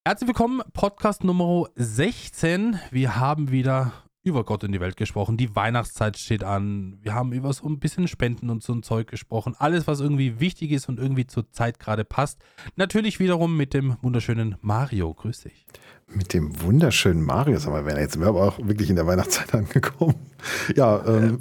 Herzlich willkommen, Podcast Nummer 16. Wir haben wieder über Gott in die Welt gesprochen. Die Weihnachtszeit steht an. Wir haben über so ein bisschen Spenden und so ein Zeug gesprochen. Alles, was irgendwie wichtig ist und irgendwie zur Zeit gerade passt. Natürlich wiederum mit dem wunderschönen Mario. Grüß dich. Mit dem wunderschönen Mario, sag mal, Werner, jetzt sind wir aber auch wirklich in der Weihnachtszeit angekommen. Ja,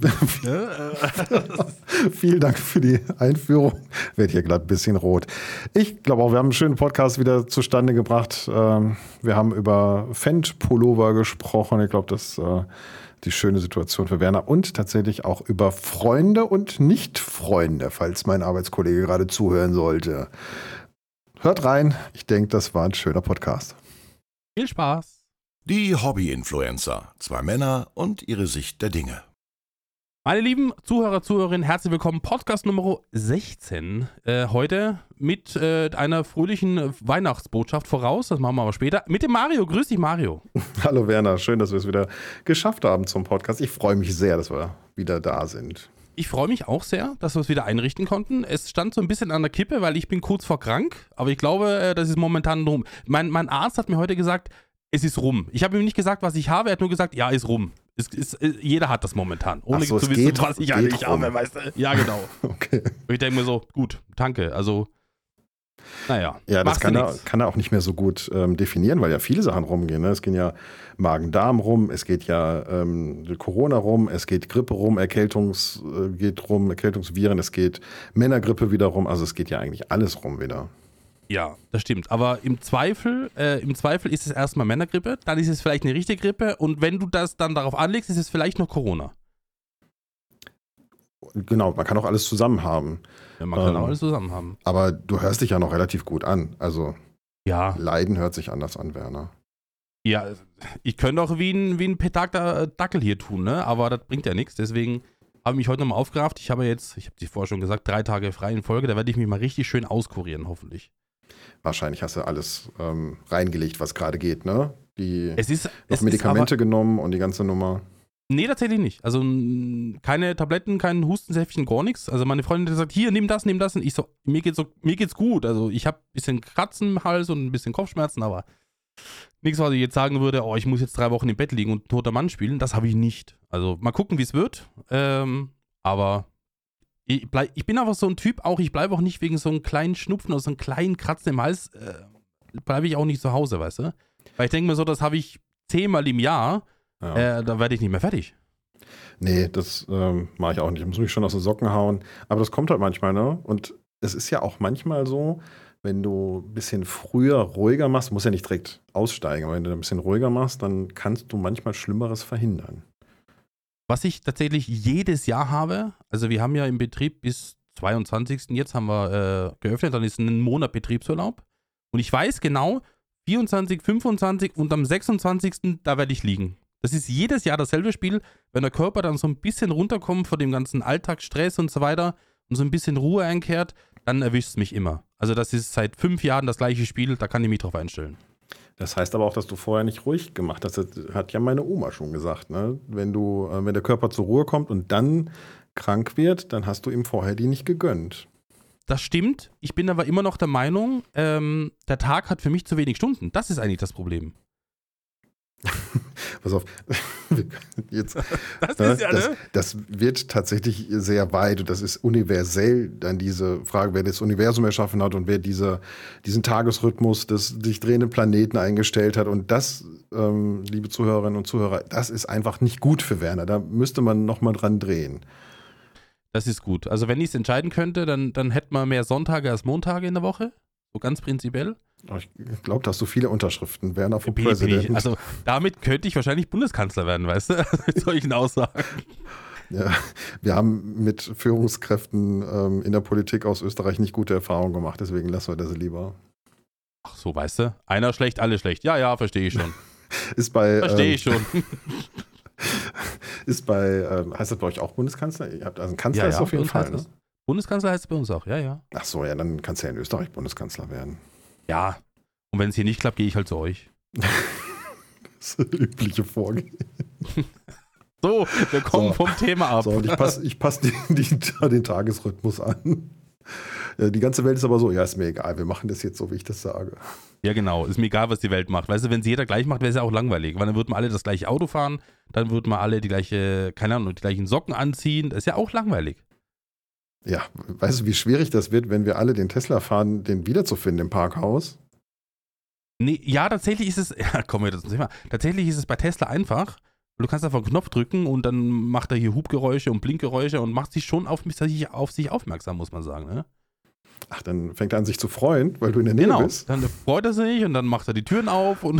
vielen Dank für die Einführung. Werd hier gerade ein bisschen rot. Ich glaube auch, wir haben einen schönen Podcast wieder zustande gebracht. Wir haben über Fendt-Pullover gesprochen. Ich glaube, das ist die schöne Situation für Werner. Und tatsächlich auch über Freunde und Nicht-Freunde, falls mein Arbeitskollege gerade zuhören sollte. Hört rein. Ich denke, das war ein schöner Podcast. Viel Spaß. Die Hobby-Influencer. 2 Männer und ihre Sicht der Dinge. Meine lieben Zuhörer, Zuhörerinnen, herzlich willkommen. Podcast Nummer 16. Heute mit einer fröhlichen Weihnachtsbotschaft voraus. Das machen wir aber später. Mit dem Mario. Grüß dich, Mario. Hallo Werner, schön, dass wir es wieder geschafft haben zum Podcast. Ich freue mich sehr, dass wir wieder da sind. Ich freue mich auch sehr, dass wir es wieder einrichten konnten. Es stand so ein bisschen an der Kippe, weil ich bin kurz vor krank. Aber ich glaube, das ist momentan rum. Mein Arzt hat mir heute gesagt, es ist rum. Ich habe ihm nicht gesagt, was ich habe. Er hat nur gesagt, ja, ist rum. Jeder hat das momentan. Ohne so, zu wissen, was ich eigentlich habe. Weißt du? Ja, genau. Okay. Und ich denke mir so, gut, danke. Also, naja. Ja, das kann er auch nicht mehr so gut definieren, weil ja viele Sachen rumgehen. Ne? Es gehen ja Magen-Darm rum, es geht ja Corona rum, es geht Grippe rum, Erkältungsviren, es geht Männergrippe wieder rum. Also es geht ja eigentlich alles rum wieder. Ja, das stimmt. Aber im Zweifel ist es erstmal Männergrippe, dann ist es vielleicht eine richtige Grippe und wenn du das dann darauf anlegst, ist es vielleicht noch Corona. Genau, man kann auch alles zusammen haben. Ja, man kann auch alles zusammen haben. Aber du hörst dich ja noch relativ gut an. Also ja. Leiden hört sich anders an, Werner. Ja, ich könnte auch wie ein betagter Dackel hier tun, ne? Aber das bringt ja nichts. Deswegen habe ich mich heute nochmal aufgerafft. Ich habe dir vorher schon gesagt, 3 Tage frei in Folge. Da werde ich mich mal richtig schön auskurieren, hoffentlich. Wahrscheinlich hast du alles reingelegt, was gerade geht, ne? Es Medikamente genommen und die ganze Nummer. Nee, tatsächlich nicht. Also keine Tabletten, kein Hustensäftchen, gar nichts. Also meine Freundin hat gesagt, hier, nimm das. Und ich so, mir geht's gut. Also ich habe ein bisschen Kratzen im Hals und ein bisschen Kopfschmerzen, aber nichts, was ich jetzt sagen würde, oh, ich muss jetzt 3 Wochen im Bett liegen und toter Mann spielen. Das habe ich nicht. Also mal gucken, wie es wird. Aber ich bin einfach so ein Typ, ich bleibe auch nicht wegen so einem kleinen Schnupfen oder so einem kleinen Kratzen im Hals, bleibe ich auch nicht zu Hause, weißt du? Weil ich denke mir so, das habe ich 10-mal im Jahr. Ja. Da werde ich nicht mehr fertig. Nee, das mache ich auch nicht. Ich muss mich schon aus den Socken hauen. Aber das kommt halt manchmal, ne? Und es ist ja auch manchmal so, wenn du ein bisschen früher ruhiger machst, musst ja nicht direkt aussteigen, aber wenn du ein bisschen ruhiger machst, dann kannst du manchmal Schlimmeres verhindern. Was ich tatsächlich jedes Jahr habe, also wir haben ja im Betrieb bis 22. Jetzt haben wir geöffnet, dann ist ein Monat Betriebsurlaub. Und ich weiß genau, 24, 25 und am 26. da werde ich liegen. Das ist jedes Jahr dasselbe Spiel, wenn der Körper dann so ein bisschen runterkommt von dem ganzen Alltagsstress und so weiter und so ein bisschen Ruhe einkehrt, dann erwischt es mich immer. Also das ist seit 5 Jahren das gleiche Spiel, da kann ich mich drauf einstellen. Das heißt aber auch, dass du vorher nicht ruhig gemacht hast. Das hat ja meine Oma schon gesagt, ne? Wenn der Körper zur Ruhe kommt und dann krank wird, dann hast du ihm vorher die nicht gegönnt. Das stimmt. Ich bin aber immer noch der Meinung, der Tag hat für mich zu wenig Stunden. Das ist eigentlich das Problem. Pass auf, jetzt, das wird tatsächlich sehr weit und das ist universell dann diese Frage, wer das Universum erschaffen hat und wer diesen Tagesrhythmus des sich drehenden Planeten eingestellt hat und das, liebe Zuhörerinnen und Zuhörer, das ist einfach nicht gut für Werner, da müsste man nochmal dran drehen. Das ist gut. Also wenn ich es entscheiden könnte, dann hätten wir mehr Sonntage als Montage in der Woche, so ganz prinzipiell. Ich glaube, da hast du viele Unterschriften, Werner vom Präsidenten. Also damit könnte ich wahrscheinlich Bundeskanzler werden, weißt du, mit solchen Aussagen. Ja, wir haben mit Führungskräften in der Politik aus Österreich nicht gute Erfahrungen gemacht, deswegen lassen wir das lieber. Ach so, weißt du, einer schlecht, alle schlecht. Ja, verstehe ich schon. Verstehe ich schon. Heißt das bei euch auch Bundeskanzler? Ihr habt also einen Kanzler, ist auf jeden Fall, ne? Bundeskanzler heißt es bei uns auch, ja. Ach so, ja, dann kannst du ja in Österreich Bundeskanzler werden. Ja, und wenn es hier nicht klappt, gehe ich halt zu euch. Das ist das übliche Vorgehen. So, wir kommen vom Thema ab. So, und ich passe den Tagesrhythmus an. Die ganze Welt ist aber so, ja, ist mir egal, wir machen das jetzt so, wie ich das sage. Ja, genau. Ist mir egal, was die Welt macht. Weißt du, wenn es jeder gleich macht, wäre es ja auch langweilig. Weil dann würden wir alle das gleiche Auto fahren, dann würden wir alle die gleiche, keine Ahnung, die gleichen Socken anziehen. Das ist ja auch langweilig. Ja, weißt du, wie schwierig das wird, wenn wir alle den Tesla fahren, den wiederzufinden im Parkhaus? Nee, ja, tatsächlich ist es, ja, kommen wir zum Thema. Tatsächlich ist es bei Tesla einfach. Du kannst einfach einen Knopf drücken und dann macht er hier Hubgeräusche und Blinkgeräusche und macht sich schon auf sich aufmerksam, muss man sagen, ne? Ach, dann fängt er an, sich zu freuen, weil du in der Nähe bist. Dann freut er sich und dann macht er die Türen auf und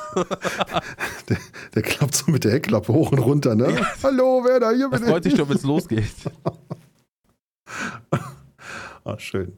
der klappt so mit der Heckklappe hoch und runter, ne? Ja. Hallo, wer da hier bin ich? Er freut sich schon, wenn es losgeht. Ah, schön.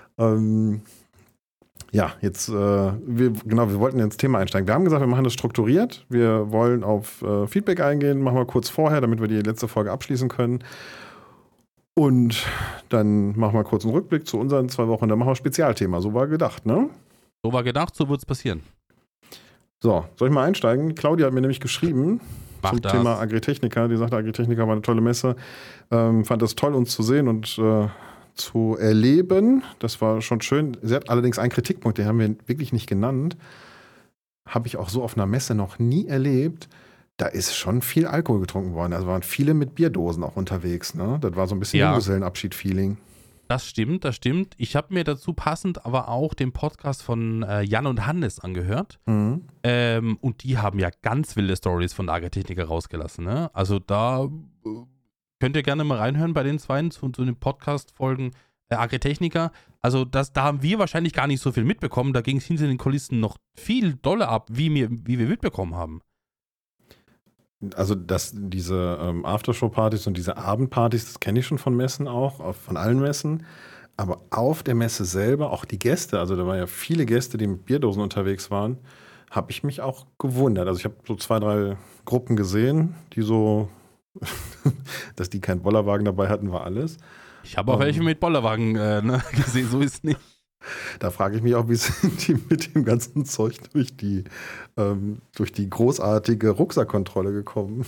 Ja, jetzt, wir wollten ins Thema einsteigen. Wir haben gesagt, wir machen das strukturiert. Wir wollen auf Feedback eingehen, machen wir kurz vorher, damit wir die letzte Folge abschließen können. Und dann machen wir kurz einen Rückblick zu unseren 2 Wochen, dann machen wir Spezialthema. So war gedacht, ne? So war gedacht, so wird es passieren. So, soll ich mal einsteigen? Claudia hat mir nämlich geschrieben zum Thema Agritechnica. Die sagte, Agritechnica war eine tolle Messe. Fand es toll, uns zu sehen und zu erleben. Das war schon schön. Sie hat allerdings einen Kritikpunkt, den haben wir wirklich nicht genannt. Habe ich auch so auf einer Messe noch nie erlebt. Da ist schon viel Alkohol getrunken worden. Also waren viele mit Bierdosen auch unterwegs. Ne? Das war so ein bisschen Junggesellenabschied-Feeling. Das stimmt. Ich habe mir dazu passend aber auch den Podcast von Jan und Hannes angehört. Mhm. Und die haben ja ganz wilde Stories von der Agritechnica rausgelassen. Ne? Also da könnt ihr gerne mal reinhören bei den zweien zu den Podcast-Folgen Agritechnica. Also da haben wir wahrscheinlich gar nicht so viel mitbekommen. Da ging es hinter den Kulissen noch viel doller ab, wie wir mitbekommen haben. Also diese Aftershow-Partys und diese Abendpartys, das kenne ich schon von Messen auch, von allen Messen. Aber auf der Messe selber, auch die Gäste, also da waren ja viele Gäste, die mit Bierdosen unterwegs waren, habe ich mich auch gewundert. Also ich habe so 2, 3 Gruppen gesehen, die so, dass die keinen Bollerwagen dabei hatten, war alles. Ich habe auch welche mit Bollerwagen gesehen, so ist es nicht. Da frage ich mich auch, wie sind die mit dem ganzen Zeug durch die großartige Rucksackkontrolle gekommen?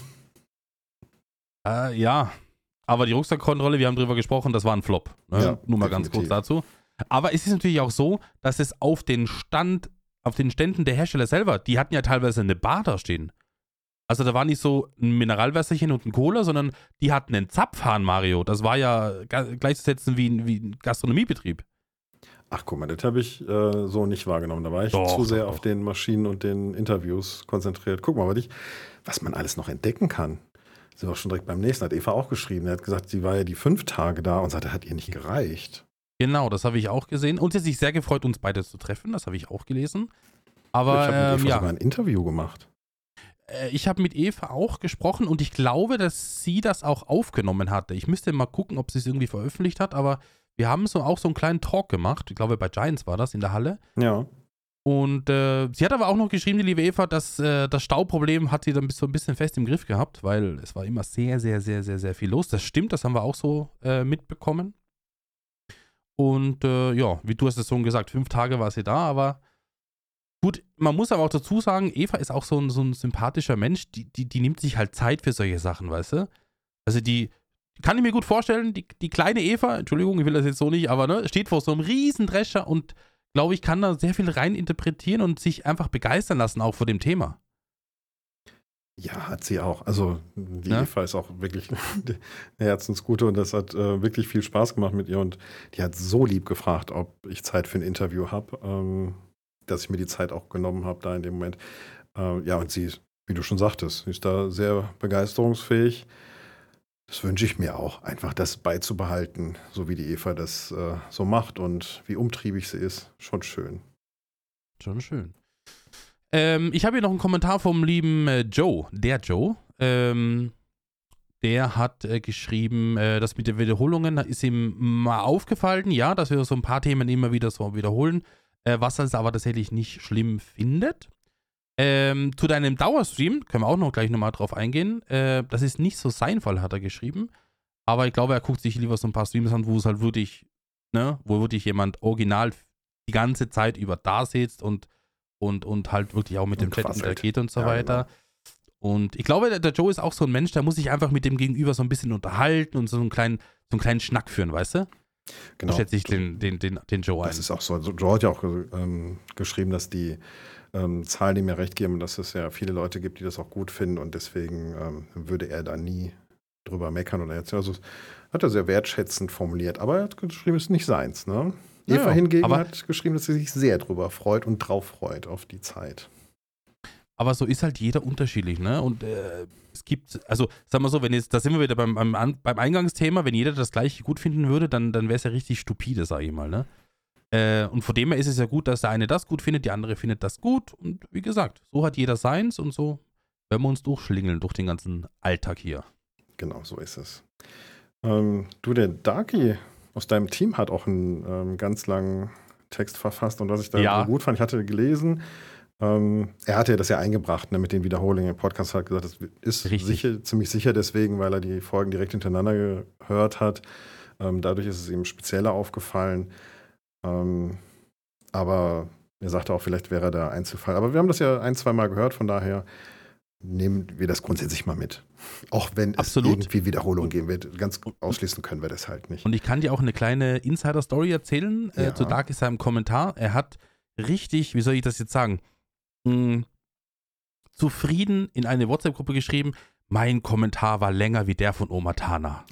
Ja, aber die Rucksackkontrolle, wir haben drüber gesprochen, das war ein Flop. Ne? Ja, nur mal definitiv. Ganz kurz dazu. Aber es ist natürlich auch so, dass es auf den Ständen der Hersteller selber, die hatten ja teilweise eine Bar da stehen. Also da war nicht so ein Mineralwasserchen und ein Cola, sondern die hatten einen Zapfhahn, Mario. Das war ja gleichzusetzen wie ein Gastronomiebetrieb. Ach guck mal, das habe ich so nicht wahrgenommen. Da war ich zu sehr auf den Maschinen und den Interviews konzentriert. Guck mal, was man alles noch entdecken kann. Sind wir auch schon direkt beim nächsten. Hat Eva auch geschrieben. Er hat gesagt, sie war ja die 5 Tage da und sagte, hat ihr nicht gereicht. Genau, das habe ich auch gesehen. Und sie hat sich sehr gefreut, uns beide zu treffen. Das habe ich auch gelesen. Aber ich habe mit Eva sogar ein Interview gemacht. Ich habe mit Eva auch gesprochen und ich glaube, dass sie das auch aufgenommen hatte. Ich müsste mal gucken, ob sie es irgendwie veröffentlicht hat, aber wir haben auch so einen kleinen Talk gemacht. Ich glaube, bei Giants war das in der Halle. Ja. Und sie hat aber auch noch geschrieben, die liebe Eva, dass das Stauproblem hat sie dann so ein bisschen fest im Griff gehabt, weil es war immer sehr, sehr, sehr, sehr, sehr viel los. Das stimmt, das haben wir auch so mitbekommen. Und wie du hast es schon gesagt, 5 Tage war sie da, aber gut, man muss aber auch dazu sagen, Eva ist auch so ein sympathischer Mensch, die nimmt sich halt Zeit für solche Sachen, weißt du? Also die kann ich mir gut vorstellen, die kleine Eva, Entschuldigung, ich will das jetzt so nicht, aber ne, steht vor so einem riesen Drescher und glaube ich, kann da sehr viel rein interpretieren und sich einfach begeistern lassen, auch vor dem Thema. Ja, hat sie auch. Also die Eva ist auch wirklich eine Herzensgute und das hat wirklich viel Spaß gemacht mit ihr und die hat so lieb gefragt, ob ich Zeit für ein Interview habe, dass ich mir die Zeit auch genommen habe da in dem Moment. Und sie, wie du schon sagtest, ist da sehr begeisterungsfähig. Das wünsche ich mir auch, einfach das beizubehalten, so wie die Eva das so macht und wie umtriebig sie ist. Schon schön. Schon schön. Ich habe hier noch einen Kommentar vom lieben Joe. Der Joe. Der hat geschrieben, das mit den Wiederholungen ist ihm mal aufgefallen, ja, dass wir so ein paar Themen immer wieder so wiederholen, was er aber tatsächlich nicht schlimm findet. Zu deinem Dauerstream, können wir auch noch gleich nochmal drauf eingehen, das ist nicht so sein Fall, hat er geschrieben, aber ich glaube, er guckt sich lieber so ein paar Streams an, wo es halt wirklich, wo wirklich jemand original die ganze Zeit über da sitzt und halt wirklich auch mit dem Chat interagiert und so weiter. Genau. Und ich glaube, der Joe ist auch so ein Mensch, der muss sich einfach mit dem Gegenüber so ein bisschen unterhalten und so einen kleinen Schnack führen, weißt du? Genau. Da schätze ich den Joe ein. Das ist auch so. Also Joe hat ja auch geschrieben, dass die Zahlen ihm ja recht geben, dass es ja viele Leute gibt, die das auch gut finden und deswegen würde er da nie drüber meckern oder erzählen. Also hat er sehr wertschätzend formuliert, aber er hat geschrieben, es ist nicht seins. Ne? Ja, Eva hingegen aber- hat geschrieben, dass sie sich sehr drüber freut und drauf freut auf die Zeit. Aber so ist halt jeder unterschiedlich, ne? Und es gibt, also sag mal so, wenn jetzt, da sind wir wieder beim Eingangsthema, wenn jeder das gleiche gut finden würde, dann wäre es ja richtig stupide, sag ich mal, ne? Und von dem her ist es ja gut, dass der eine das gut findet, die andere findet das gut. Und wie gesagt, so hat jeder seins und so werden wir uns durchschlingeln durch den ganzen Alltag hier. Genau, so ist es. Du, der Darky aus deinem Team hat auch einen ganz langen Text verfasst und was ich da Ja. so gut fand, ich hatte gelesen, er hatte das ja eingebracht, ne, mit den Wiederholungen im Podcast, hat gesagt, das ist Richtig. ziemlich sicher deswegen, weil er die Folgen direkt hintereinander gehört hat. Dadurch ist es ihm spezieller aufgefallen. Aber er sagte auch, vielleicht wäre der Einzelfall. Aber wir haben das ja 1-2 Mal gehört, von daher nehmen wir das grundsätzlich mal mit. Auch wenn Absolut. es irgendwie Wiederholungen geben wird. Ganz ausschließen können wir das halt nicht. Und ich kann dir auch eine kleine Insider-Story erzählen Ja. zu Dark ist im Kommentar. Er hat richtig, wie soll ich das jetzt sagen, zufrieden in eine WhatsApp-Gruppe geschrieben, mein Kommentar war länger wie der von Oma Tana.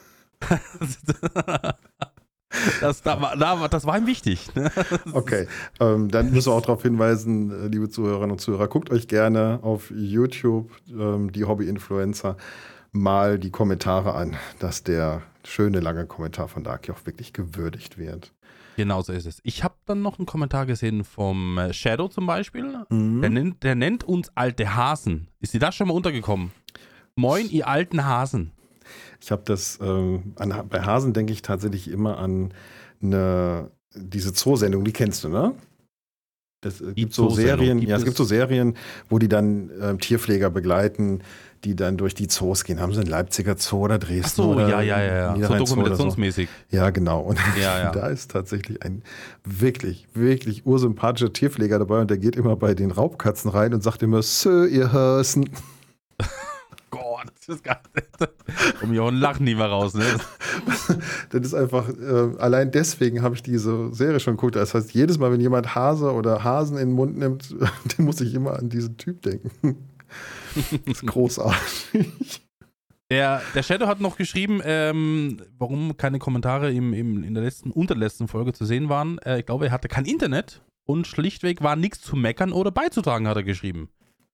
Das war ihm wichtig. Ne? Okay, dann müssen wir auch darauf hinweisen, liebe Zuhörerinnen und Zuhörer, guckt euch gerne auf YouTube die Hobby-Influencer mal die Kommentare an, dass der schöne lange Kommentar von Darky auch wirklich gewürdigt wird. Genau so ist es. Ich habe dann noch einen Kommentar gesehen vom Shadow zum Beispiel. Der nennt uns alte Hasen. Ist dir das schon mal untergekommen? Moin, ihr alten Hasen. Ich habe das, bei Hasen denke ich tatsächlich immer an diese Zoosendung, die kennst du, ne? Es gibt so Serien, es gibt so Serien, wo die dann Tierpfleger begleiten, die dann durch die Zoos gehen. Haben sie einen Leipziger Zoo oder Dresden? Ach so, oder ja. So Niederrhein Zoo oder dokumentationsmäßig. so. Ja, genau. Und Ja. da ist tatsächlich ein wirklich, wirklich ursympathischer Tierpfleger dabei und der geht immer bei den Raubkatzen rein und sagt immer, Sir, ihr Hasen. Gott, das ist gar nicht. Um hier lachen die mal raus, ne? Das ist einfach, allein deswegen habe ich diese Serie schon geguckt. Das heißt, jedes Mal, wenn jemand Hase oder Hasen in den Mund nimmt, dann muss ich immer an diesen Typ denken. Das ist großartig. Der Shadow hat noch geschrieben, warum keine Kommentare in der unterletzten Folge zu sehen waren. Ich glaube, er hatte kein Internet und schlichtweg war nichts zu meckern oder beizutragen, hat er geschrieben.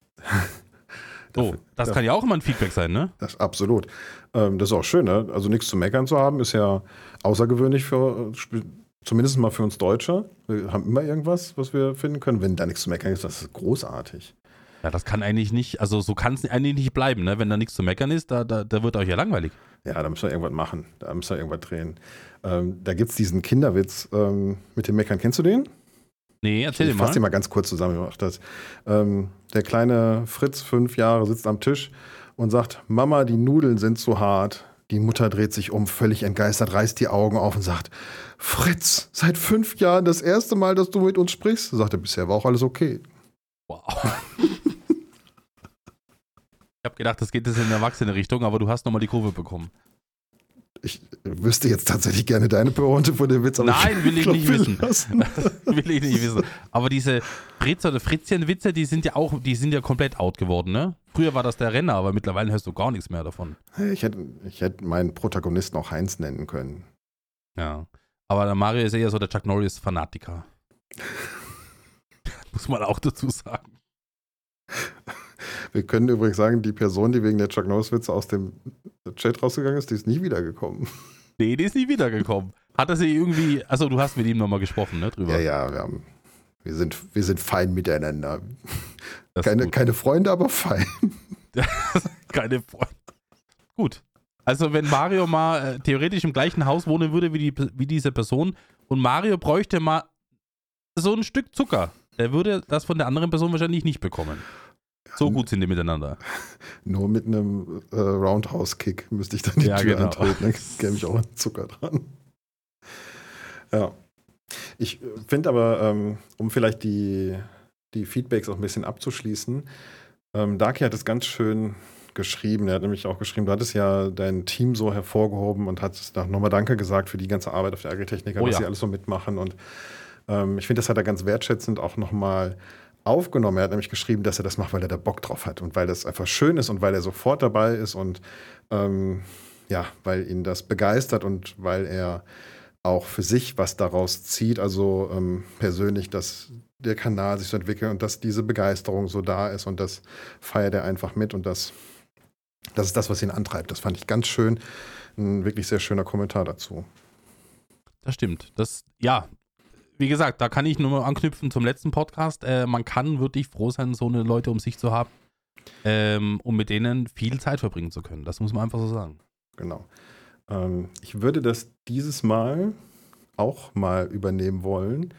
Das kann ja auch immer ein Feedback sein, ne? Das absolut. Das ist auch schön, ne? Also nichts zu meckern zu haben, ist ja außergewöhnlich zumindest mal für uns Deutsche. Wir haben immer irgendwas, was wir finden können. Wenn da nichts zu meckern ist, das ist großartig. Ja, das kann eigentlich nicht, also so kann es eigentlich nicht bleiben, ne? Wenn da nichts zu meckern ist, da wird euch ja langweilig. Ja, da müssen wir irgendwas machen. Da müssen wir irgendwas drehen. Da gibt es diesen Kinderwitz mit dem Meckern. Kennst du den? Nee, erzähl dir Ich mal. fasse den mal ganz kurz zusammen. Ich mach das. Der kleine Fritz, 5 Jahre, sitzt am Tisch und sagt, Mama, die Nudeln sind zu hart. Die Mutter dreht sich um, völlig entgeistert, reißt die Augen auf und sagt, Fritz, seit 5 Jahren das erste Mal, dass du mit uns sprichst. Sagt er, bisher war auch alles okay. Wow. Ich habe gedacht, das geht jetzt in eine erwachsene Richtung, aber du hast nochmal die Kurve bekommen. Ich wüsste jetzt tatsächlich gerne deine Pointe von dem Witz. Aber Nein, will ich nicht wissen. lassen. Will ich nicht wissen. Aber diese Fritz- oder Fritzchen-Witze, die sind ja komplett out geworden, ne? Früher war das der Renner, aber mittlerweile hörst du gar nichts mehr davon. Ich hätte meinen Protagonisten auch Heinz nennen können. Ja. Aber der Mario ist eher so der Chuck Norris-Fanatiker. Muss man auch dazu sagen. Wir können übrigens sagen, die Person, die wegen der Chuck Norris-Witze aus dem Chat rausgegangen ist, die ist nie wiedergekommen. Nee, die ist nie wiedergekommen. Hat er sie irgendwie, also du hast mit ihm nochmal gesprochen, ne, drüber? Ja, wir sind fein miteinander. Das ist gut. Keine Freunde, aber fein. Keine Freunde. Gut. Also wenn Mario mal theoretisch im gleichen Haus wohnen würde wie diese Person und Mario bräuchte mal so ein Stück Zucker, der würde das von der anderen Person wahrscheinlich nicht bekommen. So gut sind die miteinander. Nur mit einem Roundhouse-Kick müsste ich dann die Ja, Tür genau. antreten. Dann käme ich auch an Zucker dran. Ja. Ich finde aber, um vielleicht die Feedbacks auch ein bisschen abzuschließen, Darky hat es ganz schön geschrieben. Er hat nämlich auch geschrieben, du hattest ja dein Team so hervorgehoben und hast nochmal Danke gesagt für die ganze Arbeit auf der Agritechnica, was sie alles so mitmachen. Und ich finde, das hat er ganz wertschätzend auch nochmal aufgenommen. Er hat nämlich geschrieben, dass er das macht, weil er da Bock drauf hat und weil das einfach schön ist und weil er sofort dabei ist und weil ihn das begeistert und weil er auch für sich was daraus zieht, also persönlich, dass der Kanal sich so entwickelt und dass diese Begeisterung so da ist und das feiert er einfach mit und das ist das, was ihn antreibt. Das fand ich ganz schön. Ein wirklich sehr schöner Kommentar dazu. Das stimmt. Wie gesagt, da kann ich nur mal anknüpfen zum letzten Podcast. Man kann wirklich froh sein, so eine Leute um sich zu haben, um mit denen viel Zeit verbringen zu können. Das muss man einfach so sagen. Genau. Ich würde das dieses Mal auch mal übernehmen wollen.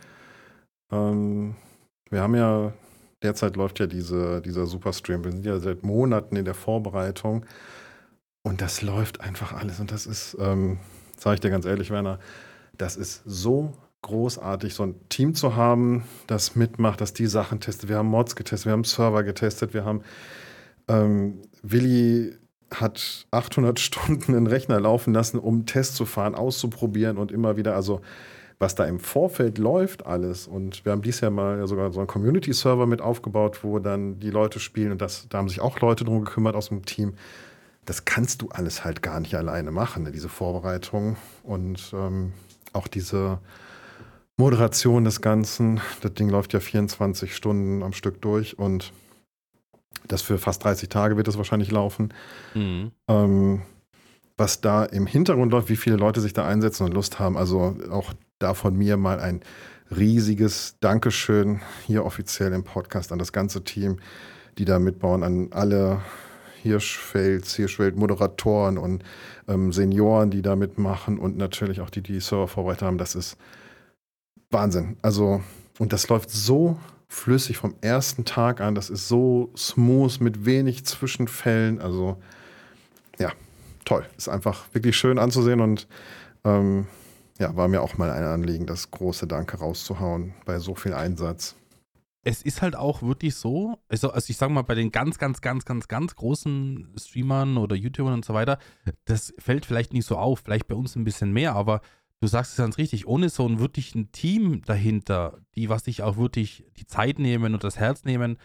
Wir haben ja, derzeit läuft ja dieser Superstream. Wir sind ja seit Monaten in der Vorbereitung und das läuft einfach alles. Und das ist, sage ich dir ganz ehrlich, Werner, das ist so großartig, so ein Team zu haben, das mitmacht, das die Sachen testet. Wir haben Mods getestet, wir haben Server getestet, wir haben Willi hat 800 Stunden einen Rechner laufen lassen, um Tests zu fahren, auszuprobieren und immer wieder, also was da im Vorfeld läuft alles. Und wir haben dieses Jahr mal ja sogar so einen Community-Server mit aufgebaut, wo dann die Leute spielen und da haben sich auch Leute drum gekümmert aus dem Team. Das kannst du alles halt gar nicht alleine machen, ne, diese Vorbereitung und auch diese Moderation des Ganzen. Das Ding läuft ja 24 Stunden am Stück durch und das für fast 30 Tage wird es wahrscheinlich laufen. Mhm. Was da im Hintergrund läuft, wie viele Leute sich da einsetzen und Lust haben. Also auch da von mir mal ein riesiges Dankeschön hier offiziell im Podcast an das ganze Team, die da mitbauen, an alle Hirschfeld-Moderatoren und Senioren, die da mitmachen und natürlich auch die Server vorbereitet haben. Das ist Wahnsinn. Also, und das läuft so flüssig vom ersten Tag an. Das ist so smooth mit wenig Zwischenfällen. Also, ja, toll. Ist einfach wirklich schön anzusehen und war mir auch mal ein Anliegen, das große Danke rauszuhauen bei so viel Einsatz. Es ist halt auch wirklich so, also ich sag mal, bei den ganz, ganz, ganz, ganz, ganz großen Streamern oder YouTubern und so weiter, das fällt vielleicht nicht so auf, vielleicht bei uns ein bisschen mehr, aber du sagst es ganz richtig, ohne so ein wirklichen Team dahinter, die was sich auch wirklich die Zeit nehmen und das Herz nehmen,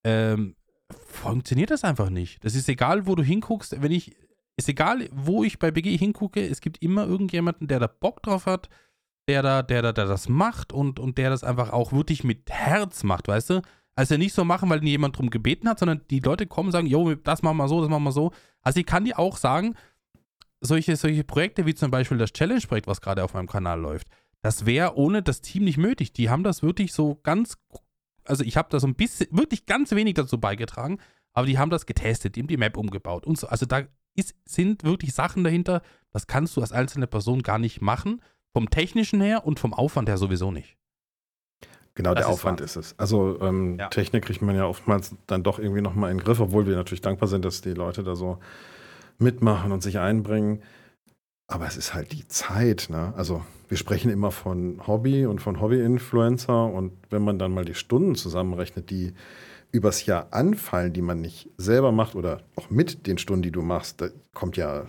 funktioniert das einfach nicht. Das ist egal, wo du hinguckst, ist egal, wo ich bei BG hingucke, es gibt immer irgendjemanden, der da Bock drauf hat, der das macht und der das einfach auch wirklich mit Herz macht, weißt du? Also nicht so machen, weil jemand drum gebeten hat, sondern die Leute kommen und sagen, jo, das machen wir so, das machen wir so. Also ich kann dir auch sagen, solche Projekte wie zum Beispiel das Challenge-Projekt, was gerade auf meinem Kanal läuft, das wäre ohne das Team nicht möglich. Die haben das wirklich so also ich habe da so ein bisschen, wirklich ganz wenig dazu beigetragen, aber die haben das getestet, die haben die Map umgebaut und so. Also da sind wirklich Sachen dahinter, das kannst du als einzelne Person gar nicht machen, vom Technischen her und vom Aufwand her sowieso nicht. Genau, der Aufwand ist es. Also Technik kriegt man ja oftmals dann doch irgendwie nochmal in den Griff, obwohl wir natürlich dankbar sind, dass die Leute da so mitmachen und sich einbringen. Aber es ist halt die Zeit, ne? Also wir sprechen immer von Hobby und von Hobby-Influencer und wenn man dann mal die Stunden zusammenrechnet, die übers Jahr anfallen, die man nicht selber macht oder auch mit den Stunden, die du machst, da kommen ja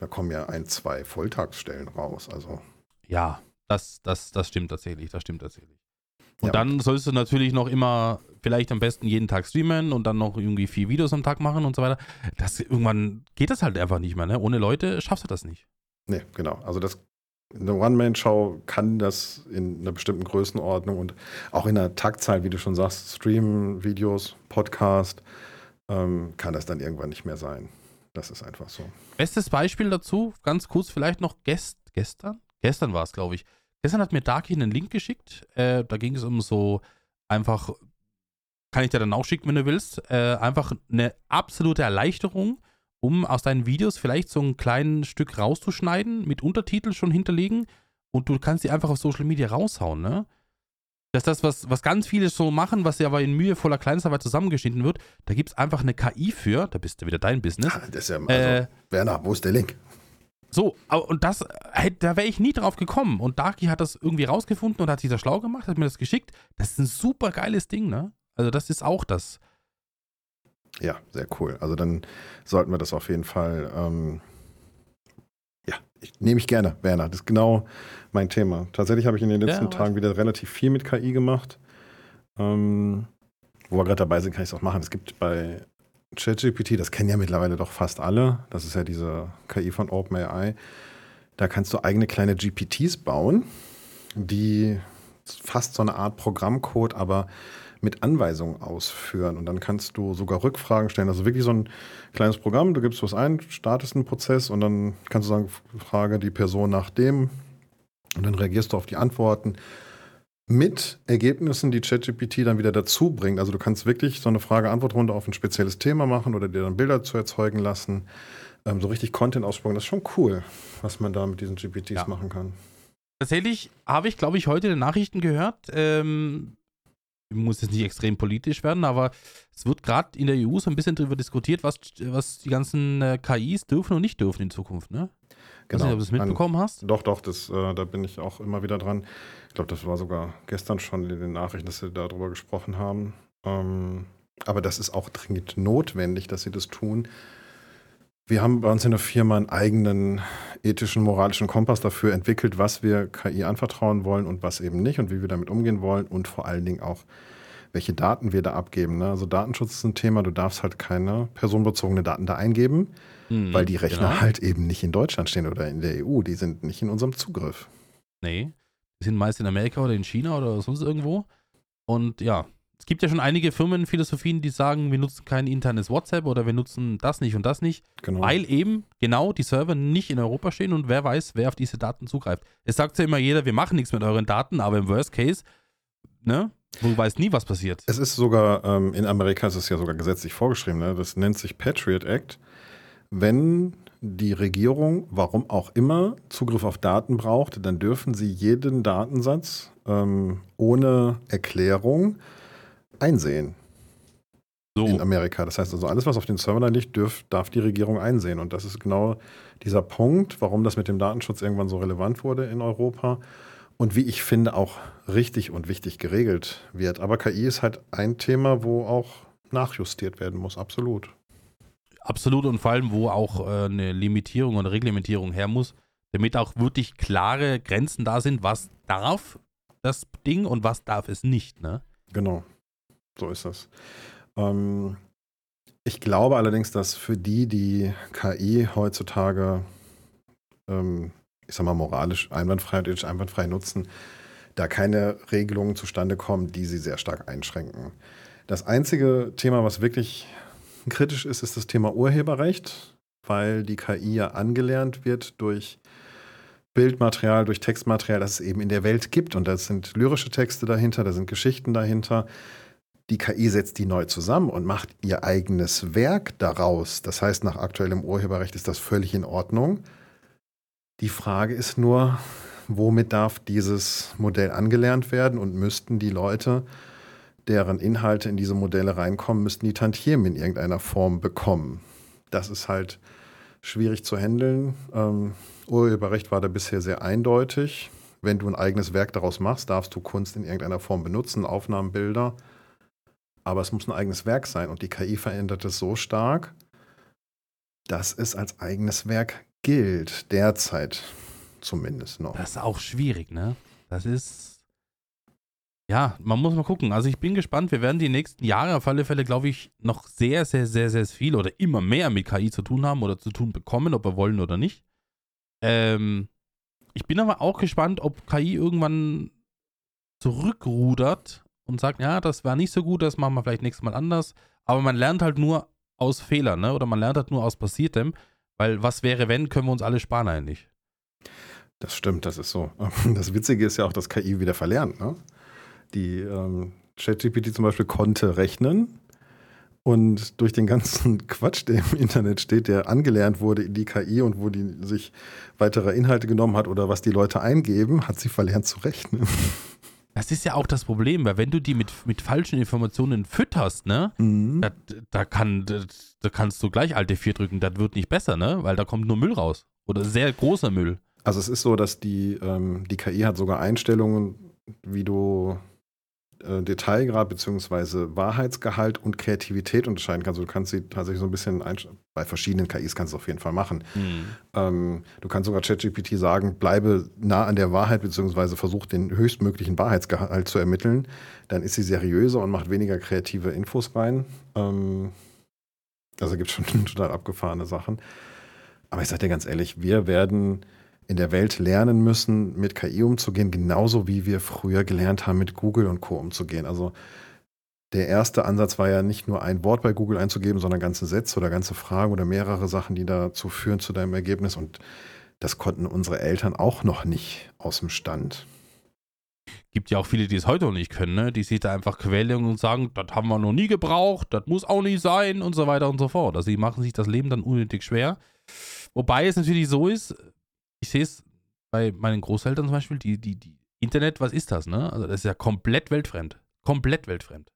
1-2 Volltagsstellen raus. Also ja, das stimmt tatsächlich, Und dann sollst du natürlich noch immer vielleicht am besten jeden Tag streamen und dann noch irgendwie 4 Videos am Tag machen und so weiter. Irgendwann geht das halt einfach nicht mehr, ne? Ohne Leute schaffst du das nicht. Nee, genau. Also eine One-Man-Show kann das in einer bestimmten Größenordnung und auch in einer Taktzahl, wie du schon sagst, Stream, Videos, Podcast, kann das dann irgendwann nicht mehr sein. Das ist einfach so. Bestes Beispiel dazu, ganz kurz vielleicht noch gestern? Gestern war es, glaube ich. Gestern hat mir Darky einen Link geschickt. Da ging es um so einfach, kann ich dir dann auch schicken, wenn du willst, einfach eine absolute Erleichterung, um aus deinen Videos vielleicht so ein kleines Stück rauszuschneiden, mit Untertitel schon hinterlegen und du kannst die einfach auf Social Media raushauen, ne? Das ist das, was ganz viele so machen, was ja aber in mühevoller Kleinstarbeit zusammengeschnitten wird. Da gibt es einfach eine KI für, da bist du wieder dein Business. Das ist ja, also, Werner, wo ist der Link? So, und da wäre ich nie drauf gekommen. Und Darky hat das irgendwie rausgefunden und hat sich da schlau gemacht, hat mir das geschickt. Das ist ein super geiles Ding, ne? Also das ist auch das. Ja, sehr cool. Also dann sollten wir das auf jeden Fall, nehme ich gerne, Werner. Das ist genau mein Thema. Tatsächlich habe ich in den letzten Tagen wieder relativ viel mit KI gemacht. Wo wir gerade dabei sind, kann ich es auch machen. Es gibt bei ChatGPT, das kennen ja mittlerweile doch fast alle, das ist ja diese KI von OpenAI, da kannst du eigene kleine GPTs bauen, die fast so eine Art Programmcode, aber mit Anweisungen ausführen. Und dann kannst du sogar Rückfragen stellen. Also wirklich so ein kleines Programm, du gibst was ein, startest einen Prozess und dann kannst du sagen, frage die Person nach dem und dann reagierst du auf die Antworten mit Ergebnissen, die ChatGPT dann wieder dazu bringt. Also du kannst wirklich so eine Frage-Antwort-Runde auf ein spezielles Thema machen oder dir dann Bilder zu erzeugen lassen. So richtig Content ausspucken. Das ist schon cool, was man da mit diesen GPTs machen kann. Tatsächlich habe ich, glaube ich, heute in den Nachrichten gehört, muss jetzt nicht extrem politisch werden, aber es wird gerade in der EU so ein bisschen darüber diskutiert, was die ganzen KIs dürfen und nicht dürfen in Zukunft, ne? Ich weiß nicht, ob du das mitbekommen hast? Doch, da bin ich auch immer wieder dran. Ich glaube, das war sogar gestern schon in den Nachrichten, dass sie darüber gesprochen haben. Aber das ist auch dringend notwendig, dass sie das tun. Wir haben bei uns in der Firma einen eigenen ethischen, moralischen Kompass dafür entwickelt, was wir KI anvertrauen wollen und was eben nicht und wie wir damit umgehen wollen und vor allen Dingen auch, welche Daten wir da abgeben. Ne? Also Datenschutz ist ein Thema, du darfst halt keine personenbezogene Daten da eingeben, weil die Rechner halt eben nicht in Deutschland stehen oder in der EU, die sind nicht in unserem Zugriff. Nee, die sind meist in Amerika oder in China oder sonst irgendwo. Und ja, es gibt ja schon einige Firmenphilosophien, die sagen, wir nutzen kein internes WhatsApp oder wir nutzen das nicht und das nicht, weil eben genau die Server nicht in Europa stehen und wer weiß, wer auf diese Daten zugreift. Es sagt ja immer jeder, wir machen nichts mit euren Daten, aber im Worst Case, ne, du weißt nie, was passiert. Es ist sogar, in Amerika ist es ja sogar gesetzlich vorgeschrieben, ne? Das nennt sich Patriot Act. Wenn die Regierung, warum auch immer, Zugriff auf Daten braucht, dann dürfen sie jeden Datensatz ohne Erklärung einsehen. So. In Amerika. Das heißt also, alles, was auf den Servern liegt, darf die Regierung einsehen. Und das ist genau dieser Punkt, warum das mit dem Datenschutz irgendwann so relevant wurde in Europa. Und wie ich finde, auch richtig und wichtig geregelt wird. Aber KI ist halt ein Thema, wo auch nachjustiert werden muss, absolut. Absolut und vor allem, wo auch eine Limitierung und Reglementierung her muss, damit auch wirklich klare Grenzen da sind, was darf das Ding und was darf es nicht, ne? Genau, so ist das. Ich glaube allerdings, dass für die KI heutzutage, ich sag mal, moralisch einwandfrei und ethisch einwandfrei nutzen, da keine Regelungen zustande kommen, die sie sehr stark einschränken. Das einzige Thema, was wirklich kritisch ist, ist das Thema Urheberrecht, weil die KI ja angelernt wird durch Bildmaterial, durch Textmaterial, das es eben in der Welt gibt. Und da sind lyrische Texte dahinter, da sind Geschichten dahinter. Die KI setzt die neu zusammen und macht ihr eigenes Werk daraus. Das heißt, nach aktuellem Urheberrecht ist das völlig in Ordnung. Die Frage ist nur, womit darf dieses Modell angelernt werden und müssten die Leute, deren Inhalte in diese Modelle reinkommen, müssten die Tantiemen in irgendeiner Form bekommen. Das ist halt schwierig zu handeln. Urheberrecht war da bisher sehr eindeutig. Wenn du ein eigenes Werk daraus machst, darfst du Kunst in irgendeiner Form benutzen, Aufnahmen, Bilder. Aber es muss ein eigenes Werk sein. Und die KI verändert es so stark, dass es als eigenes Werk gilt. Derzeit zumindest noch. Das ist auch schwierig, ne? Das ist... Ja, man muss mal gucken. Also ich bin gespannt. Wir werden die nächsten Jahre auf alle Fälle, glaube ich, noch sehr, sehr, sehr, sehr viel oder immer mehr mit KI zu tun haben oder zu tun bekommen, ob wir wollen oder nicht. Ich bin aber auch gespannt, ob KI irgendwann zurückrudert und sagt, ja, das war nicht so gut, das machen wir vielleicht nächstes Mal anders. Aber man lernt halt nur aus Fehlern, ne? Oder man lernt halt nur aus Passiertem, weil was wäre, wenn, können wir uns alle sparen eigentlich. Das stimmt, das ist so. Das Witzige ist ja auch, dass KI wieder verlernt, ne? Die ChatGPT zum Beispiel konnte rechnen und durch den ganzen Quatsch, der im Internet steht, der angelernt wurde in die KI und wo die sich weitere Inhalte genommen hat oder was die Leute eingeben, hat sie verlernt zu rechnen. Das ist ja auch das Problem, weil wenn du die mit falschen Informationen fütterst, ne, da kannst du gleich Alt F4 drücken, das wird nicht besser, ne, weil da kommt nur Müll raus oder sehr großer Müll. Also es ist so, dass die KI hat sogar Einstellungen, wie du Detailgrad bzw. Wahrheitsgehalt und Kreativität unterscheiden kannst. Du kannst sie tatsächlich so ein bisschen bei verschiedenen KIs kannst du es auf jeden Fall machen. Du kannst sogar ChatGPT sagen, bleibe nah an der Wahrheit bzw. versuch den höchstmöglichen Wahrheitsgehalt zu ermitteln. Dann ist sie seriöser und macht weniger kreative Infos rein. Also gibt es schon total abgefahrene Sachen. Aber ich sage dir ganz ehrlich, wir werden in der Welt lernen müssen, mit KI umzugehen, genauso wie wir früher gelernt haben, mit Google und Co. umzugehen. Also der erste Ansatz war ja nicht nur ein Wort bei Google einzugeben, sondern ganze Sätze oder ganze Fragen oder mehrere Sachen, die dazu führen zu deinem Ergebnis. Und das konnten unsere Eltern auch noch nicht aus dem Stand. Gibt ja auch viele, die es heute noch nicht können, ne? Die sich da einfach quälen und sagen, das haben wir noch nie gebraucht, das muss auch nicht sein und so weiter und so fort. Also die machen sich das Leben dann unnötig schwer. Wobei es natürlich so ist, ich sehe es bei meinen Großeltern zum Beispiel, die Internet, was ist das, ne? Also das ist ja komplett weltfremd. Komplett weltfremd.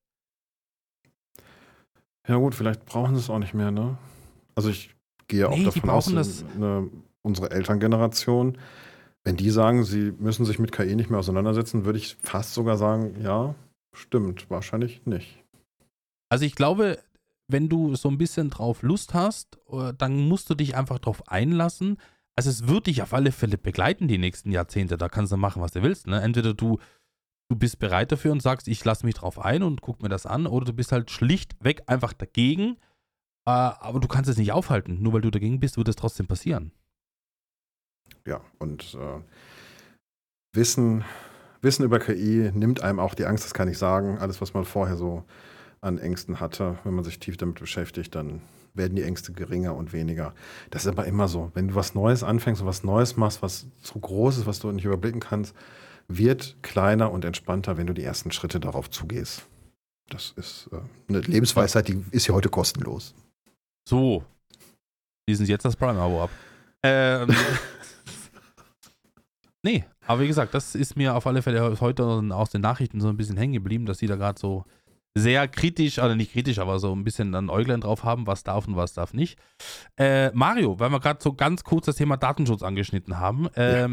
Ja gut, vielleicht brauchen sie es auch nicht mehr, ne? Also ich gehe auch davon aus, unsere Elterngeneration, wenn die sagen, sie müssen sich mit KI nicht mehr auseinandersetzen, würde ich fast sogar sagen, ja, stimmt, wahrscheinlich nicht. Also ich glaube, wenn du so ein bisschen drauf Lust hast, dann musst du dich einfach drauf einlassen. Also es wird dich auf alle Fälle begleiten die nächsten Jahrzehnte. Da kannst du machen, was du willst. Ne? Entweder du bist bereit dafür und sagst, ich lasse mich drauf ein und guck mir das an, oder du bist halt schlichtweg einfach dagegen. Aber du kannst es nicht aufhalten. Nur weil du dagegen bist, wird es trotzdem passieren. Ja, und Wissen über KI nimmt einem auch die Angst, das kann ich sagen. Alles, was man vorher so an Ängsten hatte, wenn man sich tief damit beschäftigt, dann werden die Ängste geringer und weniger. Das ist aber immer so. Wenn du was Neues anfängst und was Neues machst, was zu groß ist, was du nicht überblicken kannst, wird kleiner und entspannter, wenn du die ersten Schritte darauf zugehst. Das ist eine Lebensweisheit, die ist ja heute kostenlos. So. Schließen Sie jetzt das Prime-Abo ab. Nee, aber wie gesagt, das ist mir auf alle Fälle heute aus den Nachrichten so ein bisschen hängen geblieben, dass die da gerade so sehr kritisch, also nicht kritisch, aber so ein bisschen ein Äuglein drauf haben, was darf und was darf nicht. Mario, weil wir gerade so ganz kurz das Thema Datenschutz angeschnitten haben.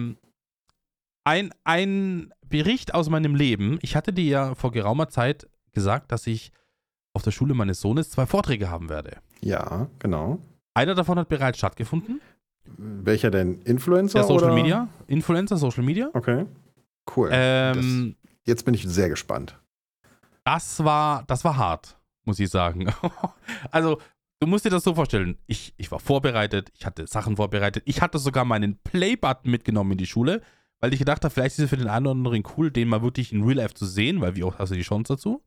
Ein Bericht aus meinem Leben. Ich hatte dir ja vor geraumer Zeit gesagt, dass ich auf der Schule meines Sohnes 2 Vorträge haben werde. Ja, genau. Einer davon hat bereits stattgefunden. Welcher denn? Influencer? Der Social oder? Media. Influencer, Social Media. Okay, cool. Jetzt bin ich sehr gespannt. Das war hart, muss ich sagen. Also, du musst dir das so vorstellen. Ich war vorbereitet, ich hatte Sachen vorbereitet. Ich hatte sogar meinen Play-Button mitgenommen in die Schule, weil ich gedacht habe, vielleicht ist es für den einen oder anderen cool, den mal wirklich in Real Life zu sehen, weil wie auch hast du die Chance dazu.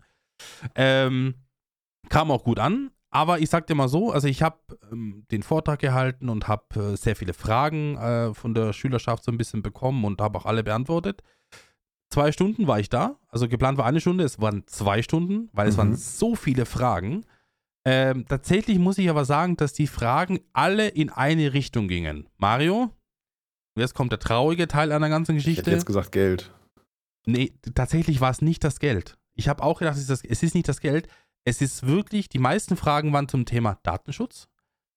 Kam auch gut an, aber ich sag dir mal so, also ich habe den Vortrag gehalten und habe sehr viele Fragen von der Schülerschaft so ein bisschen bekommen und habe auch alle beantwortet. 2 Stunden war ich da, also geplant war 1 Stunde, es waren 2 Stunden, weil es waren so viele Fragen. Tatsächlich muss ich aber sagen, dass die Fragen alle in eine Richtung gingen. Mario, jetzt kommt der traurige Teil einer ganzen Geschichte. Ich hätte jetzt gesagt Geld. Nee, tatsächlich war es nicht das Geld. Ich habe auch gedacht, es ist nicht das Geld. Es ist wirklich, die meisten Fragen waren zum Thema Datenschutz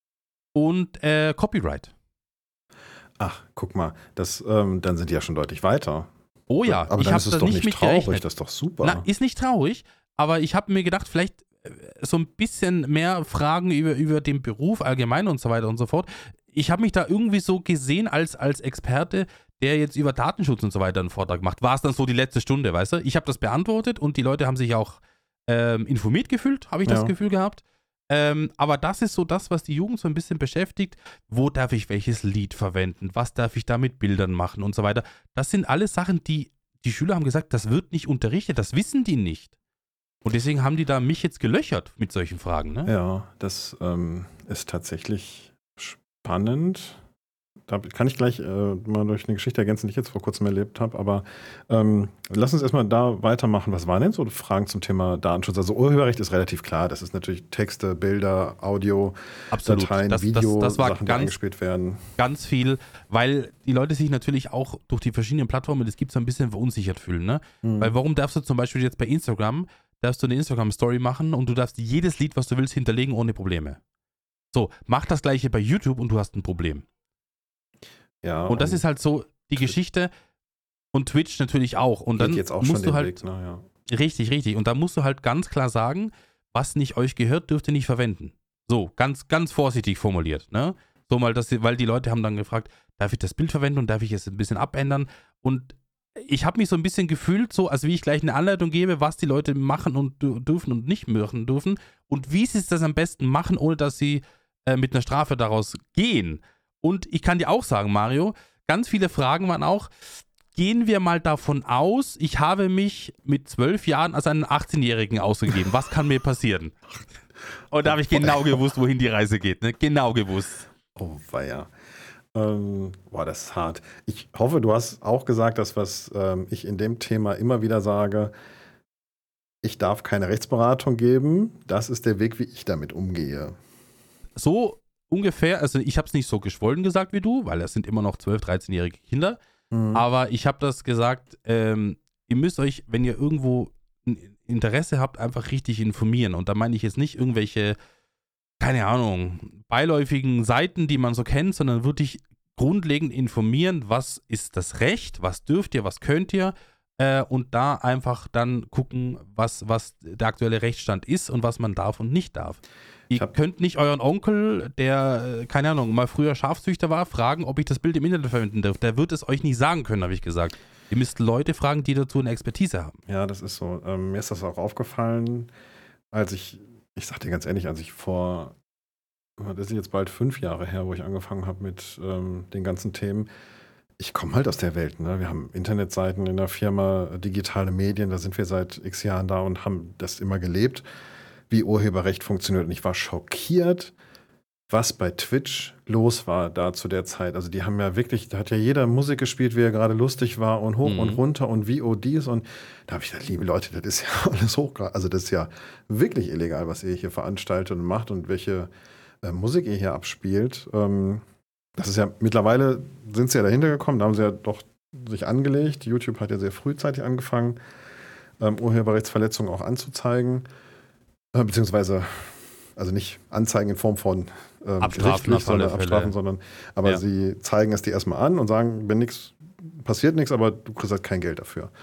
und Copyright. Ach, guck mal, dann sind die ja schon deutlich weiter. Oh ja, aber dann ist es doch nicht traurig, das ist doch super. Na, ist nicht traurig, aber ich habe mir gedacht, vielleicht so ein bisschen mehr Fragen über den Beruf allgemein und so weiter und so fort. Ich habe mich da irgendwie so gesehen als Experte, der jetzt über Datenschutz und so weiter einen Vortrag macht. War es dann so die letzte Stunde, weißt du? Ich habe das beantwortet und die Leute haben sich auch informiert gefühlt, habe ich das Gefühl gehabt. Aber das ist so das, was die Jugend so ein bisschen beschäftigt. Wo darf ich welches Lied verwenden? Was darf ich da mit Bildern machen und so weiter? Das sind alles Sachen, die Schüler haben gesagt, das wird nicht unterrichtet, das wissen die nicht. Und deswegen haben die da mich jetzt gelöchert mit solchen Fragen. Ne? Ja, das ist tatsächlich spannend. Da kann ich gleich mal durch eine Geschichte ergänzen, die ich jetzt vor kurzem erlebt habe. Aber lass uns erstmal da weitermachen. Was waren denn so Fragen zum Thema Datenschutz? Also Urheberrecht ist relativ klar. Das ist natürlich Texte, Bilder, Audio, absolut. Dateien, Video, das war Sachen, die eingespielt werden. Ganz viel, weil die Leute sich natürlich auch durch die verschiedenen Plattformen, das gibt es, ein bisschen verunsichert fühlen. Ne? Weil warum darfst du zum Beispiel jetzt bei Instagram, darfst du eine Instagram-Story machen und du darfst jedes Lied, was du willst, hinterlegen ohne Probleme. So, mach das gleiche bei YouTube und du hast ein Problem. Ja, und das ist halt so die Geschichte und Twitch natürlich auch. Und dann jetzt auch musst schon du halt. Weg, ne? Richtig, richtig. Und da musst du halt ganz klar sagen, was nicht euch gehört, dürft ihr nicht verwenden. So, ganz, ganz vorsichtig formuliert, ne? So mal, weil die Leute haben dann gefragt, darf ich das Bild verwenden und darf ich es ein bisschen abändern? Und ich habe mich so ein bisschen gefühlt, so, als wie ich gleich eine Anleitung gebe, was die Leute machen und dürfen und nicht machen dürfen und wie sie das am besten machen, ohne dass sie mit einer Strafe daraus gehen. Und ich kann dir auch sagen, Mario, ganz viele Fragen waren auch, gehen wir mal davon aus, ich habe mich mit 12 Jahren als einen 18-Jährigen ausgegeben. Was kann mir passieren? Und da habe ich genau gewusst, wohin die Reise geht. Ne? Genau gewusst. Oh, weia. Boah, das ist hart. Ich hoffe, du hast auch gesagt, dass was ich in dem Thema immer wieder sage, ich darf keine Rechtsberatung geben. Das ist der Weg, wie ich damit umgehe. So ungefähr, also ich habe es nicht so geschwollen gesagt wie du, weil es sind immer noch 12-, 13-jährige Kinder. Aber ich habe das gesagt, ihr müsst euch, wenn ihr irgendwo ein Interesse habt, einfach richtig informieren. Und da meine ich jetzt nicht irgendwelche, keine Ahnung, beiläufigen Seiten, die man so kennt, sondern wirklich grundlegend informieren, was ist das Recht, was dürft ihr, was könnt ihr und da einfach dann gucken, was der aktuelle Rechtsstand ist und was man darf und nicht darf. Ihr könnt nicht euren Onkel, der, keine Ahnung, mal früher Schafzüchter war, fragen, ob ich das Bild im Internet verwenden darf. Der wird es euch nicht sagen können, habe ich gesagt. Ihr müsst Leute fragen, die dazu eine Expertise haben. Ja, das ist so. Mir ist das auch aufgefallen, als ich sag dir ganz ehrlich, das ist jetzt bald 5 Jahre her, wo ich angefangen habe mit den ganzen Themen. Ich komme halt aus der Welt. Ne? Wir haben Internetseiten in der Firma, digitale Medien, da sind wir seit x Jahren da und haben das immer gelebt, wie Urheberrecht funktioniert. Und ich war schockiert, was bei Twitch los war da zu der Zeit. Also die haben ja wirklich, da hat ja jeder Musik gespielt, wie er gerade lustig war und hoch und runter und VODs. Und da habe ich gedacht, liebe Leute, das ist ja alles hochgradig. Also das ist ja wirklich illegal, was ihr hier veranstaltet und macht und welche Musik ihr hier abspielt. Das ist ja, mittlerweile sind sie ja dahinter gekommen, da haben sie ja doch sich angelegt. YouTube hat ja sehr frühzeitig angefangen, Urheberrechtsverletzungen auch anzuzeigen. Beziehungsweise, also nicht anzeigen in Form von Abstrafen, sondern aber sie zeigen es dir erstmal an und sagen, wenn nichts passiert, nichts, aber du kriegst halt kein Geld dafür.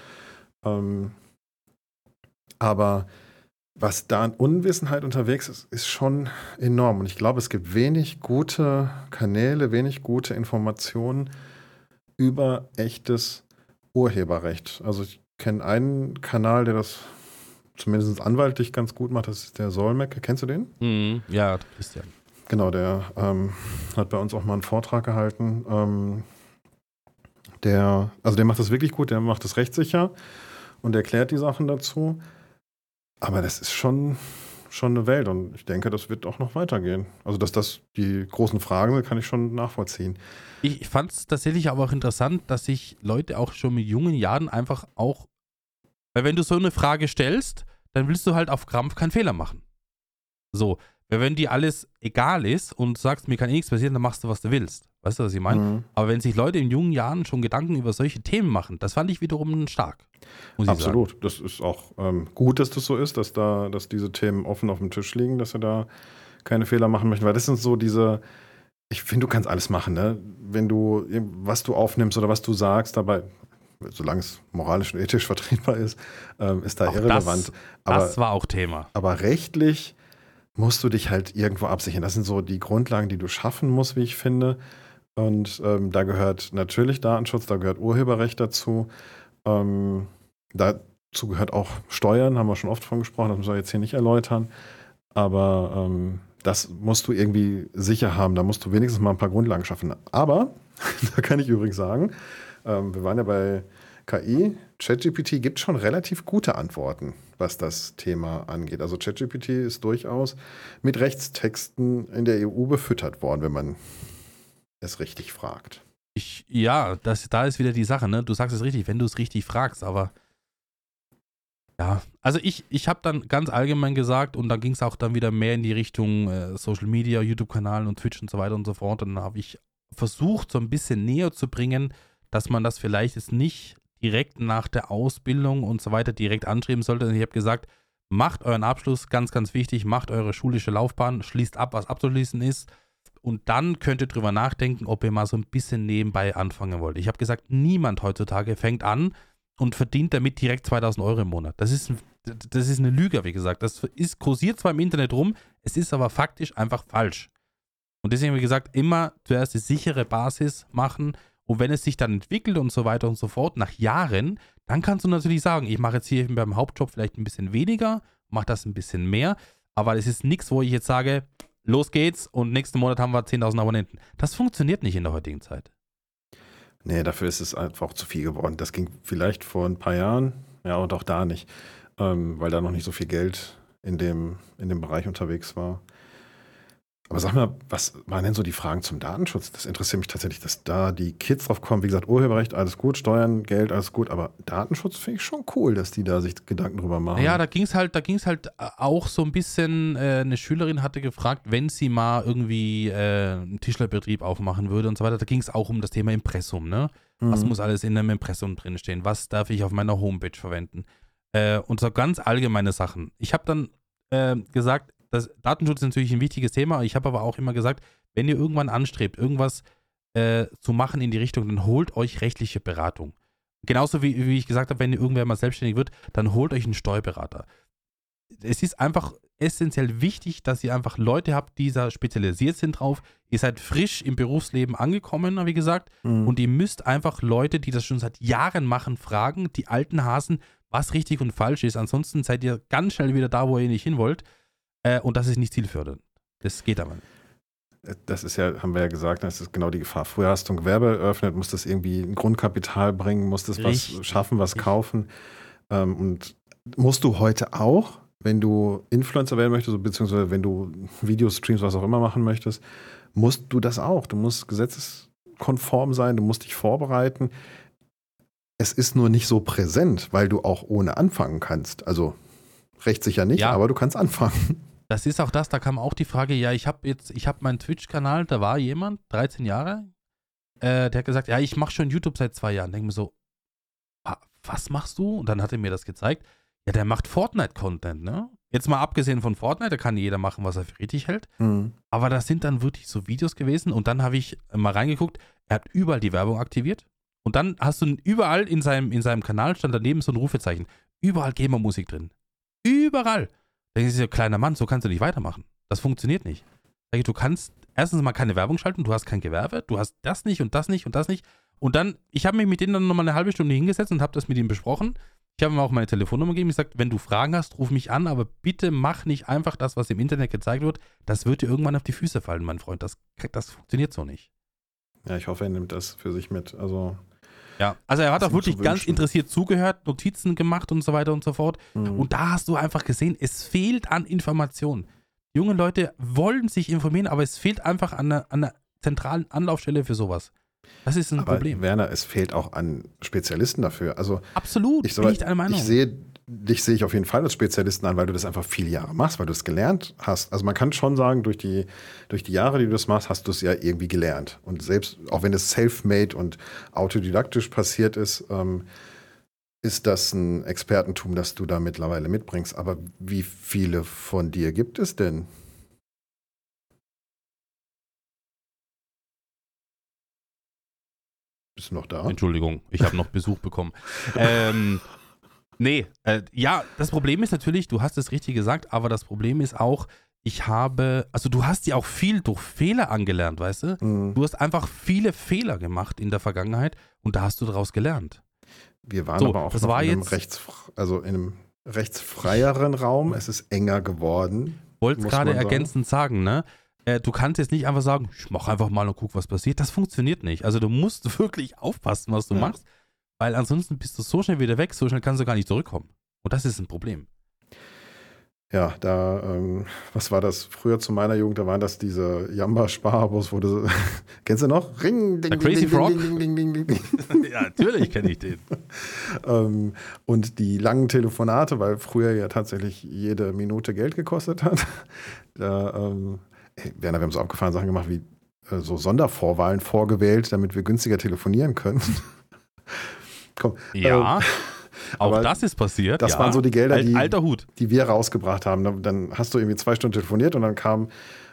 Aber was da an Unwissenheit unterwegs ist, ist schon enorm. Und ich glaube, es gibt wenig gute Kanäle, wenig gute Informationen über echtes Urheberrecht. Also ich kenne einen Kanal, der das zumindest anwaltlich ganz gut macht, das ist der Solmecke. Kennst du den? Ja, Christian. Genau, der hat bei uns auch mal einen Vortrag gehalten. Der macht das wirklich gut, der macht das rechtssicher und erklärt die Sachen dazu. Aber das ist schon eine Welt und ich denke, das wird auch noch weitergehen. Also, dass das die großen Fragen sind, kann ich schon nachvollziehen. Ich fand es tatsächlich aber auch interessant, dass sich Leute auch schon mit jungen Jahren einfach auch, weil wenn du so eine Frage stellst, dann willst du halt auf Krampf keinen Fehler machen. So, weil wenn dir alles egal ist und du sagst, mir kann eh nichts passieren, dann machst du, was du willst. Weißt du, was ich meine? Aber wenn sich Leute in jungen Jahren schon Gedanken über solche Themen machen, das fand ich wiederum stark. Muss ich Absolut. sagen. Das ist auch gut, dass das so ist, dass diese Themen offen auf dem Tisch liegen, dass wir da keine Fehler machen möchten. Weil das sind so ich finde, du kannst alles machen, ne? Wenn du, was du aufnimmst oder was du sagst, dabei, solange es moralisch und ethisch vertretbar ist da auch irrelevant. Das war auch Thema. Aber rechtlich musst du dich halt irgendwo absichern. Das sind so die Grundlagen, die du schaffen musst, wie ich finde. Und da gehört natürlich Datenschutz, da gehört Urheberrecht dazu. Dazu gehört auch Steuern, haben wir schon oft von gesprochen, das müssen wir jetzt hier nicht erläutern. Aber das musst du irgendwie sicher haben, da musst du wenigstens mal ein paar Grundlagen schaffen. Aber, da kann ich übrigens sagen, wir waren ja bei KI, ChatGPT gibt schon relativ gute Antworten, was das Thema angeht. Also ChatGPT ist durchaus mit Rechtstexten in der EU befüttert worden, wenn man es richtig fragt. Da ist wieder die Sache, ne? Du sagst es richtig, wenn du es richtig fragst, aber ja, also ich habe dann ganz allgemein gesagt und da ging es auch dann wieder mehr in die Richtung Social Media, YouTube-Kanal und Twitch und so weiter und so fort. Und dann habe ich versucht, so ein bisschen näher zu bringen, dass man das vielleicht jetzt nicht direkt nach der Ausbildung und so weiter direkt anschreiben sollte. Und ich habe gesagt, macht euren Abschluss, ganz, ganz wichtig, macht eure schulische Laufbahn, schließt ab, was abzuschließen ist. Und dann könnt ihr drüber nachdenken, ob ihr mal so ein bisschen nebenbei anfangen wollt. Ich habe gesagt, niemand heutzutage fängt an und verdient damit direkt 2.000 Euro im Monat. Das ist eine Lüge, wie gesagt. Das kursiert zwar im Internet rum, es ist aber faktisch einfach falsch. Und deswegen, wie gesagt, immer zuerst die sichere Basis machen und wenn es sich dann entwickelt und so weiter und so fort, nach Jahren, dann kannst du natürlich sagen, ich mache jetzt hier beim Hauptjob vielleicht ein bisschen weniger, mache das ein bisschen mehr, aber es ist nichts, wo ich jetzt sage, los geht's und nächsten Monat haben wir 10.000 Abonnenten. Das funktioniert nicht in der heutigen Zeit. Nee, dafür ist es einfach zu viel geworden. Das ging vielleicht vor ein paar Jahren, ja, und auch da nicht, weil da noch nicht so viel Geld in dem Bereich unterwegs war. Aber sag mal, was waren denn so die Fragen zum Datenschutz? Das interessiert mich tatsächlich, dass da die Kids drauf kommen. Wie gesagt, Urheberrecht, alles gut, Steuern, Geld, alles gut, aber Datenschutz finde ich schon cool, dass die da sich Gedanken drüber machen. Ja, da ging es halt auch so ein bisschen, eine Schülerin hatte gefragt, wenn sie mal irgendwie einen Tischlerbetrieb aufmachen würde und so weiter, da ging es auch um das Thema Impressum, ne? Was muss alles in einem Impressum drinstehen? Was darf ich auf meiner Homepage verwenden? Und so ganz allgemeine Sachen. Ich habe dann gesagt, Datenschutz ist natürlich ein wichtiges Thema. Ich habe aber auch immer gesagt, wenn ihr irgendwann anstrebt, irgendwas zu machen in die Richtung, dann holt euch rechtliche Beratung. Genauso wie ich gesagt habe, wenn ihr irgendwer mal selbstständig wird, dann holt euch einen Steuerberater. Es ist einfach essentiell wichtig, dass ihr einfach Leute habt, die da spezialisiert sind drauf. Ihr seid frisch im Berufsleben angekommen, wie gesagt, und ihr müsst einfach Leute, die das schon seit Jahren machen, fragen, die alten Hasen, was richtig und falsch ist. Ansonsten seid ihr ganz schnell wieder da, wo ihr nicht hin wollt. Und das ist nicht zielführend. Das geht aber nicht. Das ist ja, haben wir ja gesagt, das ist genau die Gefahr. Früher hast du ein Gewerbe eröffnet, musstest irgendwie ein Grundkapital bringen, musstest was schaffen, was kaufen. Und musst du heute auch, wenn du Influencer werden möchtest, beziehungsweise wenn du Videostreams, was auch immer machen möchtest, musst du das auch. Du musst gesetzeskonform sein, du musst dich vorbereiten. Es ist nur nicht so präsent, weil du auch ohne anfangen kannst. Also rechtssicher nicht, aber du kannst anfangen. Das ist auch das, da kam auch die Frage, ja, ich habe meinen Twitch-Kanal, da war jemand, 13 Jahre, der hat gesagt, ja, ich mache schon YouTube seit 2 Jahren. Denke mir so, was machst du? Und dann hat er mir das gezeigt. Ja, der macht Fortnite-Content, ne? Jetzt mal abgesehen von Fortnite, da kann jeder machen, was er für richtig hält. Aber das sind dann wirklich so Videos gewesen und dann habe ich mal reingeguckt, er hat überall die Werbung aktiviert und dann hast du überall in seinem Kanal stand daneben so ein Rufezeichen. Überall Gamer-Musik drin. Überall. Da ist ja kleiner Mann, so kannst du nicht weitermachen. Das funktioniert nicht. Du kannst erstens mal keine Werbung schalten, du hast kein Gewerbe, du hast das nicht und das nicht und das nicht. Und dann, ich habe mich mit denen dann nochmal eine halbe Stunde hingesetzt und habe das mit ihm besprochen. Ich habe ihm auch meine Telefonnummer gegeben. Ich gesagt, wenn du Fragen hast, ruf mich an, aber bitte mach nicht einfach das, was im Internet gezeigt wird. Das wird dir irgendwann auf die Füße fallen, mein Freund. Das funktioniert so nicht. Ja, ich hoffe, er nimmt das für sich mit. Also er hat auch wirklich ganz interessiert zugehört, Notizen gemacht und so weiter und so fort. Und da hast du einfach gesehen, es fehlt an Informationen. Junge Leute wollen sich informieren, aber es fehlt einfach an einer zentralen Anlaufstelle für sowas. Das ist ein Problem. Werner, es fehlt auch an Spezialisten dafür. Also absolut, bin ich deiner Meinung. Dich sehe ich auf jeden Fall als Spezialisten an, weil du das einfach viele Jahre machst, weil du es gelernt hast. Also man kann schon sagen, durch die Jahre, die du das machst, hast du es ja irgendwie gelernt. Und selbst, auch wenn es self-made und autodidaktisch passiert ist, ist das ein Expertentum, das du da mittlerweile mitbringst. Aber wie viele von dir gibt es denn? Bist du noch da? Entschuldigung, ich habe noch Besuch bekommen. Das Problem ist natürlich, du hast es richtig gesagt, aber das Problem ist auch, du hast ja auch viel durch Fehler angelernt, weißt du? Du hast einfach viele Fehler gemacht in der Vergangenheit und da hast du daraus gelernt. Wir waren aber auch noch in einem rechtsfreieren Raum. Es ist enger geworden. Wollte es gerade ergänzend sagen, ne? Du kannst jetzt nicht einfach sagen, ich mach einfach mal und guck, was passiert. Das funktioniert nicht. Also du musst wirklich aufpassen, was du machst, weil ansonsten bist du so schnell wieder weg, so schnell kannst du gar nicht zurückkommen. Und das ist ein Problem. Ja, was war das? Früher zu meiner Jugend, da waren das diese Jamba-Sparabos, wo du, kennst du noch? Ring, ding, der Crazy ding, Frog? Ding, ding, ding, ding, ding. Ja, natürlich kenne ich den. Und die langen Telefonate, weil früher ja tatsächlich jede Minute Geld gekostet hat. Werner, wir haben so abgefahrene Sachen gemacht wie so Sondervorwahlen vorgewählt, damit wir günstiger telefonieren können. Komm. Ja. Auch das ist passiert. Das waren so die Gelder, alter Hut. Die wir rausgebracht haben. Dann hast du irgendwie 2 Stunden telefoniert und dann kam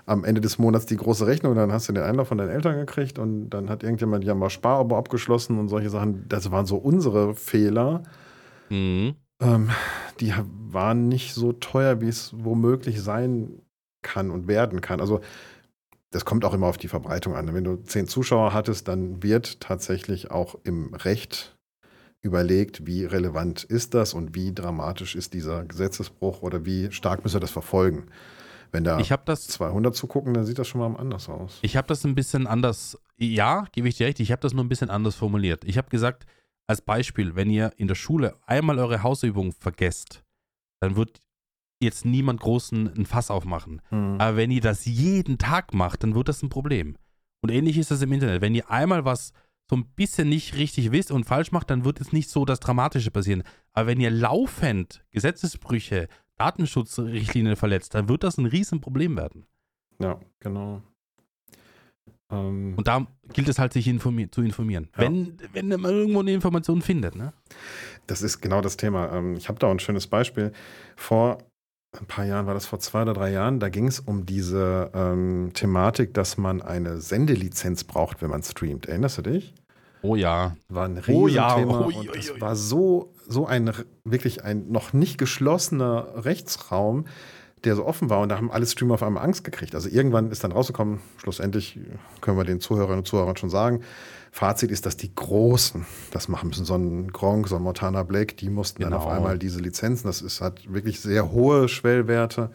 am Ende des Monats die große Rechnung, dann hast du den Einlauf von deinen Eltern gekriegt und dann hat irgendjemand ja mal Sparabo abgeschlossen und solche Sachen. Das waren so unsere Fehler. Mhm. Die waren nicht so teuer, wie es womöglich sein kann und werden kann. Also das kommt auch immer auf die Verbreitung an. Wenn du 10 Zuschauer hattest, dann wird tatsächlich auch im Recht überlegt, wie relevant ist das und wie dramatisch ist dieser Gesetzesbruch oder wie stark müssen wir das verfolgen. Wenn da 200 zugucken, dann sieht das schon mal anders aus. Ich habe das ein bisschen anders, ja, gebe ich dir recht, ich habe das nur ein bisschen anders formuliert. Ich habe gesagt, als Beispiel, wenn ihr in der Schule einmal eure Hausübung vergesst, dann wird jetzt niemand großen ein Fass aufmachen. Aber wenn ihr das jeden Tag macht, dann wird das ein Problem. Und ähnlich ist das im Internet. Wenn ihr einmal was so ein bisschen nicht richtig wisst und falsch macht, dann wird es nicht so das Dramatische passieren. Aber wenn ihr laufend Gesetzesbrüche, Datenschutzrichtlinien verletzt, dann wird das ein Riesenproblem werden. Ja, genau. Und da gilt es halt, sich zu informieren. Ja. Wenn man irgendwo eine Information findet, ne? Das ist genau das Thema. Ich habe da ein schönes Beispiel. Vor ein paar Jahren, war das vor 2 oder 3 Jahren, da ging es um diese Thematik, dass man eine Sendelizenz braucht, wenn man streamt. Erinnerst du dich? Oh ja. War ein Riesenthema. Und das war so ein wirklich ein noch nicht geschlossener Rechtsraum, der so offen war, und da haben alle Streamer auf einmal Angst gekriegt. Also irgendwann ist dann rausgekommen, schlussendlich können wir den Zuhörerinnen und Zuhörern schon sagen, Fazit ist, dass die Großen das machen müssen. So ein Gronk, so ein Montana Black, die mussten dann auf einmal diese Lizenzen, hat wirklich sehr hohe Schwellwerte.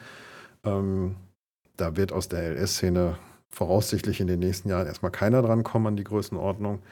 Da wird aus der LS-Szene voraussichtlich in den nächsten Jahren erstmal keiner dran kommen an die Größenordnung.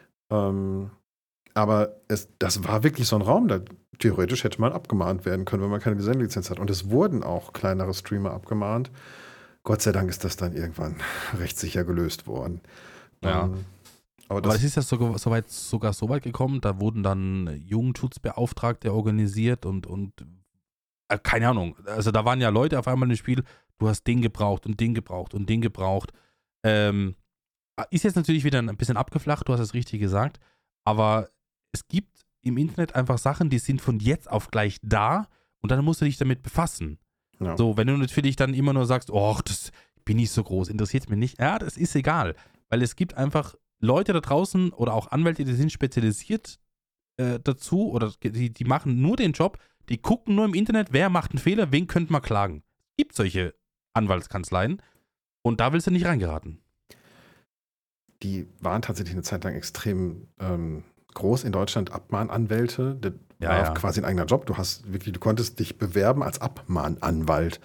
Aber das war wirklich so ein Raum, da theoretisch hätte man abgemahnt werden können, wenn man keine Sendelizenz hat. Und es wurden auch kleinere Streamer abgemahnt. Gott sei Dank ist das dann irgendwann rechtssicher gelöst worden. Ja. Aber das ist ja sogar so weit gekommen, da wurden dann Jugendschutzbeauftragte organisiert und keine Ahnung. Also da waren ja Leute auf einmal im Spiel, du hast den gebraucht und den gebraucht und den gebraucht. Ist jetzt natürlich wieder ein bisschen abgeflacht, du hast es richtig gesagt, aber es gibt im Internet einfach Sachen, die sind von jetzt auf gleich da und dann musst du dich damit befassen. Ja. So, wenn du natürlich dann immer nur sagst, oh, das bin ich so groß, interessiert mich nicht. Ja, das ist egal, weil es gibt einfach Leute da draußen oder auch Anwälte, die sind spezialisiert dazu oder die machen nur den Job, die gucken nur im Internet, wer macht einen Fehler, wen könnte man klagen. Es gibt solche Anwaltskanzleien und da willst du nicht reingeraten. Die waren tatsächlich eine Zeit lang extrem groß in Deutschland, Abmahnanwälte. Das war quasi ein eigener Job. Du konntest dich bewerben als Abmahnanwalt.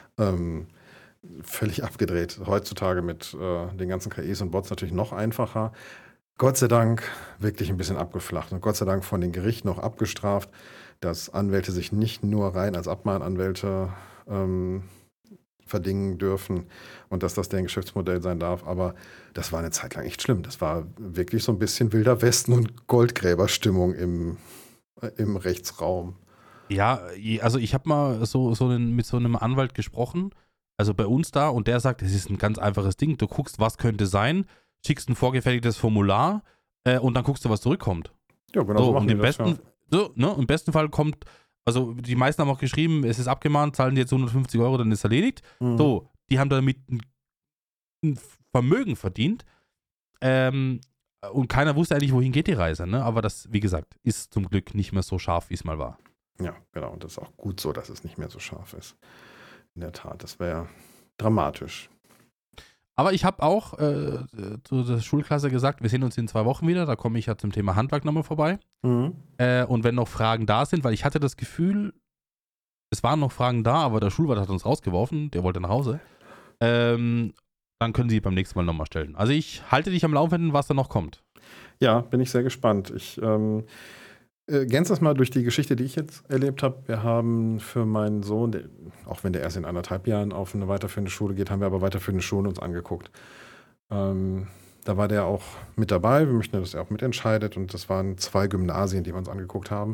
Völlig abgedreht. Heutzutage mit den ganzen KIs und Bots natürlich noch einfacher. Gott sei Dank wirklich ein bisschen abgeflacht und Gott sei Dank von den Gerichten auch abgestraft, dass Anwälte sich nicht nur rein als Abmahnanwälte verdingen dürfen und dass das deren Geschäftsmodell sein darf. Aber das war eine Zeit lang echt schlimm. Das war wirklich so ein bisschen Wilder Westen und Goldgräberstimmung im Rechtsraum. Ja, also ich habe mal mit so einem Anwalt gesprochen, also bei uns da, und der sagt, es ist ein ganz einfaches Ding. Du guckst, was könnte sein, schickst ein vorgefertigtes Formular und dann guckst du, was zurückkommt. Ja, genau. So, und im besten Fall kommt, also die meisten haben auch geschrieben, es ist abgemahnt, zahlen die jetzt 150 €, dann ist erledigt. Mhm. So, die haben damit ein Vermögen verdient und keiner wusste eigentlich, wohin geht die Reise. Ne? Aber das, wie gesagt, ist zum Glück nicht mehr so scharf, wie es mal war. Ja, genau. Und das ist auch gut so, dass es nicht mehr so scharf ist. In der Tat, das wäre dramatisch. Aber ich habe auch zu der Schulklasse gesagt, wir sehen uns in 2 Wochen wieder, da komme ich ja zum Thema Handwerk nochmal vorbei. Mhm. Und wenn noch Fragen da sind, weil ich hatte das Gefühl, es waren noch Fragen da, aber der Schulwart hat uns rausgeworfen, der wollte nach Hause. Dann können Sie beim nächsten Mal nochmal stellen. Also ich halte dich am Laufenden, was da noch kommt. Ja, bin ich sehr gespannt. Ich ergänze das mal durch die Geschichte, die ich jetzt erlebt habe. Wir haben für meinen Sohn, auch wenn der erst in 1,5 Jahren auf eine weiterführende Schule geht, haben wir aber weiterführende Schulen uns angeguckt. Da war der auch mit dabei. Wir möchten, dass er auch mitentscheidet. Und das waren 2 Gymnasien, die wir uns angeguckt haben.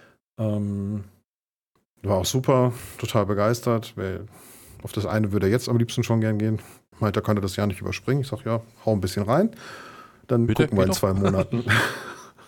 War auch super, total begeistert. Auf das eine würde er jetzt am liebsten schon gern gehen. Meint, er könnte das Jahr nicht überspringen. Ich sage, ja, hau ein bisschen rein. Dann bitte, gucken wir in 2 Monaten.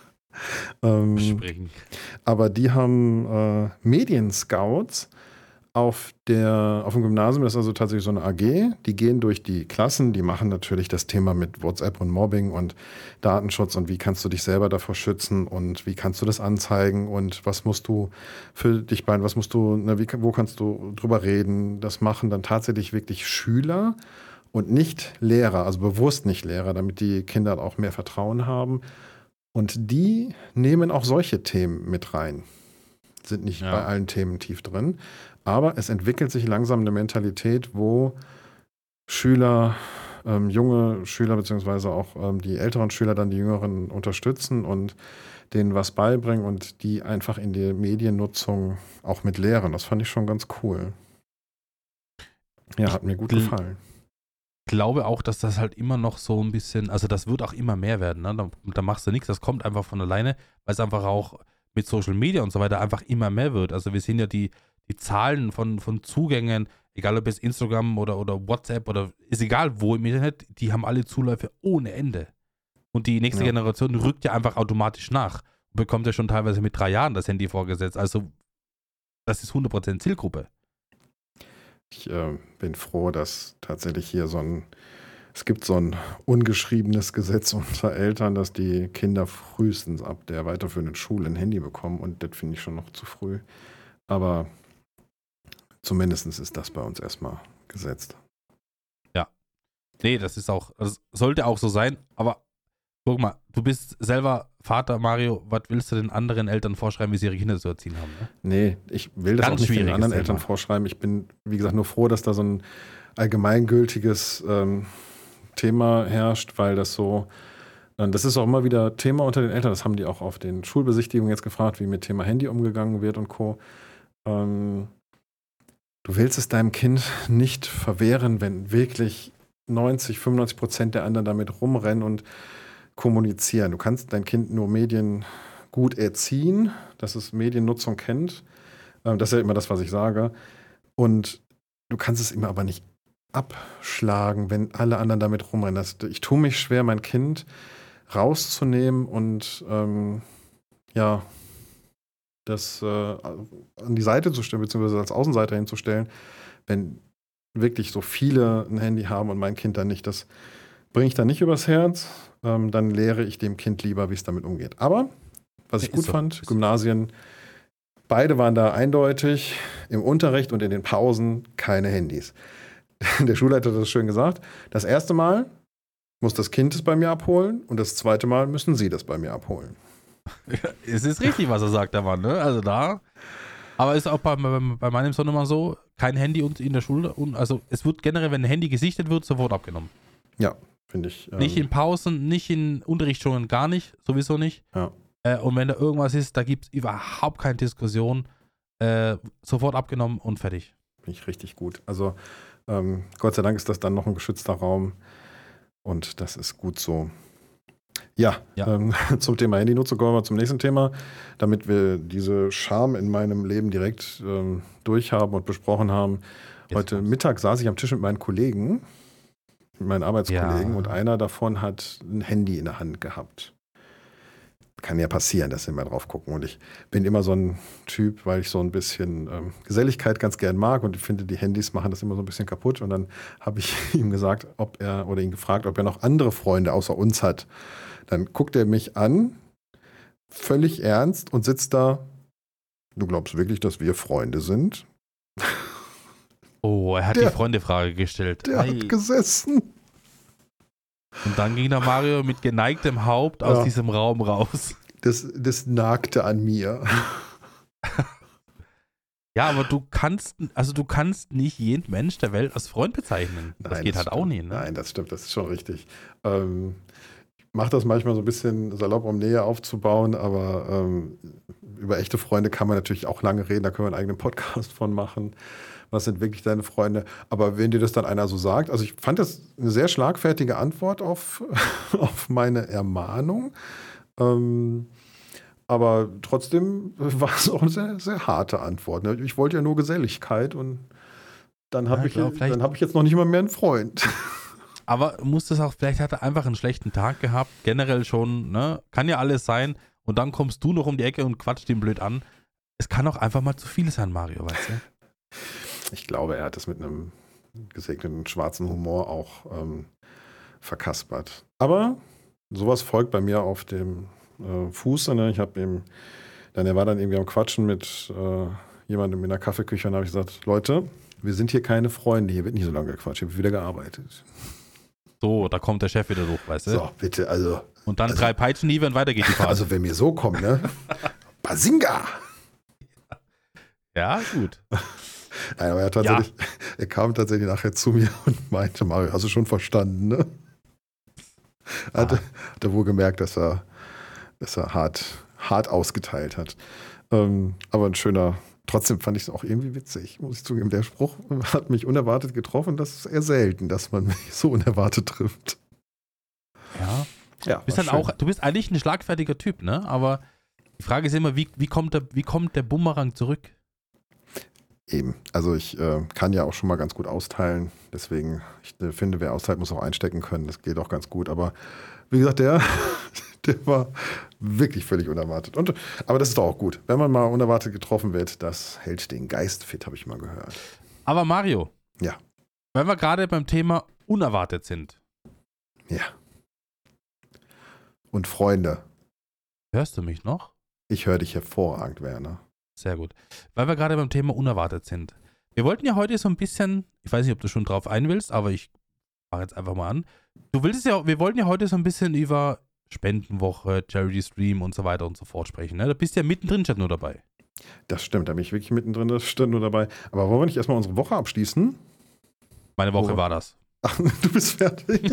Aber die haben Medienscouts auf dem Gymnasium, das ist also tatsächlich so eine AG, die gehen durch die Klassen, die machen natürlich das Thema mit WhatsApp und Mobbing und Datenschutz und wie kannst du dich selber davor schützen und wie kannst du das anzeigen und was musst du für dich was musst du, wo kannst du drüber reden, das machen dann tatsächlich wirklich Schüler und nicht Lehrer, also bewusst nicht Lehrer, damit die Kinder auch mehr Vertrauen haben und die nehmen auch solche Themen mit rein. Sind nicht bei allen Themen tief drin. Aber es entwickelt sich langsam eine Mentalität, wo Schüler, junge Schüler beziehungsweise auch die älteren Schüler dann die Jüngeren unterstützen und denen was beibringen und die einfach in die Mediennutzung auch mit lehren. Das fand ich schon ganz cool. Ja, hat mir gut gefallen. Ich glaube auch, dass das halt immer noch so ein bisschen, also das wird auch immer mehr werden. Ne? Da machst du nichts, das kommt einfach von alleine, weil es einfach auch mit Social Media und so weiter einfach immer mehr wird. Also wir sehen ja die Zahlen von Zugängen, egal ob es Instagram oder WhatsApp oder ist egal wo im Internet, die haben alle Zuläufe ohne Ende. Und die nächste Generation rückt ja einfach automatisch nach. Und bekommt ja schon teilweise mit 3 Jahren das Handy vorgesetzt. Also das ist 100% Zielgruppe. Ich bin froh, dass tatsächlich hier es gibt so ein ungeschriebenes Gesetz unter Eltern, dass die Kinder frühestens ab der weiterführenden Schule ein Handy bekommen und das finde ich schon noch zu früh. Aber zumindest ist das bei uns erstmal gesetzt. Ja. Nee, das sollte auch so sein, aber guck mal, du bist selber Vater, Mario, was willst du den anderen Eltern vorschreiben, wie sie ihre Kinder zu erziehen haben? Ne? Nee, ich will das Ganz auch nicht den anderen Thema. Eltern vorschreiben. Ich bin, wie gesagt, nur froh, dass da so ein allgemeingültiges Thema herrscht, weil das ist auch immer wieder Thema unter den Eltern. Das haben die auch auf den Schulbesichtigungen jetzt gefragt, wie mit Thema Handy umgegangen wird und Co. Du willst es deinem Kind nicht verwehren, wenn wirklich 95% der anderen damit rumrennen und kommunizieren. Du kannst dein Kind nur Medien gut erziehen, dass es Mediennutzung kennt. Das ist ja immer das, was ich sage. Und du kannst es immer aber nicht abschlagen, wenn alle anderen damit rumrennen. Ich tue mich schwer, mein Kind rauszunehmen und das an die Seite zu stellen, beziehungsweise als Außenseiter hinzustellen, wenn wirklich so viele ein Handy haben und mein Kind dann nicht. Das bringe ich dann nicht übers Herz. Dann lehre ich dem Kind lieber, wie es damit umgeht. Aber, was ich gut fand, Gymnasien, beide waren da eindeutig, im Unterricht und in den Pausen keine Handys. Der Schulleiter hat das schön gesagt. Das erste Mal muss das Kind es bei mir abholen und das zweite Mal müssen Sie das bei mir abholen. Es ist richtig, was er sagt, der Mann, ne? Also da. Aber ist auch bei meinem Sohn immer so, kein Handy in der Schule. Also es wird generell, wenn ein Handy gesichtet wird, sofort abgenommen. Ja, finde ich. Nicht in Pausen, nicht in Unterrichtsstunden, gar nicht, sowieso nicht. Ja. Und wenn da irgendwas ist, da gibt es überhaupt keine Diskussion. Sofort abgenommen und fertig. Finde ich richtig gut. Also Gott sei Dank ist das dann noch ein geschützter Raum und das ist gut so. Ja. Zum Thema Handynutzung kommen wir zum nächsten Thema, damit wir diese Scham in meinem Leben direkt durchhaben und besprochen haben. Heute Mittag saß ich am Tisch mit meinen Kollegen, mit meinen Arbeitskollegen und einer davon hat ein Handy in der Hand gehabt. Kann ja passieren, dass sie mal drauf gucken. Und ich bin immer so ein Typ, weil ich so ein bisschen Geselligkeit ganz gern mag und ich finde, die Handys machen das immer so ein bisschen kaputt. Und dann habe ich ihm gesagt, ihn gefragt, ob er noch andere Freunde außer uns hat. Dann guckt er mich an, völlig ernst und sitzt da. Du glaubst wirklich, dass wir Freunde sind? Oh, er hat die Freundefrage gestellt. Der hat gesessen. Und dann ging der Mario mit geneigtem Haupt aus diesem Raum raus. Das nagte an mir. Ja, aber du kannst nicht jeden Mensch der Welt als Freund bezeichnen. Das geht halt auch nicht. Ne? Nein, das stimmt, das ist schon richtig. Ich mache das manchmal so ein bisschen salopp, um Nähe aufzubauen, aber über echte Freunde kann man natürlich auch lange reden, da können wir einen eigenen Podcast von machen. Was sind wirklich deine Freunde? Aber wenn dir das dann einer so sagt, also ich fand das eine sehr schlagfertige Antwort auf meine Ermahnung. Aber trotzdem war es auch eine sehr, sehr harte Antwort. Ich wollte ja nur Geselligkeit und dann habe ich jetzt noch nicht mal mehr einen Freund. Aber vielleicht hat er einfach einen schlechten Tag gehabt, generell schon, ne? Kann ja alles sein. Und dann kommst du noch um die Ecke und quatscht ihn blöd an. Es kann auch einfach mal zu viel sein, Mario, weißt du? Ich glaube, er hat es mit einem gesegneten schwarzen Humor auch verkaspert. Aber sowas folgt bei mir auf dem Fuße. Ne? Er war dann irgendwie am Quatschen mit jemandem in der Kaffeeküche und habe ich gesagt, Leute, wir sind hier keine Freunde, hier wird nicht so lange gequatscht, hier wird wieder gearbeitet. So, da kommt der Chef wieder durch, weißt du? So, bitte, also. Und dann 3 Peitschenhiebe und weiter geht die Fahrt. Also, wenn mir so kommt, ne? Basinga! Ja, gut. Nein, aber er kam tatsächlich nachher zu mir und meinte, Mario, hast du schon verstanden, ne? Hat er wohl gemerkt, dass er hart ausgeteilt hat. Aber trotzdem fand ich es auch irgendwie witzig, muss ich zugeben. Der Spruch hat mich unerwartet getroffen. Das ist eher selten, dass man mich so unerwartet trifft. Ja. Du bist eigentlich ein schlagfertiger Typ, ne? Aber die Frage ist immer, wie kommt der Bumerang zurück? Eben. Also ich kann ja auch schon mal ganz gut austeilen. Deswegen, ich finde, wer austeilt, muss auch einstecken können. Das geht auch ganz gut. Aber wie gesagt, der war wirklich völlig unerwartet. Aber das ist doch auch gut. Wenn man mal unerwartet getroffen wird, das hält den Geist fit, habe ich mal gehört. Aber Mario. Ja. Weil wir gerade beim Thema unerwartet sind. Ja. Und Freunde. Hörst du mich noch? Ich höre dich hervorragend, Werner. Sehr gut. Weil wir gerade beim Thema unerwartet sind. Wir wollten ja heute so ein bisschen, ich weiß nicht, ob du schon drauf ein willst, aber ich mache jetzt einfach mal an. Wir wollten ja heute so ein bisschen über Spendenwoche, Charity Stream und so weiter und so fort sprechen. Ne? Da bist du ja mittendrin statt nur dabei. Das stimmt, da bin ich wirklich mittendrin, das stimmt nur dabei. Aber wollen wir nicht erstmal unsere Woche abschließen? Meine Woche war das. Ach, du bist fertig.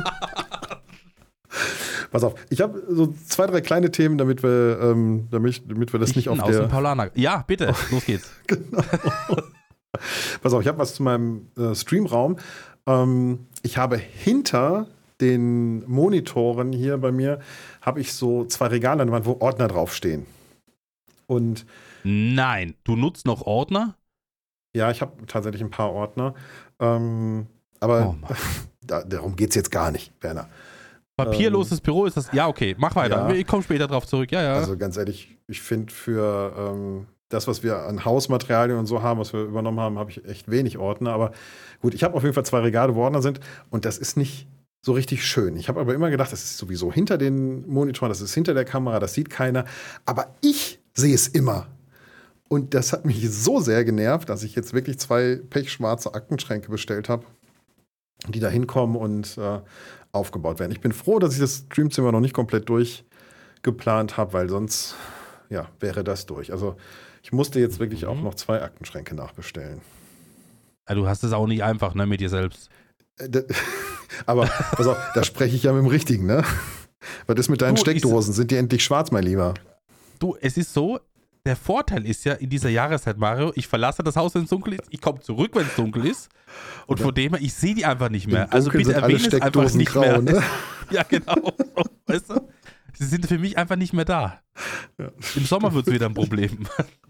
Pass auf, ich habe so 2, 3 kleine Themen, damit wir das nicht auf aus dem Paulaner. Ja, bitte, los geht's. Genau. Pass auf, ich habe was zu meinem Streamraum. Ich habe hinter den Monitoren hier bei mir, habe ich so 2 Regale an der Wand, wo Ordner draufstehen. Und nein, du nutzt noch Ordner? Ja, ich habe tatsächlich ein paar Ordner. Aber darum geht es jetzt gar nicht, Werner. Papierloses Büro ist das. Ja, okay, mach weiter. Ja. Ich komme später drauf zurück. Ja. Also ganz ehrlich, ich finde für das, was wir an Hausmaterialien und so haben, was wir übernommen haben, habe ich echt wenig Ordner. Aber gut, ich habe auf jeden Fall 2 Regale, wo Ordner sind. Und das ist nicht so richtig schön. Ich habe aber immer gedacht, das ist sowieso hinter den Monitoren, das ist hinter der Kamera, das sieht keiner. Aber ich sehe es immer. Und das hat mich so sehr genervt, dass ich jetzt wirklich 2 pechschwarze Aktenschränke bestellt habe, die da hinkommen und aufgebaut werden. Ich bin froh, dass ich das Streamzimmer noch nicht komplett durchgeplant habe, weil sonst wäre das durch. Also ich musste jetzt wirklich auch noch 2 Aktenschränke nachbestellen. Ja, du hast es auch nicht einfach, ne, mit dir selbst. Aber pass auf, da spreche ich ja mit dem Richtigen, ne? Was ist mit deinen Steckdosen? Sind die endlich schwarz, mein Lieber? Du, es ist so, der Vorteil ist ja in dieser Jahreszeit, Mario, ich verlasse das Haus, wenn es dunkel ist, ich komme zurück, wenn es dunkel ist und von dem her, ich sehe die einfach nicht mehr. Also bitte erwähne es einfach nicht mehr. Ne? Ja, genau. Weißt du? Sie sind für mich einfach nicht mehr da. Ja. Im Sommer wird es wieder ein Problem.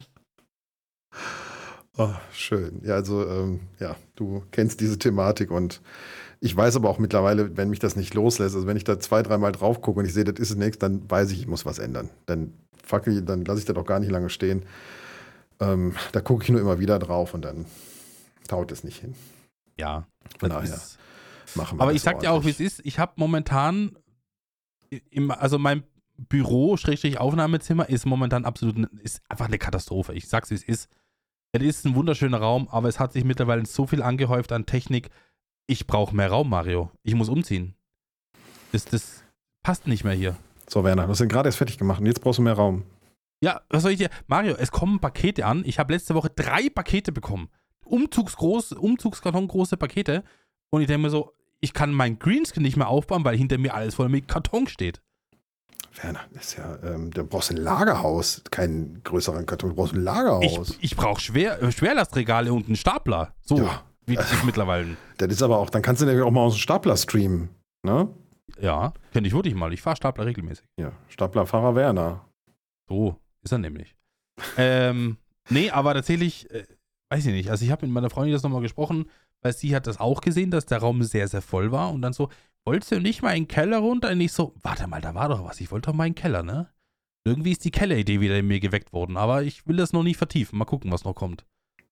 Oh, schön. Ja, also, du kennst diese Thematik und ich weiß aber auch mittlerweile, wenn mich das nicht loslässt, also wenn ich da 2, 3 Mal drauf gucke und ich sehe, das ist es nichts, dann weiß ich muss was ändern. Dann lasse ich das auch gar nicht lange stehen. Da gucke ich nur immer wieder drauf und dann taut es nicht hin. Ja. Von daher machen wir aber das ich sag dir auch, wie es ist. Ich habe momentan, mein Büro, Aufnahmezimmer ist momentan ist einfach eine Katastrophe. Ich sag's, wie es ist. Es ist ein wunderschöner Raum, aber es hat sich mittlerweile so viel angehäuft an Technik. Ich brauche mehr Raum, Mario. Ich muss umziehen. Das passt nicht mehr hier. So, Werner, du hast den gerade erst fertig gemacht und jetzt brauchst du mehr Raum. Ja, was soll ich dir? Mario, es kommen Pakete an. Ich habe letzte Woche 3 Pakete bekommen. Umzugskarton große Pakete. Und ich denke mir so, ich kann mein Greenscreen nicht mehr aufbauen, weil hinter mir alles voll mit Karton steht. Werner, das ist ja, du brauchst ein Lagerhaus, keinen größeren Karton, du brauchst ein Lagerhaus. Ich brauche Schwerlastregale und einen Stapler. So, ja. Wie das ist mittlerweile. Das ist aber auch, dann kannst du nämlich auch mal aus dem Stapler streamen, ne? Ja, kenne ich wirklich mal. Ich fahre Stapler regelmäßig. Ja, Staplerfahrer Werner. So ist er nämlich. Nee, aber tatsächlich, weiß ich nicht. Also ich habe mit meiner Freundin das nochmal gesprochen, weil sie hat das auch gesehen, dass der Raum sehr, sehr voll war und dann so, wolltest du nicht mal in den Keller runter? Und ich so, warte mal, da war doch was. Ich wollte doch mal in den Keller, ne? Irgendwie ist die Kelleridee wieder in mir geweckt worden, aber ich will das noch nicht vertiefen. Mal gucken, was noch kommt.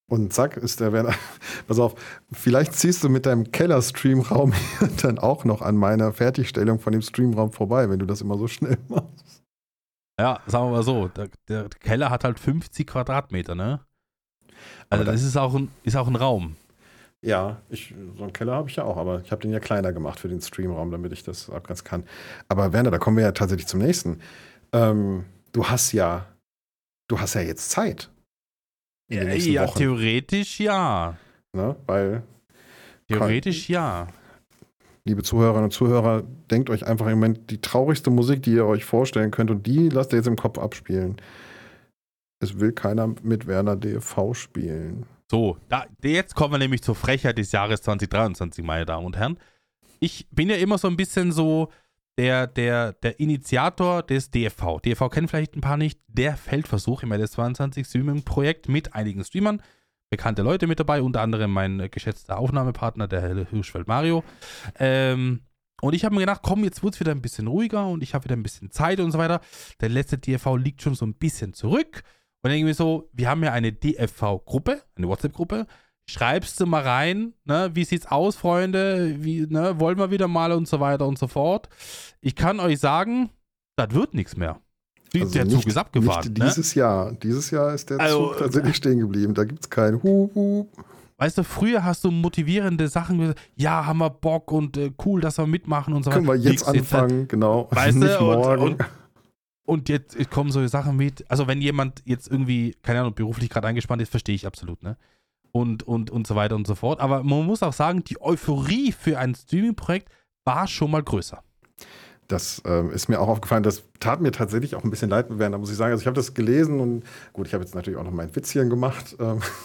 Und zack, ist der Werner. Pass auf, vielleicht ziehst du mit deinem Keller-Streamraum hier dann auch noch an meiner Fertigstellung von dem Streamraum vorbei, wenn du das immer so schnell machst. Ja, sagen wir mal so, der Keller hat halt 50 Quadratmeter, ne? Also das ist auch ein Raum. Ja, so einen Keller habe ich ja auch, aber ich habe den ja kleiner gemacht für den Streamraum, damit ich das abgrenzen kann. Aber Werner, da kommen wir ja tatsächlich zum nächsten. Du hast ja jetzt Zeit. In den nächsten Wochen. Theoretisch ja. Ne? Weil Theoretisch ja. Liebe Zuhörerinnen und Zuhörer, denkt euch einfach im Moment die traurigste Musik, die ihr euch vorstellen könnt, und die lasst ihr jetzt im Kopf abspielen. Es will keiner mit Werner DFV spielen. So, jetzt kommen wir nämlich zur Frechheit des Jahres 2023, meine Damen und Herren. Ich bin ja immer so ein bisschen so der Initiator des DFV. DFV kennen vielleicht ein paar nicht. Der Feldversuch im LS22 Streaming-Projekt mit einigen Streamern. Bekannte Leute mit dabei, unter anderem mein geschätzter Aufnahmepartner, der Herr Hirschfeld Mario. Und ich habe mir gedacht, komm, jetzt wird es wieder ein bisschen ruhiger und ich habe wieder ein bisschen Zeit und so weiter. Der letzte DFV liegt schon so ein bisschen zurück. Und dann denke ich mir so, wir haben ja eine DFV-Gruppe, eine WhatsApp-Gruppe. Schreibst du mal rein, ne, wie sieht's aus, Freunde, wollen wir wieder mal und so weiter und so fort. Ich kann euch sagen, das wird nichts mehr. Also der Zug ist abgefahren. Nicht dieses Jahr. Dieses Jahr ist der Zug tatsächlich stehen geblieben. Da gibt es kein Hu. Weißt du, früher hast du motivierende Sachen gesagt, ja, haben wir Bock und cool, dass wir mitmachen und so weiter. Können wir jetzt anfangen, genau. Weißt nicht du, morgen. Und jetzt kommen solche Sachen mit, also wenn jemand jetzt irgendwie, keine Ahnung, beruflich gerade eingespannt ist, verstehe ich absolut, ne? Und so weiter und so fort. Aber man muss auch sagen, die Euphorie für ein Streaming-Projekt war schon mal größer. Das ist mir auch aufgefallen. Das tat mir tatsächlich auch ein bisschen leid, da muss ich sagen. Also ich habe das gelesen und gut, ich habe jetzt natürlich auch noch mein Witzchen gemacht.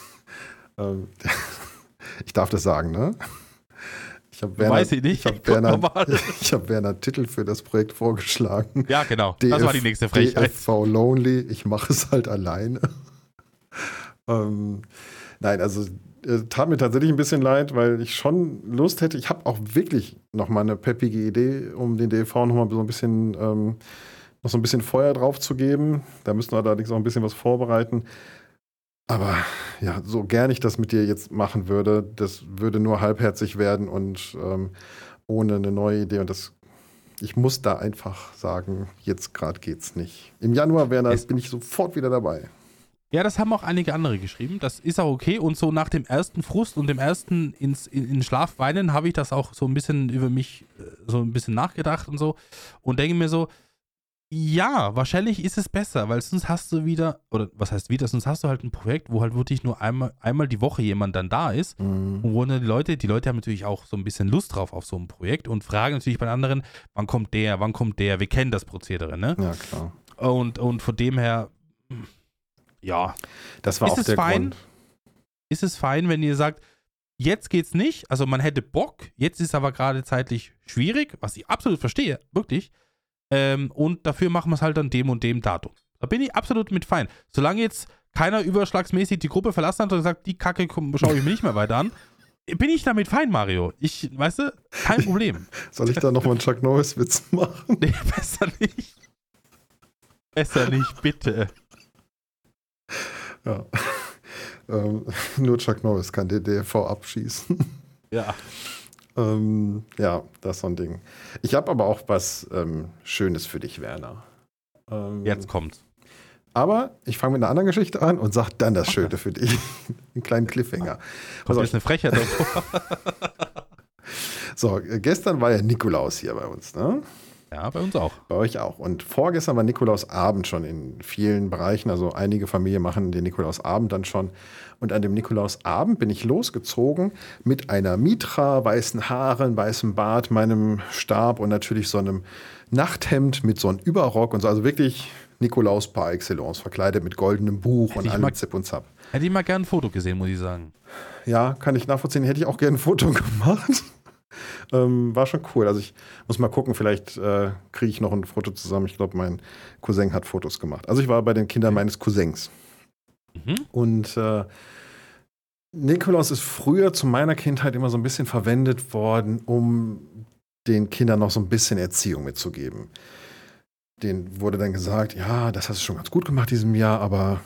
Ich darf das sagen, ne? Ich habe Werner Titel für das Projekt vorgeschlagen. Ja, genau. Das war die nächste Frechheit. DFV Lonely. Ich mache es halt alleine. Nein, also tat mir tatsächlich ein bisschen leid, weil ich schon Lust hätte. Ich habe auch wirklich noch mal eine peppige Idee, um den DFV noch mal so ein bisschen noch so ein bisschen Feuer drauf zu geben. Da müssen wir allerdings auch ein bisschen was vorbereiten. Aber ja, so gern ich das mit dir jetzt machen würde, das würde nur halbherzig werden und ohne eine neue Idee. Und ich muss da einfach sagen, jetzt gerade geht's nicht. Im Januar, Werner, bin ich sofort wieder dabei. Ja, das haben auch einige andere geschrieben. Das ist auch okay. Und so nach dem ersten Frust und dem ersten in Schlaf weinen habe ich das auch so ein bisschen über mich so ein bisschen nachgedacht und so. Und denke mir so, ja, wahrscheinlich ist es besser, weil sonst hast du wieder, oder was heißt wieder, sonst hast du halt ein Projekt, wo halt wirklich nur einmal die Woche jemand dann da ist. Und wo dann die Leute haben natürlich auch so ein bisschen Lust drauf auf so ein Projekt und fragen natürlich bei anderen, wann kommt der, wir kennen das Prozedere, ne? Ja, klar. Und von dem her, ja. Das war ist auch der fein? Grund. Ist es fein, wenn ihr sagt, jetzt geht's nicht, also man hätte Bock, jetzt ist aber gerade zeitlich schwierig, was ich absolut verstehe, wirklich. Und dafür machen wir es halt an dem und dem Datum. Da bin ich absolut mit fein. Solange jetzt keiner überschlagsmäßig die Gruppe verlassen hat und sagt, die Kacke schaue ich mir nicht mehr weiter an, bin ich damit fein, Mario. Weißt du, kein Problem. Soll ich da nochmal einen Chuck Norris-Witz machen? Nee, besser nicht. Besser nicht, bitte. Ja. Nur Chuck Norris kann den DFV abschießen. Ja. Ja, das ist so ein Ding. Ich habe aber auch was Schönes für dich, Werner. Jetzt kommt's. Aber ich fange mit einer anderen Geschichte an und sage dann das Schöne für dich. Einen kleinen Cliffhanger. Kommt jetzt eine Frechheit davor. So, gestern war ja Nikolaus hier bei uns, ne? Ja, bei uns auch. Bei euch auch. Und vorgestern war Nikolausabend schon in vielen Bereichen. Also einige Familien machen den Nikolausabend dann schon. Und an dem Nikolausabend bin ich losgezogen mit einer Mitra, weißen Haaren, weißem Bart, meinem Stab und natürlich so einem Nachthemd mit so einem Überrock und so. Also wirklich Nikolaus par excellence, verkleidet mit goldenem Buch und allem Zip und Zap. Hätte ich mal gern ein Foto gesehen, muss ich sagen. Ja, kann ich nachvollziehen. Hätte ich auch gerne ein Foto gemacht. War schon cool. Also ich muss mal gucken, vielleicht kriege ich noch ein Foto zusammen. Ich glaube, mein Cousin hat Fotos gemacht. Also ich war bei den Kindern meines Cousins. Und Nikolaus ist früher zu meiner Kindheit immer so ein bisschen verwendet worden, um den Kindern noch so ein bisschen Erziehung mitzugeben. Denen wurde dann gesagt, ja, das hast du schon ganz gut gemacht diesem Jahr, aber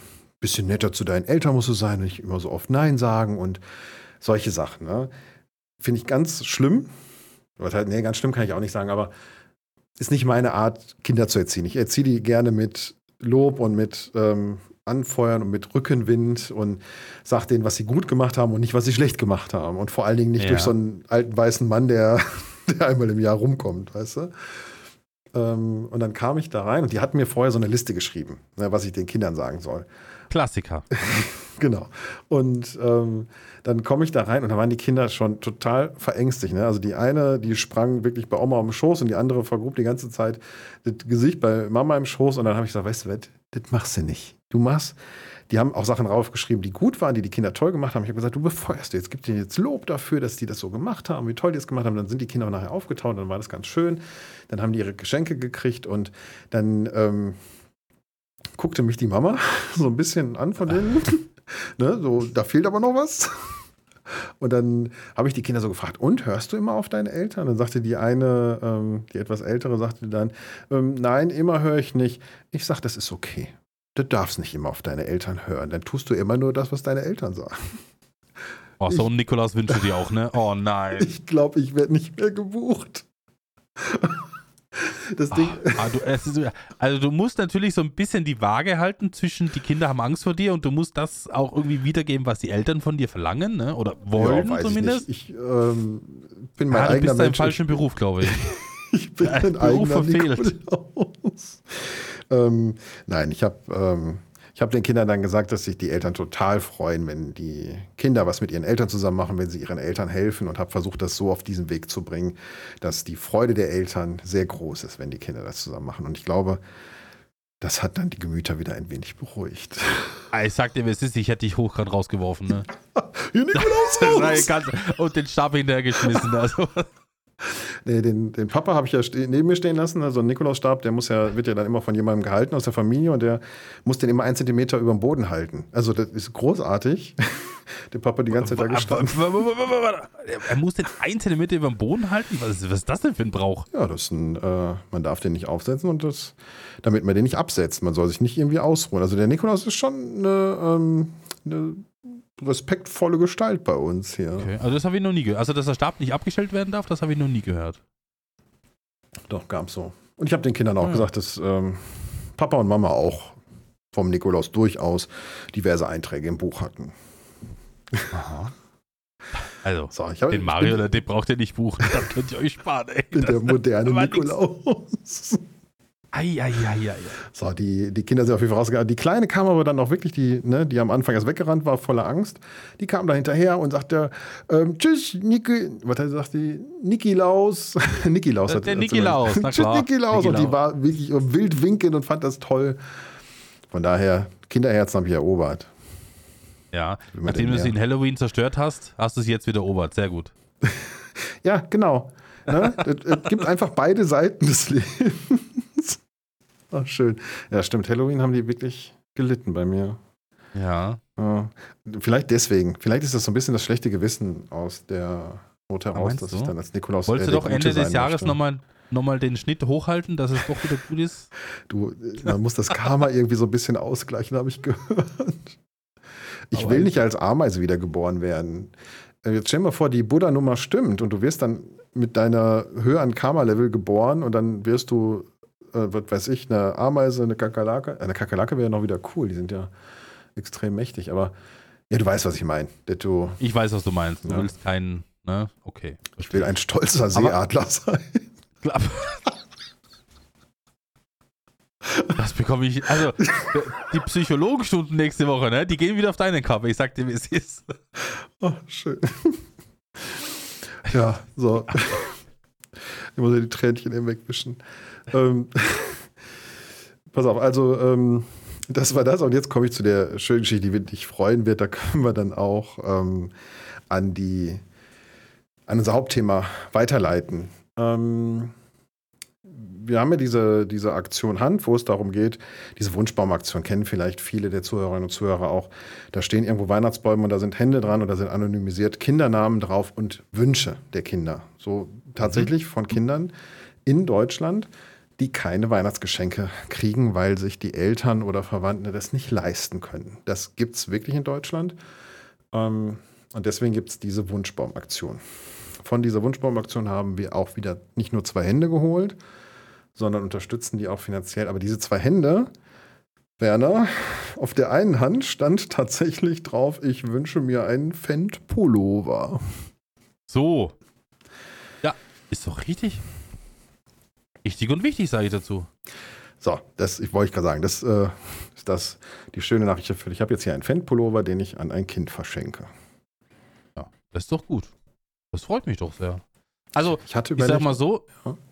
bisschen netter zu deinen Eltern musst du sein und nicht immer so oft Nein sagen und solche Sachen. Ne? Finde ich ganz schlimm. Nee, ganz schlimm kann ich auch nicht sagen, aber ist nicht meine Art, Kinder zu erziehen. Ich erziehe die gerne mit Lob und mit Anfeuern und mit Rückenwind und sage denen, was sie gut gemacht haben und nicht, was sie schlecht gemacht haben. Und vor allen Dingen nicht durch so einen alten weißen Mann, der einmal im Jahr rumkommt, weißt du? Und dann kam ich da rein und die hatten mir vorher so eine Liste geschrieben, ne, was ich den Kindern sagen soll. Klassiker. Genau. Und dann komme ich da rein und da waren die Kinder schon total verängstigt. Ne? Also die eine, die sprang wirklich bei Oma auf dem Schoß und die andere vergrub die ganze Zeit das Gesicht bei Mama im Schoß. Und dann habe ich gesagt, weißt du was, das machst du nicht. Die haben auch Sachen draufgeschrieben, die gut waren, die die Kinder toll gemacht haben. Ich habe gesagt, du befeuerst jetzt, gib dir jetzt Lob dafür, dass die das so gemacht haben, wie toll die es gemacht haben. Dann sind die Kinder auch nachher aufgetaucht, dann war das ganz schön. Dann haben die ihre Geschenke gekriegt und dann guckte mich die Mama so ein bisschen an von denen. Ne, so, da fehlt aber noch was. Und dann habe ich die Kinder so gefragt, und hörst du immer auf deine Eltern? Dann sagte die eine, die etwas ältere, sagte dann, nein, immer höre ich nicht. Ich sage, das ist okay. Du darfst nicht immer auf deine Eltern hören. Dann tust du immer nur das, was deine Eltern sagen. Oh, so einen Nikolaus wünsche dir auch, ne? Oh nein. Ich glaube, ich werde nicht mehr gebucht. Das Ding. Also du musst natürlich so ein bisschen die Waage halten zwischen, die Kinder haben Angst vor dir und du musst das auch irgendwie wiedergeben, was die Eltern von dir verlangen, ne? Oder wollen ja, zumindest. Ich bin mein eigener du bist Mensch. im falschen Beruf, glaube ich. Ich bin ein eigener Nikolaus. Nein, ich habe den Kindern dann gesagt, dass sich die Eltern total freuen, wenn die Kinder was mit ihren Eltern zusammen machen, wenn sie ihren Eltern helfen und habe versucht, das so auf diesen Weg zu bringen, dass die Freude der Eltern sehr groß ist, wenn die Kinder das zusammen machen. Und ich glaube, das hat dann die Gemüter wieder ein wenig beruhigt. Ich sag dir, wie es ist, ich hätte dich hochkant rausgeworfen, ne? Hier, Nikolaus! Und den Stab hinterhergeschmissen. Also. Nee, den Papa habe ich ja neben mir stehen lassen. Also ein Nikolausstab, der wird ja dann immer von jemandem gehalten aus der Familie und der muss den immer 1 Zentimeter über dem Boden halten. Also das ist großartig. Der Papa die ganze Zeit da gestanden. Er muss den 1 Zentimeter über dem Boden halten? Was ist das denn für ein Brauch? Ja, man darf den nicht aufsetzen und damit man den nicht absetzt. Man soll sich nicht irgendwie ausruhen. Also der Nikolaus ist schon eine respektvolle Gestalt bei uns hier. Okay, also das habe ich noch nie gehört. Also, dass der Stab nicht abgestellt werden darf, das habe ich noch nie gehört. Doch, gab's so. Und ich habe den Kindern auch gesagt, dass Papa und Mama auch vom Nikolaus durchaus diverse Einträge im Buch hatten. Aha. Also, so, den Mario, den braucht ihr nicht buchen. Das könnt ihr euch sparen, ey. Der moderne Nikolaus. Ei. So, die Kinder sind auf jeden Fall rausgegangen. Die Kleine kam aber dann auch wirklich, die am Anfang erst weggerannt war, voller Angst. Die kam dann hinterher und sagte, tschüss, was sagt die? Nikilaus. Nikilaus hat der Nikilaus, na klar. Tschüss, Nikilaus. Und die war wirklich wild winkend und fand das toll. Von daher, Kinderherzen habe ich erobert. Ja, nachdem du sie in Halloween zerstört hast, hast du sie jetzt wieder erobert. Sehr gut. Ja, genau. Ne? Es gibt einfach beide Seiten des Lebens. Ach, schön. Ja, stimmt. Halloween haben die wirklich gelitten bei mir. Ja. Vielleicht deswegen. Vielleicht ist das so ein bisschen das schlechte Gewissen aus der Not heraus, dass ich dann als Nikolaus wolltest du doch Ende des Jahres nochmal den Schnitt hochhalten, dass es doch wieder gut ist? Man muss das Karma irgendwie so ein bisschen ausgleichen, habe ich gehört. Ich will nicht als Ameise wiedergeboren werden. Jetzt stell dir mal vor, die Buddha-Nummer stimmt und du wirst dann mit deiner Höhe an Karma-Level geboren und dann wirst du, was weiß ich, eine Ameise, eine Kakerlake. Eine Kakerlake wäre ja noch wieder cool, die sind ja extrem mächtig, aber ja, du weißt, was ich meine. Ich weiß, was du meinst. Du willst keinen, ne? Okay. Ich will ein stolzer Seeadler sein. Klar. Das bekomme ich, also die Psychologenstunden nächste Woche, ne? Die gehen wieder auf deine Kappe. Ich sag dir, wie es ist. Oh, schön. Ja, so. Ich muss ja die Tränchen eben wegwischen. Pass auf, also das war das. Und jetzt komme ich zu der schönen Geschichte, die dich freuen wird. Da können wir dann auch an unser Hauptthema weiterleiten. Wir haben ja diese Aktion Hand, wo es darum geht, diese Wunschbaumaktion kennen vielleicht viele der Zuhörerinnen und Zuhörer auch. Da stehen irgendwo Weihnachtsbäume und da sind Hände dran und da sind anonymisiert Kindernamen drauf und Wünsche der Kinder. So tatsächlich von Kindern in Deutschland, die keine Weihnachtsgeschenke kriegen, weil sich die Eltern oder Verwandte das nicht leisten können. Das gibt es wirklich in Deutschland. Und deswegen gibt es diese Wunschbaumaktion. Von dieser Wunschbaumaktion haben wir auch wieder nicht nur 2 Hände geholt, sondern unterstützen die auch finanziell. Aber diese 2 Hände, Werner, auf der einen Hand stand tatsächlich drauf, ich wünsche mir einen Fendt-Pullover. So. Ja, ist doch richtig. Richtig und wichtig, sage ich dazu. So, ich wollte gerade sagen, das ist die schöne Nachricht dafür. Ich habe jetzt hier einen Fendt-Pullover, den ich an ein Kind verschenke. Ja, das ist doch gut. Das freut mich doch sehr. Also, ich sag mal so,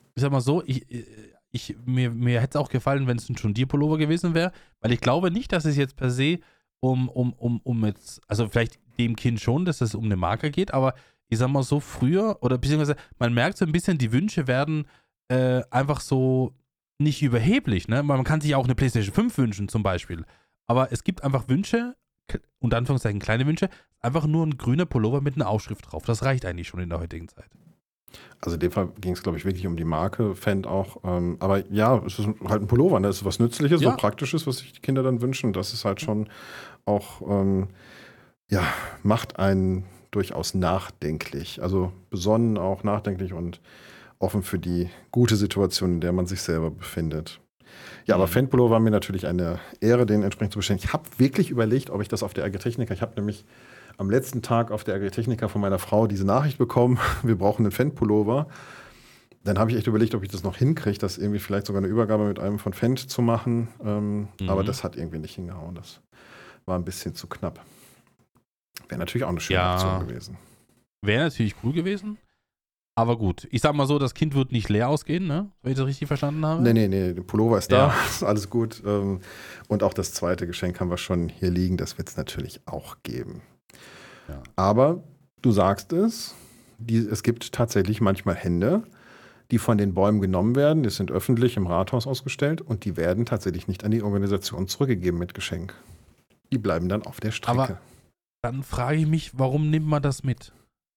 mir hätte es auch gefallen, wenn es ein John-Deere-Pullover gewesen wäre, weil ich glaube nicht, dass es jetzt per se um jetzt, also vielleicht dem Kind schon, dass es um eine Marke geht, aber ich sag mal so, früher, oder beziehungsweise man merkt so ein bisschen, die Wünsche werden einfach so nicht überheblich, ne? Man kann sich auch eine PlayStation 5 wünschen zum Beispiel, aber es gibt einfach Wünsche, unter Anführungszeichen kleine Wünsche, einfach nur ein grüner Pullover mit einer Aufschrift drauf. Das reicht eigentlich schon in der heutigen Zeit. Also in dem Fall ging es, glaube ich, wirklich um die Marke, Fendt auch. Aber ja, es ist halt ein Pullover, ne? Es ist was Nützliches, Ja. was Praktisches, was sich die Kinder dann wünschen. Das ist halt schon auch, macht einen durchaus nachdenklich. Also besonnen auch nachdenklich und offen für die gute Situation, in der man sich selber befindet. Ja, aber Fendt-Pullover war mir natürlich eine Ehre, den entsprechend zu bestellen. Ich habe wirklich überlegt, ob ich das auf der Agritechnica, ich habe nämlich am letzten Tag auf der Agritechnica von meiner Frau diese Nachricht bekommen, wir brauchen einen Fendt-Pullover. Dann habe ich echt überlegt, ob ich das noch hinkriege, das irgendwie vielleicht sogar eine Übergabe mit einem von Fendt zu machen. Aber das hat irgendwie nicht hingehauen. Das war ein bisschen zu knapp. Wäre natürlich auch eine schöne Aktion gewesen. Wäre natürlich cool gewesen. Aber gut, ich sag mal so, das Kind wird nicht leer ausgehen, ne? Wenn ich das richtig verstanden habe. Nee, der Pullover ist da, ist alles gut. Und auch das zweite Geschenk haben wir schon hier liegen, das wird es natürlich auch geben. Ja. Aber du sagst es, es gibt tatsächlich manchmal Hände, die von den Bäumen genommen werden, die sind öffentlich im Rathaus ausgestellt und die werden tatsächlich nicht an die Organisation zurückgegeben mit Geschenk. Die bleiben dann auf der Strecke. Aber dann frage ich mich, warum nimmt man das mit?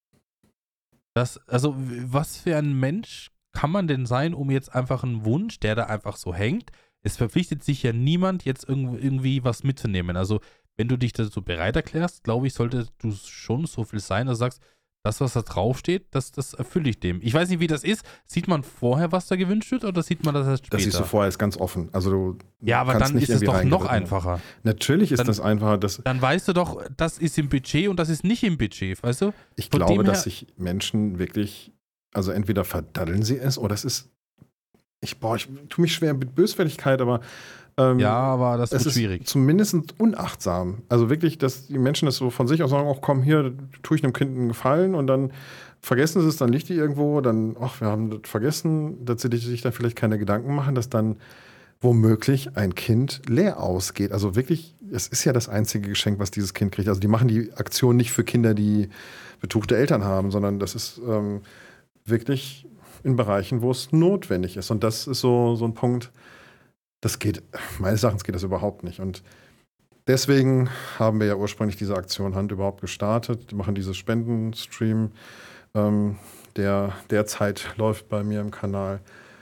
Also, was für ein Mensch kann man denn sein, um jetzt einfach einen Wunsch, der da einfach so hängt? Es verpflichtet sich ja niemand, jetzt irgendwie was mitzunehmen. Also, wenn du dich dazu bereit erklärst, glaube ich, sollte du schon so viel sein, dass du sagst, das, was da draufsteht, das erfülle ich dem. Ich weiß nicht, wie das ist. Sieht man vorher, was da gewünscht wird, oder sieht man das erst später? Das siehst du vorher, ist ganz offen. Also ja, aber dann ist es doch noch einfacher. Natürlich ist das einfacher. Dann weißt du doch, das ist im Budget und das ist nicht im Budget, weißt du? Ich glaube, dass sich Menschen wirklich, also entweder verdaddeln sie es oder es ist, ich tue mich schwer mit Böswilligkeit, aber ja, aber das wird schwierig. Ist zumindest unachtsam. Also wirklich, dass die Menschen das so von sich aus sagen, ach komm, hier tue ich einem Kind einen Gefallen und dann vergessen sie es, dann liegt die irgendwo, dann, ach, wir haben das vergessen, dass sie sich dann vielleicht keine Gedanken machen, dass dann womöglich ein Kind leer ausgeht. Also wirklich, es ist ja das einzige Geschenk, was dieses Kind kriegt. Also die machen die Aktion nicht für Kinder, die betuchte Eltern haben, sondern das ist wirklich in Bereichen, wo es notwendig ist. Und das ist so ein Punkt, das geht, meines Erachtens geht das überhaupt nicht. Und deswegen haben wir ja ursprünglich diese Aktion Hand überhaupt gestartet. Wir machen diesen Spendenstream, der derzeit läuft bei mir im Kanal.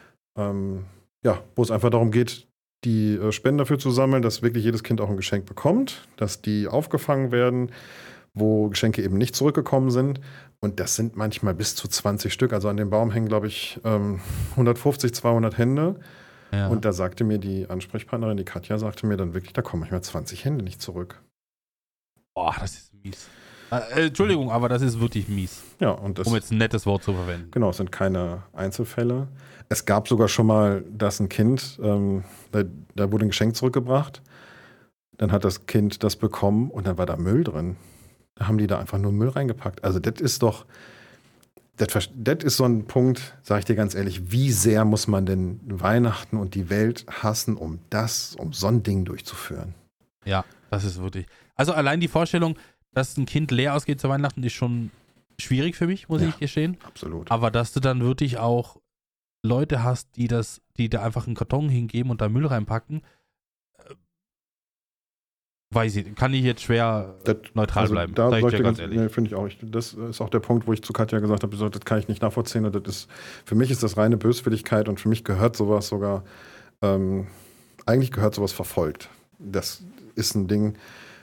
Wo es einfach darum geht, die Spenden dafür zu sammeln, dass wirklich jedes Kind auch ein Geschenk bekommt, dass die aufgefangen werden, wo Geschenke eben nicht zurückgekommen sind. Und das sind manchmal bis zu 20 Stück. Also an dem Baum hängen, glaube ich, 150, 200 Hände. Ja. Und da sagte mir die Ansprechpartnerin, die Katja, sagte mir dann wirklich, da kommen manchmal 20 Hände nicht zurück. Boah, das ist mies. Entschuldigung, aber das ist wirklich mies. Ja, und das, um jetzt ein nettes Wort zu verwenden. Genau, es sind keine Einzelfälle. Es gab sogar schon mal, dass ein Kind, da wurde ein Geschenk zurückgebracht, dann hat das Kind das bekommen und dann war da Müll drin. Da haben die da einfach nur Müll reingepackt. Also das ist doch, das ist so ein Punkt, sage ich dir ganz ehrlich, wie sehr muss man denn Weihnachten und die Welt hassen, um so ein Ding durchzuführen? Ja, das ist wirklich. Also allein die Vorstellung, dass ein Kind leer ausgeht zu Weihnachten, ist schon schwierig für mich, muss ich gestehen. Absolut. Aber dass du dann wirklich auch Leute hast, die da einfach einen Karton hingeben und da Müll reinpacken, weiß ich, kann ich jetzt schwer neutral bleiben. Da sag ich dir ganz nee, ehrlich. finde ich auch. Das ist auch der Punkt, wo ich zu Katja gesagt habe, das kann ich nicht nachvollziehen. Und für mich ist das reine Böswilligkeit und für mich gehört sowas sogar, eigentlich gehört sowas verfolgt. Das ist ein Ding,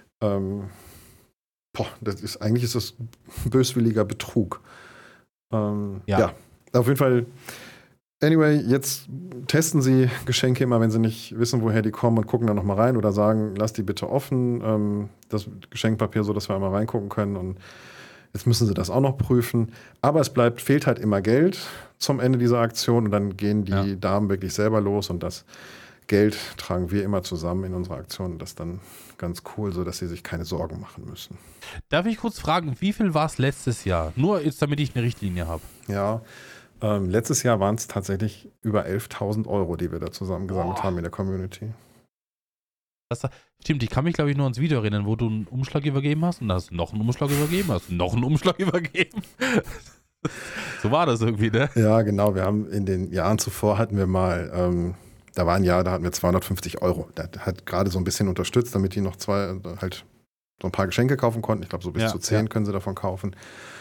eigentlich ist das böswilliger Betrug. Ja, auf jeden Fall. Anyway, jetzt testen Sie Geschenke immer, wenn Sie nicht wissen, woher die kommen und gucken da nochmal rein oder sagen, lass die bitte offen, das Geschenkpapier, so dass wir einmal reingucken können und jetzt müssen Sie das auch noch prüfen. Aber fehlt halt immer Geld zum Ende dieser Aktion und dann gehen die Damen wirklich selber los und das Geld tragen wir immer zusammen in unserer Aktion und das ist dann ganz cool, so dass Sie sich keine Sorgen machen müssen. Darf ich kurz fragen, wie viel war es letztes Jahr? Nur jetzt, damit ich eine Richtlinie habe. Ja, letztes Jahr waren es tatsächlich über 11.000 Euro, die wir da zusammengesammelt haben in der Community. Stimmt, ich kann mich, glaube ich, nur ans Video erinnern, wo du einen Umschlag übergeben hast und dann hast du noch einen Umschlag übergeben, hast du noch einen Umschlag übergeben. So war das irgendwie, ne? Ja, genau. Wir haben in den Jahren zuvor hatten wir mal, da hatten wir 250 Euro. Das hat gerade so ein bisschen unterstützt, damit die noch so ein paar Geschenke kaufen konnten. Ich glaube, so bis zu 10 können sie davon kaufen.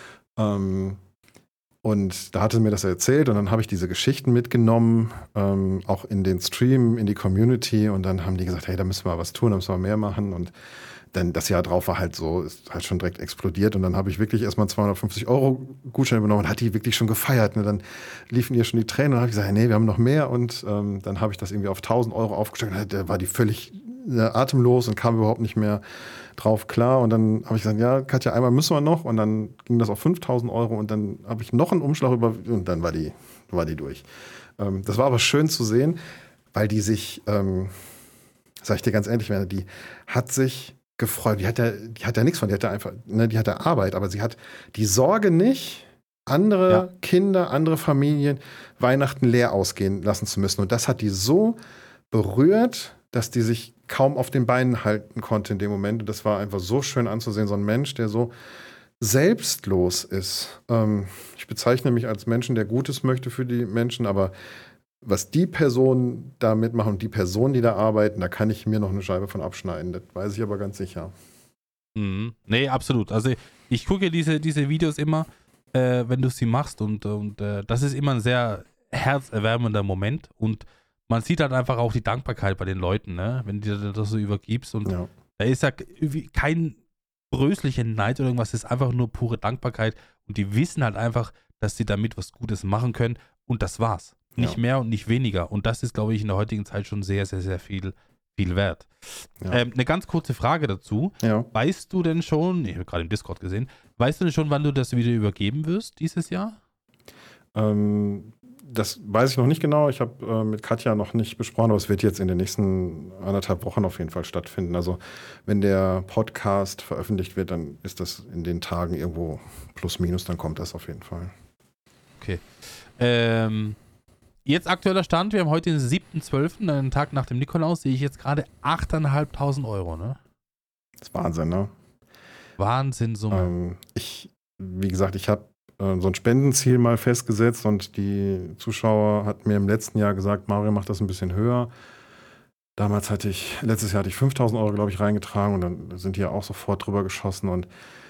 Und da hatte mir das erzählt und dann habe ich diese Geschichten mitgenommen, auch in den Stream, in die Community und dann haben die gesagt, hey, da müssen wir was tun, da müssen wir mehr machen und dann das Jahr drauf war halt so, ist halt schon direkt explodiert und dann habe ich wirklich erstmal 250 Euro Gutschein benommen und hat die wirklich schon gefeiert. Und dann liefen ihr schon die Tränen und dann habe ich gesagt, nee, wir haben noch mehr und dann habe ich das irgendwie auf 1.000 Euro aufgestockt und da war die völlig atemlos und kam überhaupt nicht mehr drauf klar und dann habe ich gesagt, ja, Katja, einmal müssen wir noch und dann ging das auf 5.000 Euro und dann habe ich noch einen Umschlag und dann war die durch. Das war aber schön zu sehen, weil die sich, sag ich dir ganz ehrlich, die hat sich gefreut, die hat ja nichts von, die hatte Arbeit, aber sie hat die Sorge nicht, andere Kinder, andere Familien Weihnachten leer ausgehen lassen zu müssen und das hat die so berührt, dass die sich kaum auf den Beinen halten konnte in dem Moment. Und das war einfach so schön anzusehen, so ein Mensch, der so selbstlos ist. Ich bezeichne mich als Menschen, der Gutes möchte für die Menschen, aber was die Personen da mitmachen und die Personen, die da arbeiten, da kann ich mir noch eine Scheibe von abschneiden. Das weiß ich aber ganz sicher. Mhm. Nee, absolut. Also ich gucke diese Videos immer, wenn du sie machst und das ist immer ein sehr herzerwärmender Moment und man sieht halt einfach auch die Dankbarkeit bei den Leuten, ne? Wenn du dir das so übergibst und da ist ja kein bröslicher Neid oder irgendwas, es ist einfach nur pure Dankbarkeit und die wissen halt einfach, dass sie damit was Gutes machen können und das war's. Nicht mehr und nicht weniger und das ist, glaube ich, in der heutigen Zeit schon sehr, sehr, sehr viel wert. Ja. Eine ganz kurze Frage dazu. Ja. Weißt du denn schon, ich habe gerade im Discord gesehen, weißt du denn schon, wann du das wieder übergeben wirst dieses Jahr? Das weiß ich noch nicht genau. Ich habe mit Katja noch nicht besprochen, aber es wird jetzt in den nächsten 1,5 Wochen auf jeden Fall stattfinden. Also wenn der Podcast veröffentlicht wird, dann ist das in den Tagen irgendwo plus minus, dann kommt das auf jeden Fall. Okay. Jetzt aktueller Stand, wir haben heute den 7.12., einen Tag nach dem Nikolaus, sehe ich jetzt gerade 8.500 Euro, ne? Das ist Wahnsinn, ne? Wahnsinnsumme. Wie gesagt, ich habe so ein Spendenziel mal festgesetzt und die Zuschauer hatten mir im letzten Jahr gesagt, Mario, mach das ein bisschen höher. Letztes Jahr hatte ich 5.000 Euro, glaube ich, reingetragen und dann sind die ja auch sofort drüber geschossen und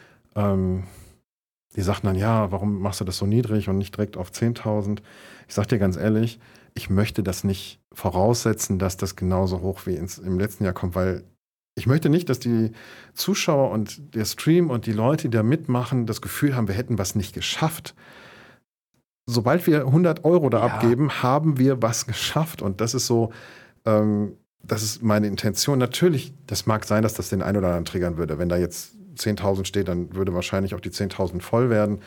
die sagten dann, ja, warum machst du das so niedrig und nicht direkt auf 10.000? Ich sag dir ganz ehrlich, ich möchte das nicht voraussetzen, dass das genauso hoch wie im letzten Jahr kommt, weil ich möchte nicht, dass die Zuschauer und der Stream und die Leute, die da mitmachen, das Gefühl haben, wir hätten was nicht geschafft. Sobald wir 100 Euro da abgeben, haben wir was geschafft. Und das ist so, das ist meine Intention. Natürlich, das mag sein, dass das den einen oder anderen triggern würde. Wenn da jetzt 10.000 steht, dann würde wahrscheinlich auch die 10.000 voll werden.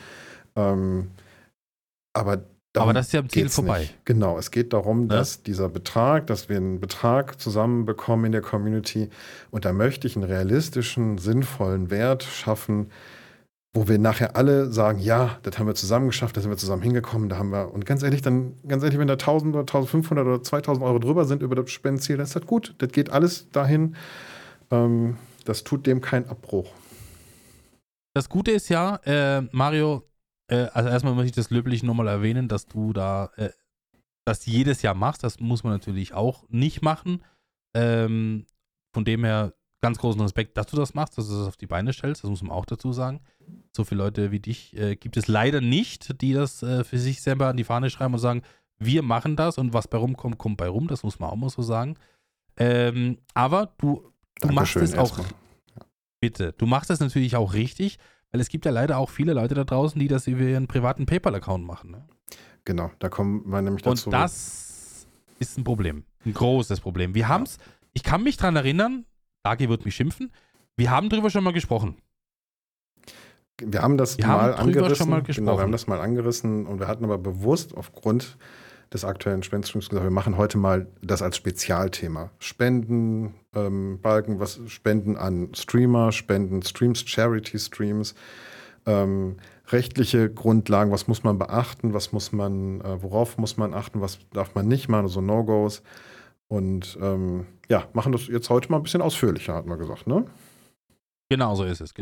Aber das ist ja am Ziel vorbei. Nicht. Genau, es geht darum, dass dass wir einen Betrag zusammenbekommen in der Community und da möchte ich einen realistischen, sinnvollen Wert schaffen, wo wir nachher alle sagen, ja, das haben wir zusammen geschafft, da sind wir zusammen hingekommen, und ganz ehrlich, wenn da 1.000 oder 1.500 oder 2.000 Euro drüber sind über das Spendenziel, dann ist das gut, das geht alles dahin, das tut dem keinen Abbruch. Das Gute ist ja, Mario, also erstmal muss ich das löblich nochmal erwähnen, dass du da das jedes Jahr machst. Das muss man natürlich auch nicht machen. Von dem her ganz großen Respekt, dass du das machst, dass du das auf die Beine stellst, das muss man auch dazu sagen. So viele Leute wie dich gibt es leider nicht, die das für sich selber an die Fahne schreiben und sagen, wir machen das und was bei rumkommt, kommt bei rum, das muss man auch mal so sagen. Aber du machst es auch, bitte, du machst es natürlich auch richtig, weil es gibt ja leider auch viele Leute da draußen, die das über ihren privaten PayPal-Account machen. Ne? Genau, da kommen wir nämlich dazu. Und das ist ein Problem, ein großes Problem. Wir haben es, ich kann mich dran erinnern, Dagi wird mich schimpfen, wir haben drüber schon mal gesprochen. Wir haben das mal angerissen. Genau, wir haben das mal angerissen und wir hatten aber bewusst aufgrund des aktuellen Spendenstreams gesagt, wir machen heute mal das als Spezialthema. Spenden, Balken, Spenden an Streamer, Spenden, Streams, Charity-Streams, rechtliche Grundlagen, was muss man beachten, worauf muss man achten, was darf man nicht machen, also No-Gos. Und machen das jetzt heute mal ein bisschen ausführlicher, hat man gesagt, ne? Genau so ist es.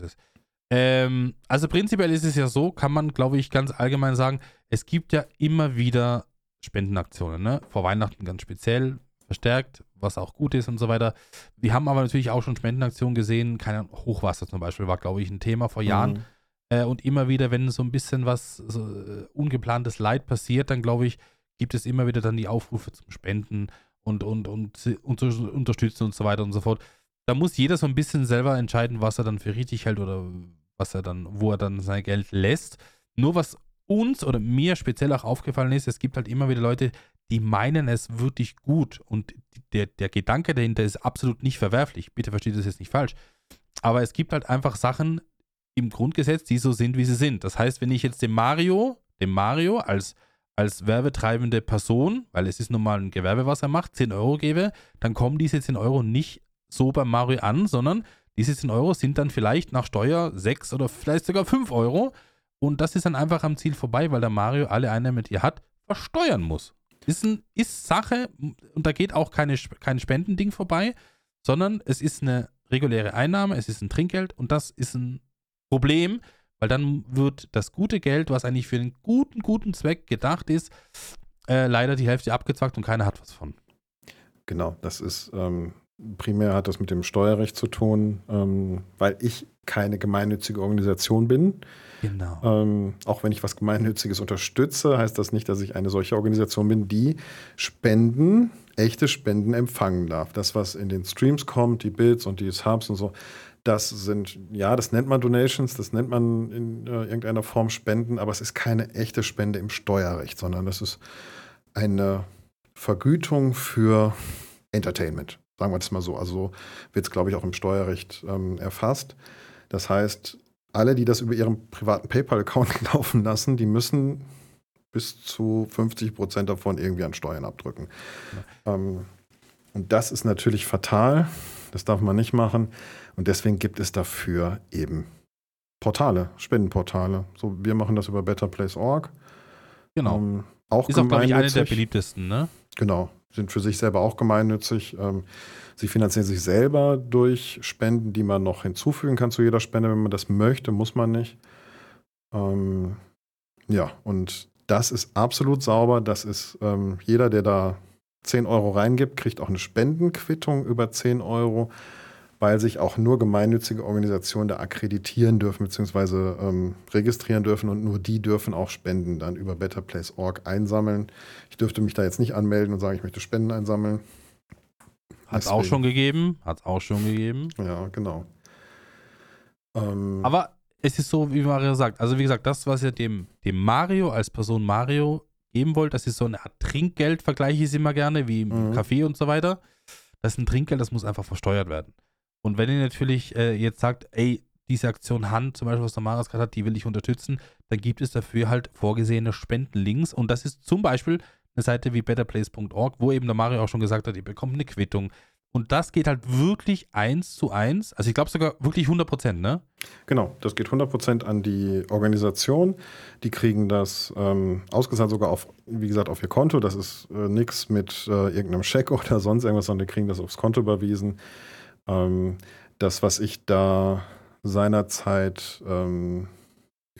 Also prinzipiell ist es ja so, kann man, glaube ich, ganz allgemein sagen, es gibt ja immer wieder Spendenaktionen, ne? Vor Weihnachten ganz speziell, verstärkt, was auch gut ist und so weiter. Wir haben aber natürlich auch schon Spendenaktionen gesehen, keine Hochwasser zum Beispiel war, glaube ich, ein Thema vor Jahren. Und immer wieder, wenn so ein bisschen was ungeplantes Leid passiert, dann glaube ich, gibt es immer wieder dann die Aufrufe zum Spenden und unterstützen und so weiter und so fort. Da muss jeder so ein bisschen selber entscheiden, was er dann für richtig hält oder wo er dann sein Geld lässt. Nur was uns oder mir speziell auch aufgefallen ist, es gibt halt immer wieder Leute, die meinen es wirklich gut und der Gedanke dahinter ist absolut nicht verwerflich. Bitte versteht das jetzt nicht falsch. Aber es gibt halt einfach Sachen im Grundgesetz, die so sind, wie sie sind. Das heißt, wenn ich jetzt dem Mario als werbetreibende Person, weil es ist nun mal ein Gewerbe, was er macht, 10 Euro gebe, dann kommen diese 10 Euro nicht so bei Mario an, sondern diese 10 Euro sind dann vielleicht nach Steuer 6 oder vielleicht sogar 5 Euro und das ist dann einfach am Ziel vorbei, weil der Mario alle Einnahmen, die er hat, versteuern muss. Ist Sache und da geht auch kein Spendending vorbei, sondern es ist eine reguläre Einnahme, es ist ein Trinkgeld und das ist ein Problem, weil dann wird das gute Geld, was eigentlich für einen guten Zweck gedacht ist, leider die Hälfte abgezwackt und keiner hat was von. Genau, das ist primär hat das mit dem Steuerrecht zu tun, weil ich keine gemeinnützige Organisation bin. Genau. Auch wenn ich was Gemeinnütziges unterstütze, heißt das nicht, dass ich eine solche Organisation bin, die Spenden, echte Spenden empfangen darf. Das, was in den Streams kommt, die Bits und die Subs und so, das nennt man Donations, das nennt man in irgendeiner Form Spenden, aber es ist keine echte Spende im Steuerrecht, sondern das ist eine Vergütung für Entertainment. Sagen wir das mal so. Also wird es, glaube ich, auch im Steuerrecht erfasst. Das heißt, alle, die das über ihren privaten PayPal-Account laufen lassen, die müssen bis zu 50% davon irgendwie an Steuern abdrücken. Ja. Und das ist natürlich fatal. Das darf man nicht machen. Und deswegen gibt es dafür eben Portale, Spendenportale. So, wir machen das über betterplace.org. Genau. Auch ist auch, glaube ich, eine der beliebtesten, ne? Genau. Sind für sich selber auch gemeinnützig. Sie finanzieren sich selber durch Spenden, die man noch hinzufügen kann zu jeder Spende, wenn man das möchte, muss man nicht. Und das ist absolut sauber. Das ist jeder, der da 10 Euro reingibt, kriegt auch eine Spendenquittung über 10 Euro, weil sich auch nur gemeinnützige Organisationen da akkreditieren dürfen bzw. registrieren dürfen und nur die dürfen auch Spenden dann über betterplace.org einsammeln. Ich dürfte mich da jetzt nicht anmelden und sagen, ich möchte Spenden einsammeln. Hat es auch schon gegeben. Ja, genau. Aber es ist so, wie Mario sagt. Also wie gesagt, das, was ihr dem Mario als Person Mario geben wollt, das ist so eine Art Trinkgeld, vergleiche ich es immer gerne, wie im Café und so weiter. Das ist ein Trinkgeld, das muss einfach versteuert werden. Und wenn ihr natürlich jetzt sagt, ey, diese Aktion Hand, zum Beispiel, was der Marius gerade hat, die will ich unterstützen, dann gibt es dafür halt vorgesehene Spendenlinks und das ist zum Beispiel eine Seite wie betterplace.org, wo eben der Mario auch schon gesagt hat, ihr bekommt eine Quittung. Und das geht halt wirklich 1:1, also ich glaube sogar wirklich 100%, ne? Genau, das geht 100% an die Organisation. Die kriegen das ausgezahlt sogar auf, wie gesagt, auf ihr Konto. Das ist nichts mit irgendeinem Scheck oder sonst irgendwas, sondern die kriegen das aufs Konto überwiesen. Das, was ich da seinerzeit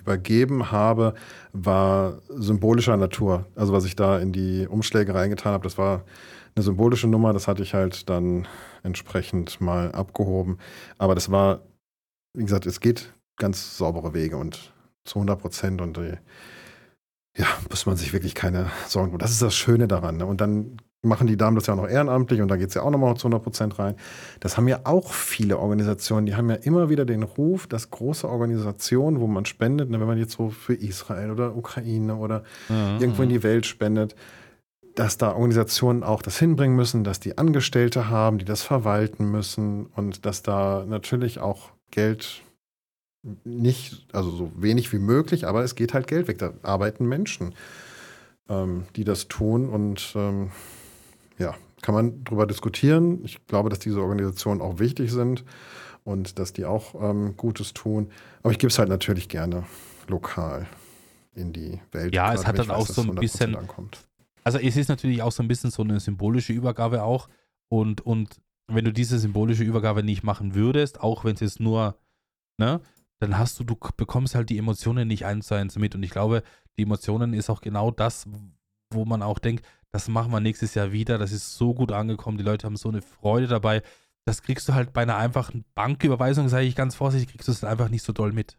übergeben habe, war symbolischer Natur. Also was ich da in die Umschläge reingetan habe, das war eine symbolische Nummer, das hatte ich halt dann entsprechend mal abgehoben. Aber das war, wie gesagt, es geht ganz saubere Wege und zu 100% und ja, muss man sich wirklich keine Sorgen machen. Das ist das Schöne daran. Ne? Und dann machen die Damen das ja auch noch ehrenamtlich und da geht es ja auch nochmal zu 100% rein. Das haben ja auch viele Organisationen, die haben ja immer wieder den Ruf, dass große Organisationen, wo man spendet, ne, wenn man jetzt so für Israel oder Ukraine oder irgendwo in die Welt spendet, dass da Organisationen auch das hinbringen müssen, dass die Angestellte haben, die das verwalten müssen und dass da natürlich auch Geld nicht, also so wenig wie möglich, aber es geht halt Geld weg. Da arbeiten Menschen, die das tun und ja, kann man drüber diskutieren. Ich glaube, dass diese Organisationen auch wichtig sind und dass die auch Gutes tun. Aber ich gebe es halt natürlich gerne lokal in die Welt. Ja, es hat dann auch so ein bisschen ankommt. Also es ist natürlich auch so ein bisschen so eine symbolische Übergabe auch und wenn du diese symbolische Übergabe nicht machen würdest, auch wenn es jetzt nur, ne, dann du bekommst halt die Emotionen nicht 1:1 mit und ich glaube, die Emotionen ist auch genau das, wo man auch denkt, das machen wir nächstes Jahr wieder, das ist so gut angekommen, die Leute haben so eine Freude dabei, das kriegst du halt bei einer einfachen Banküberweisung, sage ich ganz vorsichtig, kriegst du es einfach nicht so doll mit.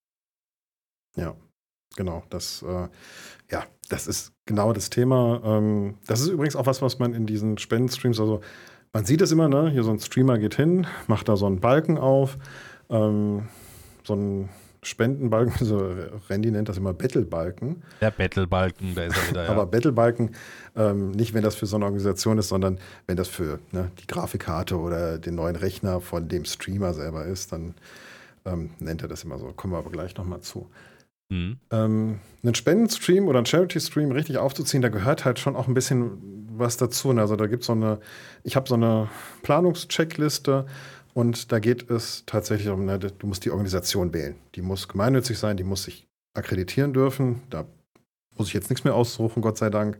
Ja. Genau, das ist genau das Thema. Das ist übrigens auch was man in diesen Spendenstreams, also man sieht es immer, ne? Hier so ein Streamer geht hin, macht da so einen Balken auf, so einen Spendenbalken, so Randy nennt das immer Bettelbalken. Der Bettelbalken, da ist er wieder, ja. Aber Bettelbalken, nicht wenn das für so eine Organisation ist, sondern wenn das für die Grafikkarte oder den neuen Rechner von dem Streamer selber ist, dann nennt er das immer so. Kommen wir aber gleich nochmal zu. Einen Spendenstream oder einen Charity-Stream richtig aufzuziehen, da gehört halt schon auch ein bisschen was dazu. Also da gibt es ich habe so eine Planungscheckliste und da geht es tatsächlich um, du musst die Organisation wählen. Die muss gemeinnützig sein, die muss sich akkreditieren dürfen. Da muss ich jetzt nichts mehr aussuchen, Gott sei Dank.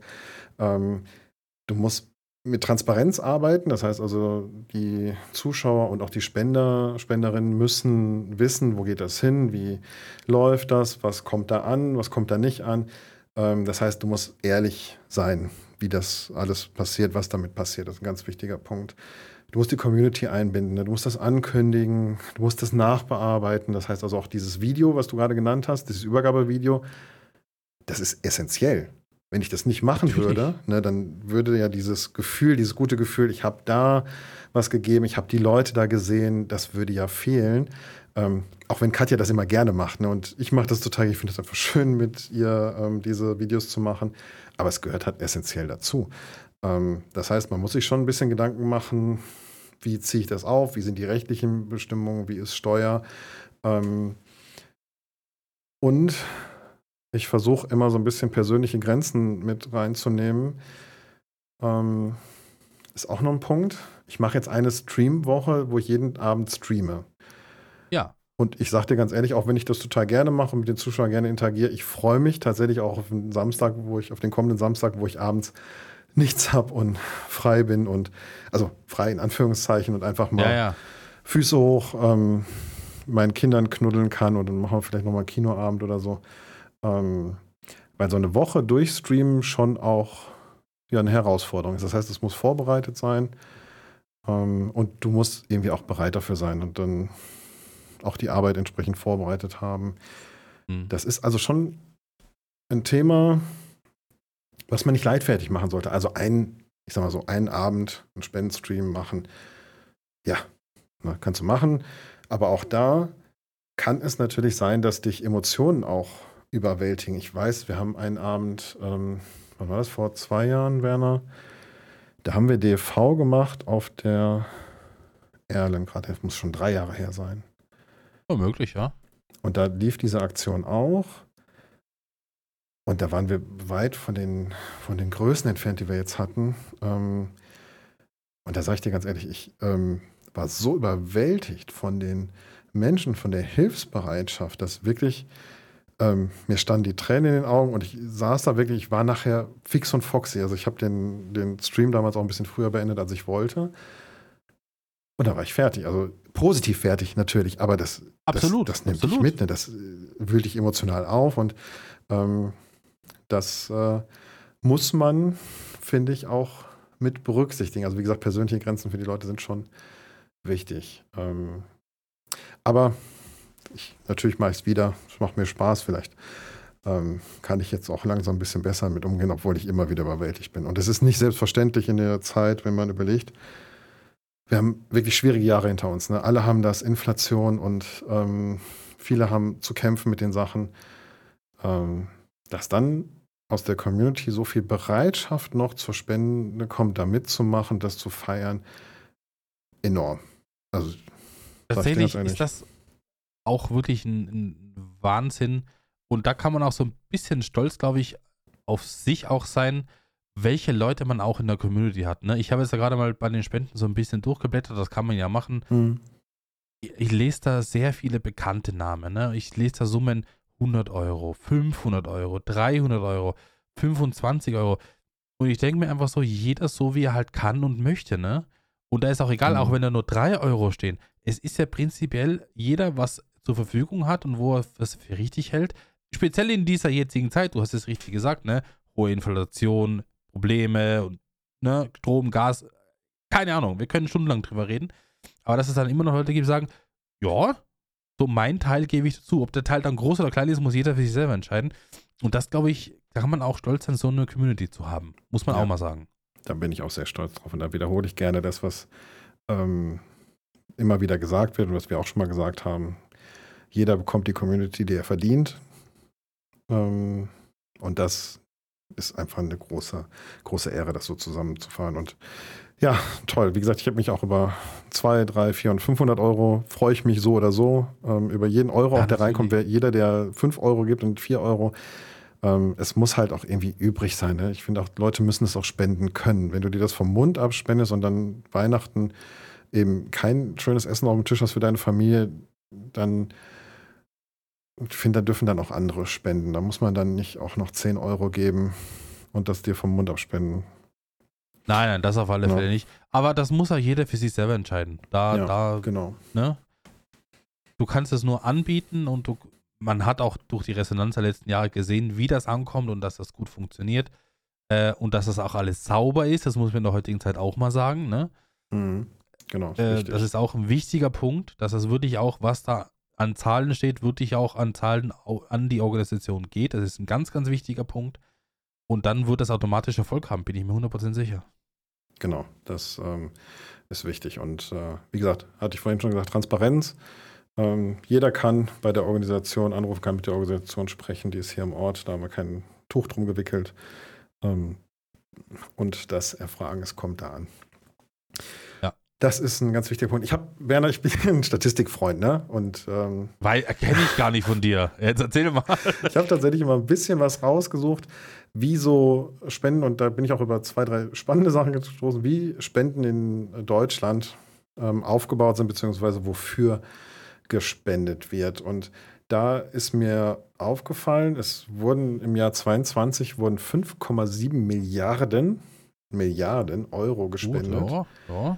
Du musst mit Transparenz arbeiten, das heißt also, die Zuschauer und auch die Spenderinnen müssen wissen, wo geht das hin, wie läuft das, was kommt da an, was kommt da nicht an. Das heißt, du musst ehrlich sein, wie das alles passiert, was damit passiert. Das ist ein ganz wichtiger Punkt. Du musst die Community einbinden, du musst das ankündigen, du musst das nachbearbeiten. Das heißt also auch dieses Video, was du gerade genannt hast, dieses Übergabevideo, das ist essentiell. Wenn ich das nicht machen würde, dann würde ja dieses Gefühl, dieses gute Gefühl, ich habe da was gegeben, ich habe die Leute da gesehen, das würde ja fehlen. Auch wenn Katja das immer gerne macht. Und ich mache das total, ich finde es einfach schön, mit ihr diese Videos zu machen. Aber es gehört halt essentiell dazu. Das heißt, man muss sich schon ein bisschen Gedanken machen, wie ziehe ich das auf, wie sind die rechtlichen Bestimmungen, wie ist Steuer. Und ich versuche immer so ein bisschen persönliche Grenzen mit reinzunehmen. Ist auch noch ein Punkt. Ich mache jetzt eine Stream-Woche, wo ich jeden Abend streame. Ja. Und ich sage dir ganz ehrlich, auch wenn ich das total gerne mache und mit den Zuschauern gerne interagiere, ich freue mich tatsächlich auch auf den Samstag, auf den kommenden Samstag, wo ich abends nichts habe und frei bin und also frei in Anführungszeichen und einfach mal Füße hoch, meinen Kindern knuddeln kann und dann machen wir vielleicht nochmal einen Kinoabend oder so. Weil so eine Woche durchstreamen schon auch eine Herausforderung ist. Das heißt, es muss vorbereitet sein und du musst irgendwie auch bereit dafür sein und dann auch die Arbeit entsprechend vorbereitet haben. Das ist also schon ein Thema, was man nicht leichtfertig machen sollte. Also einen Abend, einen Spendenstream machen, ja, kannst du machen. Aber auch da kann es natürlich sein, dass dich Emotionen auch überwältigen. Ich weiß, wir haben einen Abend, wann war das, vor 2 Jahren, Werner? Da haben wir DFV gemacht auf der Erlen, gerade das muss schon 3 Jahre her sein. Oh, möglich, ja. Und da lief diese Aktion auch. Und da waren wir weit von den Größen entfernt, die wir jetzt hatten. Und da sage ich dir ganz ehrlich, ich war so überwältigt von den Menschen, von der Hilfsbereitschaft, dass wirklich mir standen die Tränen in den Augen und ich saß da wirklich, ich war nachher fix und foxy. Also ich habe den Stream damals auch ein bisschen früher beendet, als ich wollte. Und da war ich fertig. Also positiv fertig, natürlich, aber das nimmt dich mit, ne? Das wühlt dich emotional auf und das muss man, finde ich, auch mit berücksichtigen. Also wie gesagt, persönliche Grenzen für die Leute sind schon wichtig. Aber natürlich mache ich es wieder. Es macht mir Spaß. Vielleicht kann ich jetzt auch langsam ein bisschen besser mit umgehen, obwohl ich immer wieder überwältigt bin. Und es ist nicht selbstverständlich in der Zeit, wenn man überlegt, wir haben wirklich schwierige Jahre hinter uns. Ne? Alle haben das, Inflation und viele haben zu kämpfen mit den Sachen. Dass dann aus der Community so viel Bereitschaft noch zur Spende kommt, da mitzumachen, das zu feiern, enorm. Also tatsächlich ist das auch wirklich ein Wahnsinn. Und da kann man auch so ein bisschen stolz, glaube ich, auf sich auch sein, welche Leute man auch in der Community hat. Ne? Ich habe jetzt ja gerade mal bei den Spenden so ein bisschen durchgeblättert, das kann man ja machen. Ich lese da sehr viele bekannte Namen. Ne? Ich lese da Summen 100 Euro, 500 Euro, 300 Euro, 25 Euro. Und ich denke mir einfach so, jeder so, wie er halt kann und möchte, ne? Und da ist auch egal, auch wenn da nur 3 Euro stehen. Es ist ja prinzipiell jeder, was zur Verfügung hat und wo er es für richtig hält. Speziell in dieser jetzigen Zeit, du hast es richtig gesagt, ne? Hohe Inflation, Probleme, und, ne? Strom, Gas, keine Ahnung, wir können stundenlang drüber reden. Aber dass es dann immer noch Leute gibt, die sagen, ja, so mein Teil gebe ich dazu. Ob der Teil dann groß oder klein ist, muss jeder für sich selber entscheiden. Und das, glaube ich, da kann man auch stolz sein, so eine Community zu haben. Muss man auch mal sagen. Da bin ich auch sehr stolz drauf. Und da wiederhole ich gerne das, was immer wieder gesagt wird und was wir auch schon mal gesagt haben. Jeder bekommt die Community, die er verdient. Und das ist einfach eine große, große Ehre, das so zusammenzufahren. Und ja, toll. Wie gesagt, ich habe mich auch über 2, 3, 4 und 500 Euro, freue ich mich so oder so. Über jeden Euro, auch der reinkommt, jeder, der 5 Euro gibt und 4 Euro. Es muss halt auch irgendwie übrig sein. Ne? Ich finde auch, Leute müssen es auch spenden können. Wenn du dir das vom Mund abspendest und dann Weihnachten eben kein schönes Essen auf dem Tisch hast für deine Familie, dann, ich finde, da dürfen dann auch andere spenden. Da muss man dann nicht auch noch 10 Euro geben und das dir vom Mund abspenden. Nein, das auf alle Fälle nicht. Aber das muss auch jeder für sich selber entscheiden. Genau. Ne? Du kannst es nur anbieten und man hat auch durch die Resonanz der letzten Jahre gesehen, wie das ankommt und dass das gut funktioniert. Und dass das auch alles sauber ist. Das muss man in der heutigen Zeit auch mal sagen. Ne? Genau. Das ist auch ein wichtiger Punkt, dass das wirklich auch, was da an Zahlen steht, wirklich auch an Zahlen an die Organisation geht. Das ist ein ganz, ganz wichtiger Punkt. Und dann wird das automatisch Erfolg haben, bin ich mir 100% sicher. Genau, das ist wichtig. Und wie gesagt, hatte ich vorhin schon gesagt, Transparenz. Jeder kann bei der Organisation anrufen, kann mit der Organisation sprechen, die ist hier im Ort, da haben wir kein Tuch drum gewickelt. Und das Erfragen, es kommt da an. Ja. Das ist ein ganz wichtiger Punkt. Werner, ich bin ein Statistikfreund, ne? Und weil erkenne ich gar nicht von dir. Jetzt erzähl mal. Ich habe tatsächlich immer ein bisschen was rausgesucht, wie so Spenden, und da bin ich auch über 2, 3 spannende Sachen gestoßen, wie Spenden in Deutschland aufgebaut sind, beziehungsweise wofür gespendet wird. Und da ist mir aufgefallen, es wurden im Jahr 22 5,7 Milliarden Euro gespendet. Gut, ja.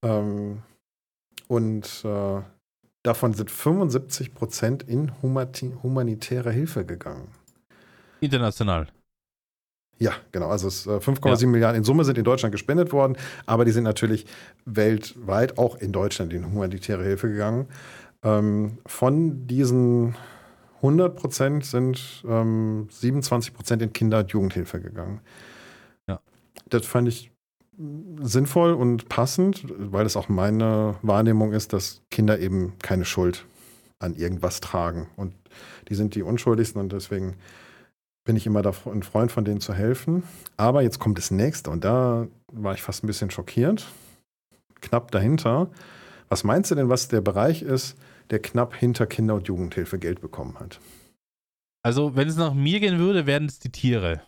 Und davon sind 75% in humanitäre Hilfe gegangen. International. Ja, genau. Also 5,7 Milliarden in Summe sind in Deutschland gespendet worden, aber die sind natürlich weltweit auch in Deutschland in humanitäre Hilfe gegangen. Von diesen 100% sind 27% in Kinder- und Jugendhilfe gegangen. Ja. Das fand ich sinnvoll und passend, weil es auch meine Wahrnehmung ist, dass Kinder eben keine Schuld an irgendwas tragen. Und die sind die Unschuldigsten und deswegen bin ich immer ein Freund von denen zu helfen. Aber jetzt kommt das Nächste und da war ich fast ein bisschen schockiert. Knapp dahinter. Was meinst du denn, was der Bereich ist, der knapp hinter Kinder- und Jugendhilfe Geld bekommen hat? Also, wenn es nach mir gehen würde, wären es die Tiere.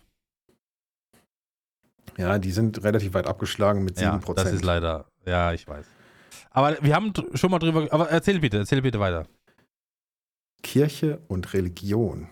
Ja, die sind relativ weit abgeschlagen mit 7%. Ja, das ist leider, ja, ich weiß. Aber wir haben schon mal drüber, aber erzähl bitte weiter. Kirche und Religion.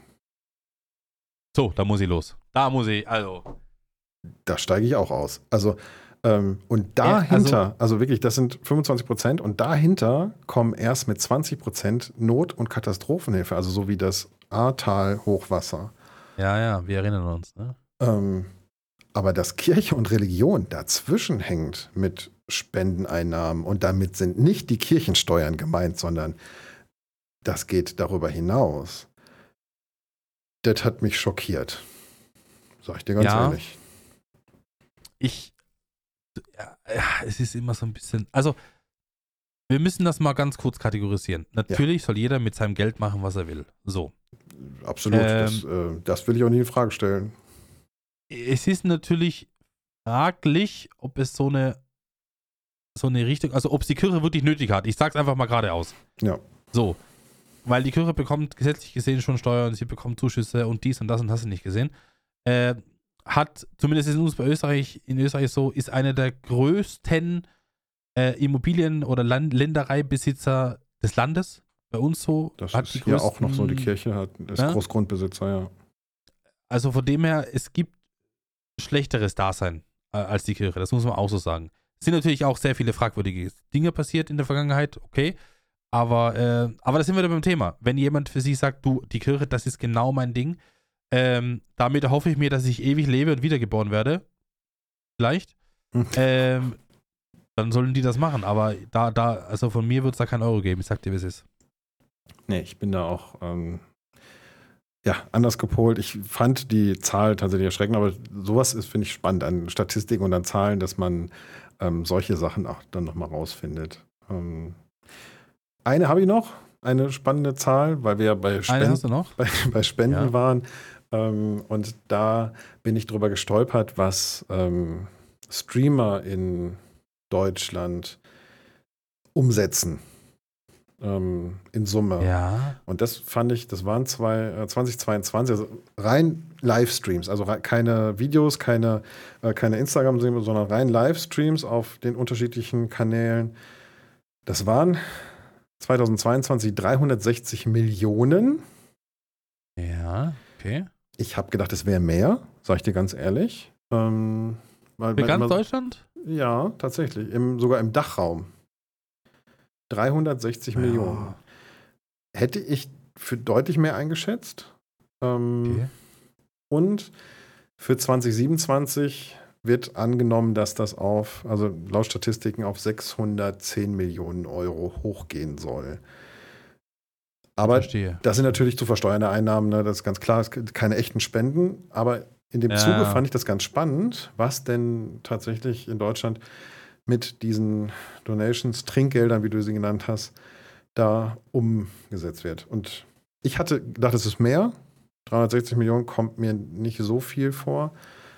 So, da muss ich los. Da steige ich auch aus. Also Und dahinter, also wirklich, das sind 25% und dahinter kommen erst mit 20% Not- und Katastrophenhilfe, also so wie das Ahrtal-Hochwasser. Ja, wir erinnern uns. Ne? Aber dass Kirche und Religion dazwischen hängt mit Spendeneinnahmen und damit sind nicht die Kirchensteuern gemeint, sondern das geht darüber hinaus. Das hat mich schockiert. Sag ich dir ganz ehrlich. Es ist immer so ein bisschen, also wir müssen das mal ganz kurz kategorisieren. Natürlich soll jeder mit seinem Geld machen, was er will. So. Absolut, das will ich auch nie in Frage stellen. Es ist natürlich fraglich, ob es so eine Richtung, also ob es die Kirche wirklich nötig hat. Ich sag's einfach mal geradeaus. Ja. So. Weil die Kirche bekommt gesetzlich gesehen schon Steuern, sie bekommt Zuschüsse und dies und das und hast du nicht gesehen. Hat, zumindest ist es in Österreich so, ist einer der größten Immobilien- oder Ländereibesitzer des Landes. Bei uns so. Das hat ist die hier größten, auch noch so, die Kirche ist Großgrundbesitzer, ja. Also von dem her, es gibt schlechteres Dasein als die Kirche, das muss man auch so sagen. Es sind natürlich auch sehr viele fragwürdige Dinge passiert in der Vergangenheit, okay. Aber da sind wir beim Thema. Wenn jemand für sich sagt, du, die Kirche, das ist genau mein Ding, damit hoffe ich mir, dass ich ewig lebe und wiedergeboren werde. Vielleicht. Dann sollen die das machen. Aber also von mir wird es da kein Euro geben. Ich sag dir, wie es ist. Nee, ich bin da auch anders gepolt. Ich fand die Zahl tatsächlich erschreckend, aber sowas ist, finde ich, spannend an Statistiken und an Zahlen, dass man solche Sachen auch dann nochmal rausfindet. Eine habe ich noch, eine spannende Zahl, weil wir ja bei Spenden waren. Und da bin ich drüber gestolpert, was Streamer in Deutschland umsetzen in Summe. Ja. Und das fand ich, das waren 2022, also rein Livestreams, also keine Videos, keine Instagram, sondern rein Livestreams auf den unterschiedlichen Kanälen. Das waren 2022 360 Millionen. Ja, okay. Ich habe gedacht, es wäre mehr, sage ich dir ganz ehrlich. Für ganz Deutschland? Ja, tatsächlich. Sogar im Dachraum. 360 Millionen. Hätte ich für deutlich mehr eingeschätzt. Okay. Und für 2027 wird angenommen, dass das also laut Statistiken auf 610 Millionen Euro hochgehen soll. Aber das sind natürlich zu versteuernde Einnahmen, ne? Das ist ganz klar, es gibt keine echten Spenden. Aber in dem Zuge fand ich das ganz spannend, was denn tatsächlich in Deutschland mit diesen Donations, Trinkgeldern, wie du sie genannt hast, da umgesetzt wird. Und ich hatte gedacht, es ist mehr. 360 Millionen kommt mir nicht so viel vor.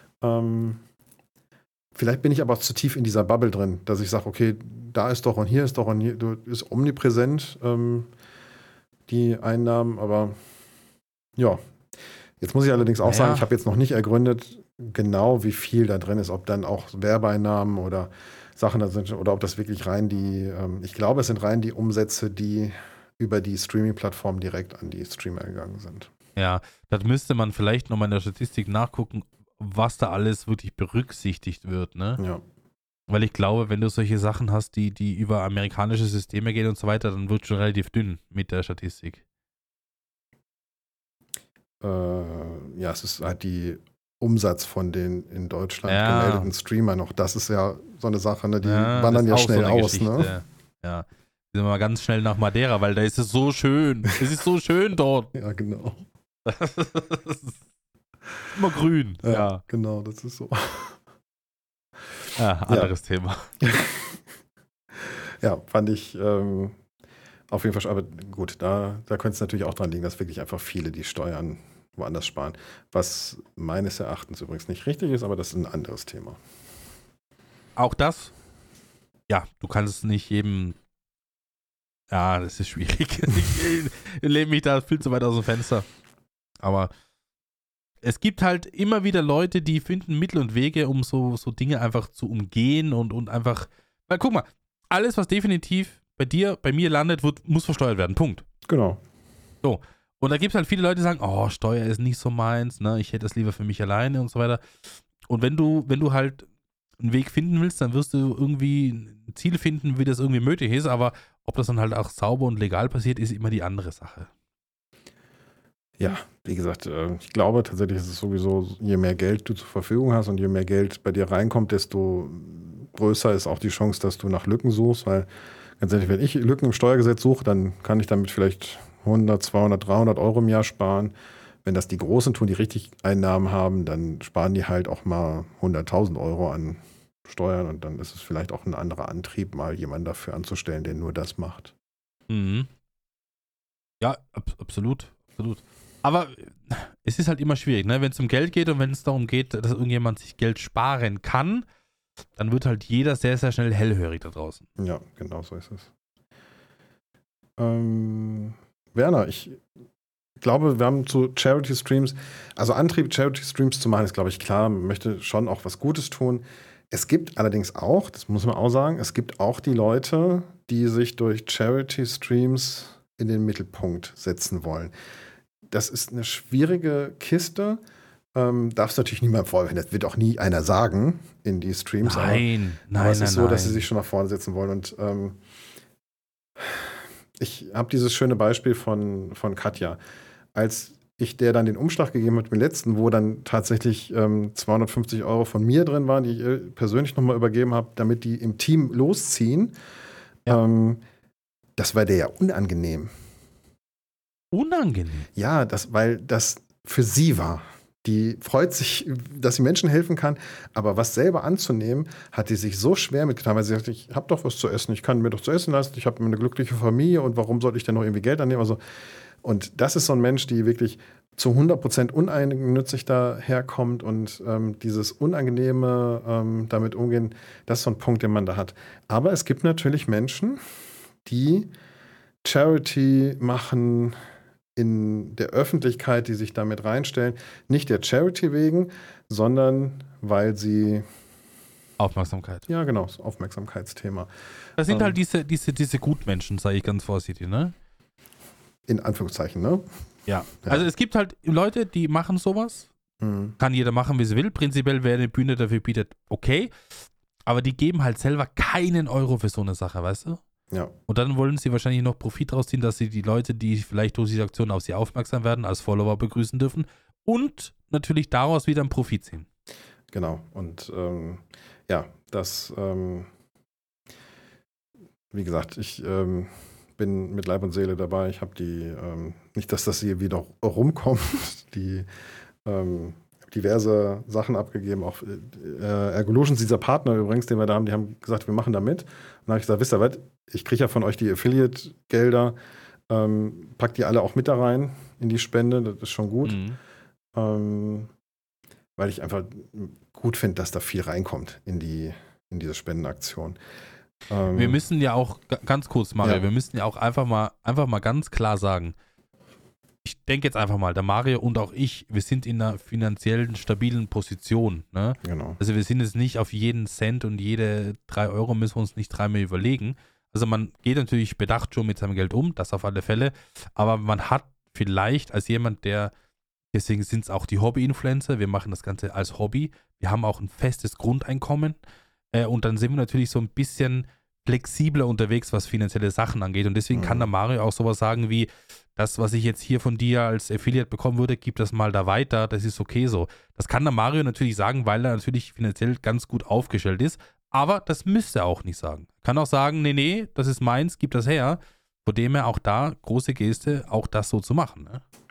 Vielleicht bin ich aber auch zu tief in dieser Bubble drin, dass ich sage, okay, da ist doch und hier ist doch und hier ist omnipräsent die Einnahmen, aber ja. Jetzt muss ich allerdings auch sagen, ich habe jetzt noch nicht ergründet, genau wie viel da drin ist, ob dann auch Werbeeinnahmen oder Sachen da sind oder ob das wirklich rein ich glaube, es sind rein die Umsätze, die über die Streaming-Plattform direkt an die Streamer gegangen sind. Ja, das müsste man vielleicht nochmal in der Statistik nachgucken, was da alles wirklich berücksichtigt wird, ne? Ja. Weil ich glaube, wenn du solche Sachen hast, die über amerikanische Systeme gehen und so weiter, dann wird es schon relativ dünn mit der Statistik. Es ist halt die Umsatz von den in Deutschland gemeldeten Streamern noch. Das ist ja so eine Sache, ne? Die wandern ja schnell aus, ne? Ja. Gehen wir mal ganz schnell nach Madeira, weil da ist es so schön. Es ist so schön dort. Ja, genau. Immer grün. Ja, genau, das ist so. Anderes Thema. Ja, fand ich auf jeden Fall, aber gut, da könnte es natürlich auch dran liegen, dass wirklich einfach viele die Steuern woanders sparen. Was meines Erachtens übrigens nicht richtig ist, aber das ist ein anderes Thema. Auch das? Ja, du kannst es nicht jedem. Ja, das ist schwierig. Ich lehne mich da viel zu weit aus dem Fenster. Aber es gibt halt immer wieder Leute, die finden Mittel und Wege, um so Dinge einfach zu umgehen und einfach. Weil guck mal, alles, was definitiv bei mir landet, muss versteuert werden. Punkt. Genau. So. Und da gibt es halt viele Leute, die sagen, oh, Steuer ist nicht so meins, ne? Ich hätte das lieber für mich alleine und so weiter. Und wenn du halt einen Weg finden willst, dann wirst du irgendwie ein Ziel finden, wie das irgendwie möglich ist, aber ob das dann halt auch sauber und legal passiert, ist immer die andere Sache. Ja, wie gesagt, ich glaube tatsächlich ist es sowieso, je mehr Geld du zur Verfügung hast und je mehr Geld bei dir reinkommt, desto größer ist auch die Chance, dass du nach Lücken suchst, weil ganz ehrlich, wenn ich Lücken im Steuergesetz suche, dann kann ich damit vielleicht 100, 200, 300 Euro im Jahr sparen. Wenn das die Großen tun, die richtig Einnahmen haben, dann sparen die halt auch mal 100.000 Euro an Steuern und dann ist es vielleicht auch ein anderer Antrieb, mal jemanden dafür anzustellen, der nur das macht. Mhm. Ja, absolut. Aber es ist halt immer schwierig, ne? Wenn es um Geld geht und wenn es darum geht, dass irgendjemand sich Geld sparen kann, dann wird halt jeder sehr, sehr schnell hellhörig da draußen. Ja, genau so ist es. Werner, ich glaube, wir haben zu Charity Streams, also Antrieb, Charity Streams zu machen, ist, glaube ich, klar. Man möchte schon auch was Gutes tun. Es gibt allerdings auch, das muss man auch sagen, es gibt auch die Leute, die sich durch Charity Streams in den Mittelpunkt setzen wollen. Das ist eine schwierige Kiste. Darfst natürlich niemandem vorwerfen, das wird auch nie einer sagen in die Streams. Nein. Aber es ist so, dass sie sich schon nach vorne setzen wollen. Und ich habe dieses schöne Beispiel von Katja. Als ich der dann den Umschlag gegeben habe, mit dem letzten, wo dann tatsächlich 250 Euro von mir drin waren, die ich ihr persönlich nochmal übergeben habe, damit die im Team losziehen, das war der ja unangenehm. Unangenehm? Ja, weil das für sie war. Die freut sich, dass sie Menschen helfen kann, aber was selber anzunehmen, hat die sich so schwer mitgetan, weil sie sagt, ich habe doch was zu essen, ich kann mir doch zu essen leisten, ich habe eine glückliche Familie und warum sollte ich denn noch irgendwie Geld annehmen? Also, und das ist so ein Mensch, die wirklich zu 100% uneigennützig daherkommt und dieses Unangenehme damit umgehen, das ist so ein Punkt, den man da hat. Aber es gibt natürlich Menschen, die Charity machen in der Öffentlichkeit, die sich damit reinstellen, nicht der Charity wegen, sondern weil sie Aufmerksamkeit. Ja, genau, das Aufmerksamkeitsthema. Das sind halt diese Gutmenschen, sage ich ganz vorsichtig, ne? In Anführungszeichen, ne? Ja. Also es gibt halt Leute, die machen sowas. Kann jeder machen, wie sie will. Prinzipiell, wer eine Bühne dafür bietet, okay. Aber die geben halt selber keinen Euro für so eine Sache, weißt du? Ja. Und dann wollen sie wahrscheinlich noch Profit daraus ziehen, dass sie die Leute, die vielleicht durch diese Aktion auf sie aufmerksam werden, als Follower begrüßen dürfen und natürlich daraus wieder einen Profit ziehen. Genau. Und das, wie gesagt, ich bin mit Leib und Seele dabei. Ich habe die, nicht, dass das hier wieder rumkommt, die diverse Sachen abgegeben, auch Ergolutions, dieser Partner übrigens, den wir da haben, die haben gesagt, wir machen da mit. Und dann habe ich gesagt, wisst ihr was, ich kriege ja von euch die Affiliate-Gelder, packt die alle auch mit da rein in die Spende, das ist schon gut. Weil ich einfach gut finde, dass da viel reinkommt in diese Spendenaktion. Wir müssen ja auch, ganz kurz, Mario, wir müssen ja auch einfach mal ganz klar sagen, ich denke jetzt einfach mal, der Mario und auch ich, wir sind in einer finanziellen, stabilen Position. Ne? Genau. Also wir sind jetzt nicht auf jeden Cent und jede 3 Euro müssen wir uns nicht dreimal überlegen. Also man geht natürlich bedacht schon mit seinem Geld um, das auf alle Fälle, aber man hat vielleicht als jemand, deswegen sind es auch die Hobby-Influencer, wir machen das Ganze als Hobby, wir haben auch ein festes Grundeinkommen und dann sind wir natürlich so ein bisschen flexibler unterwegs, was finanzielle Sachen angeht und deswegen kann der Mario auch sowas sagen wie, das, was ich jetzt hier von dir als Affiliate bekommen würde, gib das mal da weiter, das ist okay so. Das kann der Mario natürlich sagen, weil er natürlich finanziell ganz gut aufgestellt ist, aber das müsste er auch nicht sagen. Kann auch sagen, nee, das ist meins, gib das her, von dem er auch da, große Geste, auch das so zu machen.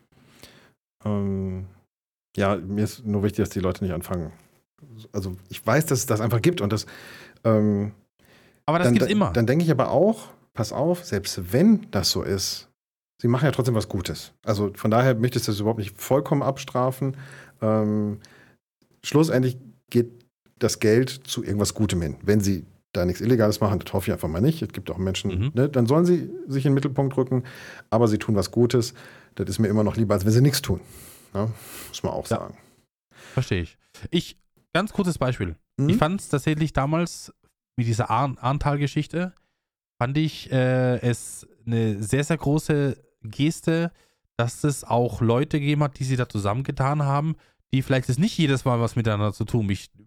Ne? Ja, mir ist nur wichtig, dass die Leute nicht anfangen. Also ich weiß, dass es das einfach gibt und das aber das gibt es immer. Dann denke ich aber auch, pass auf, selbst wenn das so ist, sie machen ja trotzdem was Gutes. Also von daher möchte ich das überhaupt nicht vollkommen abstrafen. Schlussendlich geht das Geld zu irgendwas Gutem hin. Wenn sie da nichts Illegales machen, das hoffe ich einfach mal nicht. Es gibt auch Menschen, ne, dann sollen sie sich in den Mittelpunkt rücken, aber sie tun was Gutes. Das ist mir immer noch lieber, als wenn sie nichts tun. Ja, muss man auch sagen. Verstehe ich. Ganz kurzes Beispiel. Ich fand es tatsächlich damals mit dieser Ahrntal-Geschichte, fand ich es eine sehr, sehr große Geste, dass es auch Leute gegeben hat, die sich da zusammengetan haben, die vielleicht jetzt nicht jedes Mal was miteinander zu tun. Ich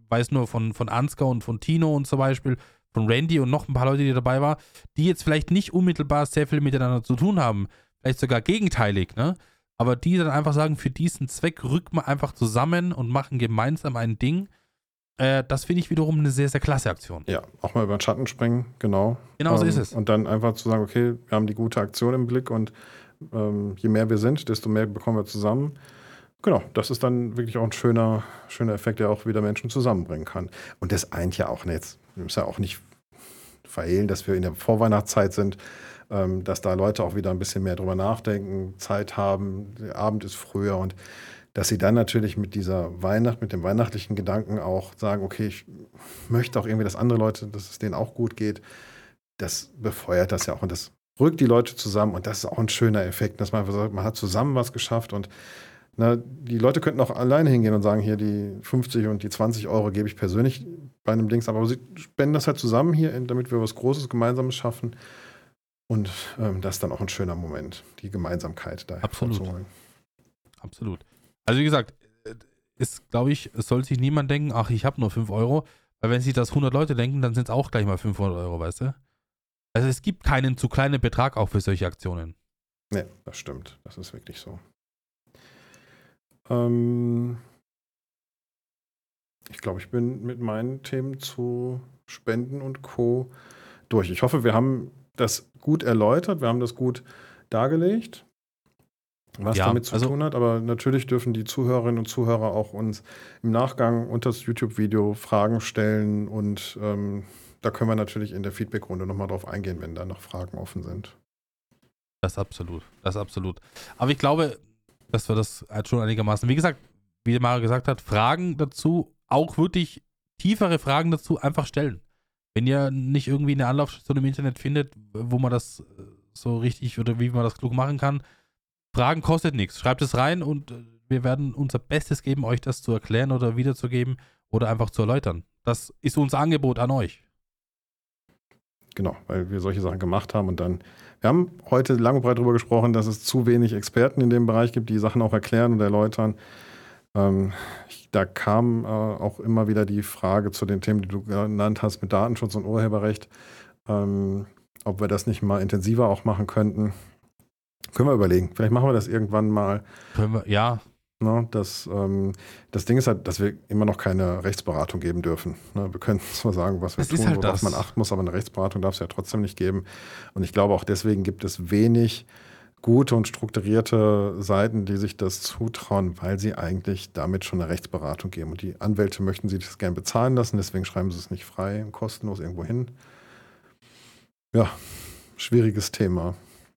weiß nur von Ansgar und von Tino und zum Beispiel, von Randy und noch ein paar Leute, die dabei waren, die jetzt vielleicht nicht unmittelbar sehr viel miteinander zu tun haben, vielleicht sogar gegenteilig, ne? Aber die dann einfach sagen, für diesen Zweck rücken wir einfach zusammen und machen gemeinsam ein Ding. Das finde ich wiederum eine sehr, sehr klasse Aktion. Ja, auch mal über den Schatten springen, genau. Genau so ist es. Und dann einfach zu sagen, okay, wir haben die gute Aktion im Blick und je mehr wir sind, desto mehr bekommen wir zusammen. Genau, das ist dann wirklich auch ein schöner Effekt, der auch wieder Menschen zusammenbringen kann. Und das eint ja auch nicht. Wir müssen ja auch nicht verhehlen, dass wir in der Vorweihnachtszeit sind, dass da Leute auch wieder ein bisschen mehr drüber nachdenken, Zeit haben, der Abend ist früher und dass sie dann natürlich mit dieser Weihnacht, mit dem weihnachtlichen Gedanken auch sagen, okay, ich möchte auch irgendwie, dass andere Leute, dass es denen auch gut geht. Das befeuert das ja auch und das rückt die Leute zusammen und das ist auch ein schöner Effekt, dass man einfach sagt, man hat zusammen was geschafft und die Leute könnten auch alleine hingehen und sagen, hier die 50 und die 20 Euro gebe ich persönlich bei einem Dings, aber sie spenden das halt zusammen hier, damit wir was Großes, Gemeinsames schaffen. Und das ist dann auch ein schöner Moment, die Gemeinsamkeit da hervorzuholen. Absolut. Also wie gesagt, ist, glaube ich, es soll sich niemand denken, ach, ich habe nur 5 Euro, weil wenn sich das 100 Leute denken, dann sind es auch gleich mal 500 Euro, weißt du? Also es gibt keinen zu kleinen Betrag auch für solche Aktionen. Nee, das stimmt. Das ist wirklich so. Ich glaube, ich bin mit meinen Themen zu Spenden und Co. durch. Ich hoffe, wir haben das gut erläutert, wir haben das gut dargelegt, was damit zu tun hat. Aber natürlich dürfen die Zuhörerinnen und Zuhörer auch uns im Nachgang unter das YouTube-Video Fragen stellen. Und da können wir natürlich in der Feedback-Runde nochmal drauf eingehen, wenn da noch Fragen offen sind. Das absolut. Aber ich glaube, dass wir das halt schon einigermaßen, wie gesagt, wie der Mario gesagt hat, Fragen dazu, auch wirklich tiefere Fragen dazu einfach stellen. Wenn ihr nicht irgendwie eine Anlaufstation im Internet findet, wo man das so richtig oder wie man das klug machen kann, Fragen kostet nichts. Schreibt es rein und wir werden unser Bestes geben, euch das zu erklären oder wiederzugeben oder einfach zu erläutern. Das ist unser Angebot an euch. Genau, weil wir solche Sachen gemacht haben und dann, wir haben heute lang und breit darüber gesprochen, dass es zu wenig Experten in dem Bereich gibt, die Sachen auch erklären und erläutern. Da kam auch immer wieder die Frage zu den Themen, die du genannt hast, mit Datenschutz und Urheberrecht, ob wir das nicht mal intensiver auch machen könnten. Können wir überlegen. Vielleicht machen wir das irgendwann mal. Ja. Das Ding ist halt, dass wir immer noch keine Rechtsberatung geben dürfen. Wir können zwar sagen, was wir tun, worauf man achten muss, aber eine Rechtsberatung darf es ja trotzdem nicht geben. Und ich glaube, auch deswegen gibt es wenig gute und strukturierte Seiten, die sich das zutrauen, weil sie eigentlich damit schon eine Rechtsberatung geben. Und die Anwälte möchten sie das gerne bezahlen lassen, deswegen schreiben sie es nicht frei und kostenlos irgendwo hin. Ja, schwieriges Thema.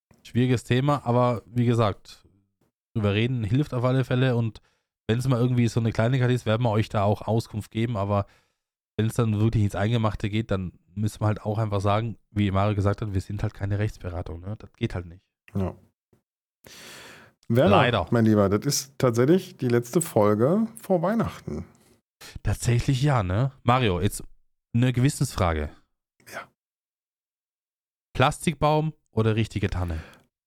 Aber wie gesagt, drüber reden hilft auf alle Fälle und wenn es mal irgendwie so eine Kleinigkeit ist, werden wir euch da auch Auskunft geben, aber wenn es dann wirklich ins Eingemachte geht, dann müssen wir halt auch einfach sagen, wie Mario gesagt hat, wir sind halt keine Rechtsberatung, ne? Das geht halt nicht. Ja. Werner, leider. Mein Lieber, das ist tatsächlich die letzte Folge vor Weihnachten. Tatsächlich ja, ne? Mario, jetzt eine Gewissensfrage. Ja. Plastikbaum oder richtige Tanne?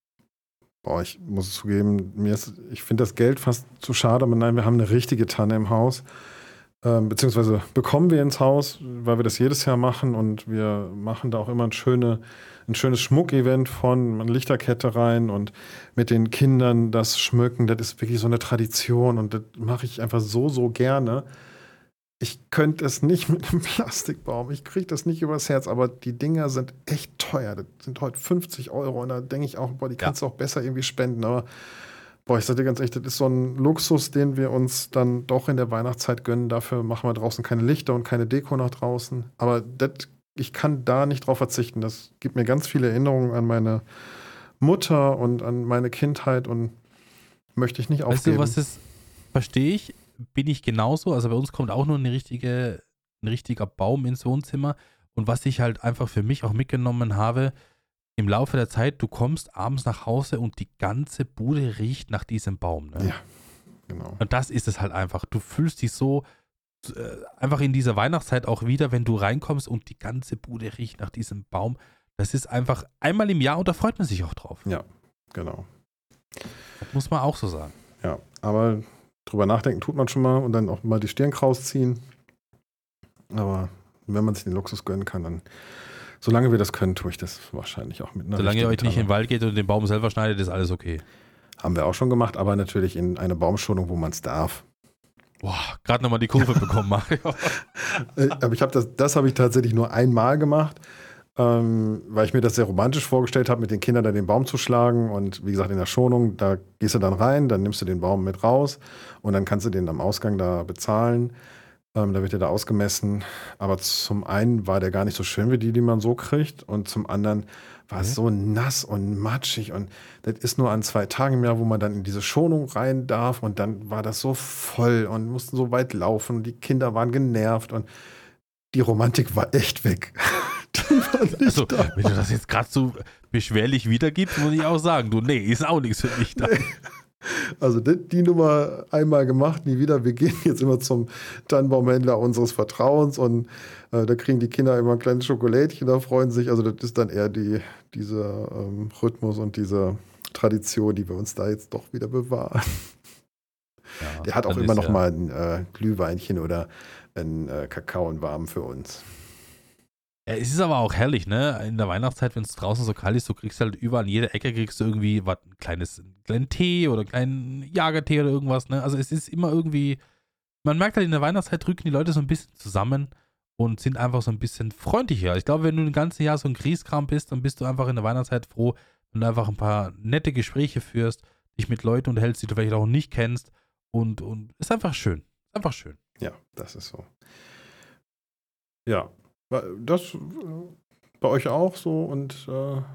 Ich muss es zugeben, ich finde das Geld fast zu schade, aber nein, wir haben eine richtige Tanne im Haus. Beziehungsweise bekommen wir ins Haus, weil wir das jedes Jahr machen und wir machen da auch immer ein schönes Schmuckevent von eine Lichterkette rein und mit den Kindern das schmücken, das ist wirklich so eine Tradition und das mache ich einfach so gerne. Ich könnte es nicht mit einem Plastikbaum, ich kriege das nicht übers Herz, aber die Dinger sind echt teuer, das sind heute 50 Euro und da denke ich auch, die kannst du auch besser irgendwie spenden, aber ich sage dir ganz ehrlich, das ist so ein Luxus, den wir uns dann doch in der Weihnachtszeit gönnen. Dafür machen wir draußen keine Lichter und keine Deko nach draußen. Aber ich kann da nicht drauf verzichten. Das gibt mir ganz viele Erinnerungen an meine Mutter und an meine Kindheit und möchte ich nicht aufgeben. Weißt du, was ist, verstehe ich, bin ich genauso. Also bei uns kommt auch nur ein richtiger Baum ins Wohnzimmer. Und was ich halt einfach für mich auch mitgenommen habe, im Laufe der Zeit, du kommst abends nach Hause und die ganze Bude riecht nach diesem Baum. Ne? Ja, genau. Und das ist es halt einfach. Du fühlst dich so einfach in dieser Weihnachtszeit auch wieder, wenn du reinkommst und die ganze Bude riecht nach diesem Baum. Das ist einfach einmal im Jahr und da freut man sich auch drauf. Ja, genau. Das muss man auch so sagen. Ja, aber drüber nachdenken tut man schon mal und dann auch mal die Stirn kraus ziehen. Aber wenn man sich den Luxus gönnen kann, dann, solange wir das können, tue ich das wahrscheinlich auch mit einer Solange ihr euch richtigen nicht in den Wald geht und den Baum selber schneidet, ist alles okay. Haben wir auch schon gemacht, aber natürlich in eine Baumschonung, wo man es darf. Boah, gerade nochmal die Kurve bekommen, Mario. Aber das habe ich tatsächlich nur einmal gemacht, weil ich mir das sehr romantisch vorgestellt habe, mit den Kindern dann den Baum zu schlagen. Und wie gesagt, in der Schonung, da gehst du dann rein, dann nimmst du den Baum mit raus und dann kannst du den am Ausgang da bezahlen. Da wird der da ausgemessen. Aber zum einen war der gar nicht so schön wie die man so kriegt. Und zum anderen war es so nass und matschig. Und das ist nur an 2 Tagen im Jahr, wo man dann in diese Schonung rein darf. Und dann war das so voll und mussten so weit laufen. Und die Kinder waren genervt. Und die Romantik war echt weg. Die war nicht Also, da. wenn du das jetzt gerade so beschwerlich wiedergibst, muss ich auch sagen, du, nee, ist auch nichts für mich da. Also die Nummer einmal gemacht, nie wieder. Wir gehen jetzt immer zum Tannenbaumhändler unseres Vertrauens und da kriegen die Kinder immer ein kleines Schokolädchen, da freuen sich. Also das ist dann eher dieser Rhythmus und diese Tradition, die wir uns da jetzt doch wieder bewahren. Ja, Der hat auch dann immer ist noch mal ein Glühweinchen oder ein Kakao in warm für uns. Ja, es ist aber auch herrlich, ne? In der Weihnachtszeit, wenn es draußen so kalt ist, du kriegst halt überall, an jeder Ecke kriegst du irgendwie einen kleinen Tee oder einen kleinen Jagertee oder irgendwas, ne? Also es ist immer irgendwie, man merkt halt, in der Weihnachtszeit drücken die Leute so ein bisschen zusammen und sind einfach so ein bisschen freundlicher. Ich glaube, wenn du ein ganzes Jahr so ein Grieskram bist, dann bist du einfach in der Weihnachtszeit froh, wenn du einfach ein paar nette Gespräche führst, dich mit Leuten unterhältst, die du vielleicht auch nicht kennst und ist einfach schön. Ist einfach schön. Ja, das ist so. Ja, das bei euch auch so und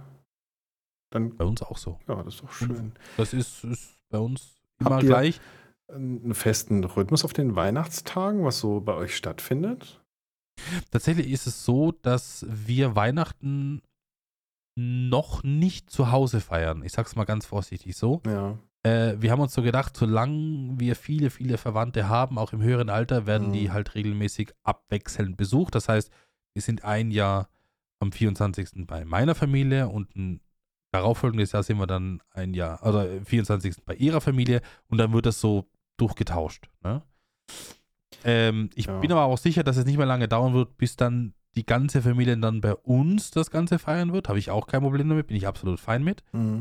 dann. Bei uns auch so. Ja, das ist doch schön. Das ist bei uns immer Habt ihr gleich. einen festen Rhythmus auf den Weihnachtstagen, was so bei euch stattfindet? Tatsächlich ist es so, dass wir Weihnachten noch nicht zu Hause feiern. Ich sag's mal ganz vorsichtig so. Ja. Wir haben uns so gedacht, solange wir viele, viele Verwandte haben, auch im höheren Alter, werden die halt regelmäßig abwechselnd besucht. Das heißt, wir sind ein Jahr am 24. bei meiner Familie und ein darauffolgendes Jahr sind wir dann ein Jahr, also 24. bei ihrer Familie und dann wird das so durchgetauscht. Ne? Ich bin aber auch sicher, dass es nicht mehr lange dauern wird, bis dann die ganze Familie dann bei uns das Ganze feiern wird. Habe ich auch kein Problem damit, bin ich absolut fein mit.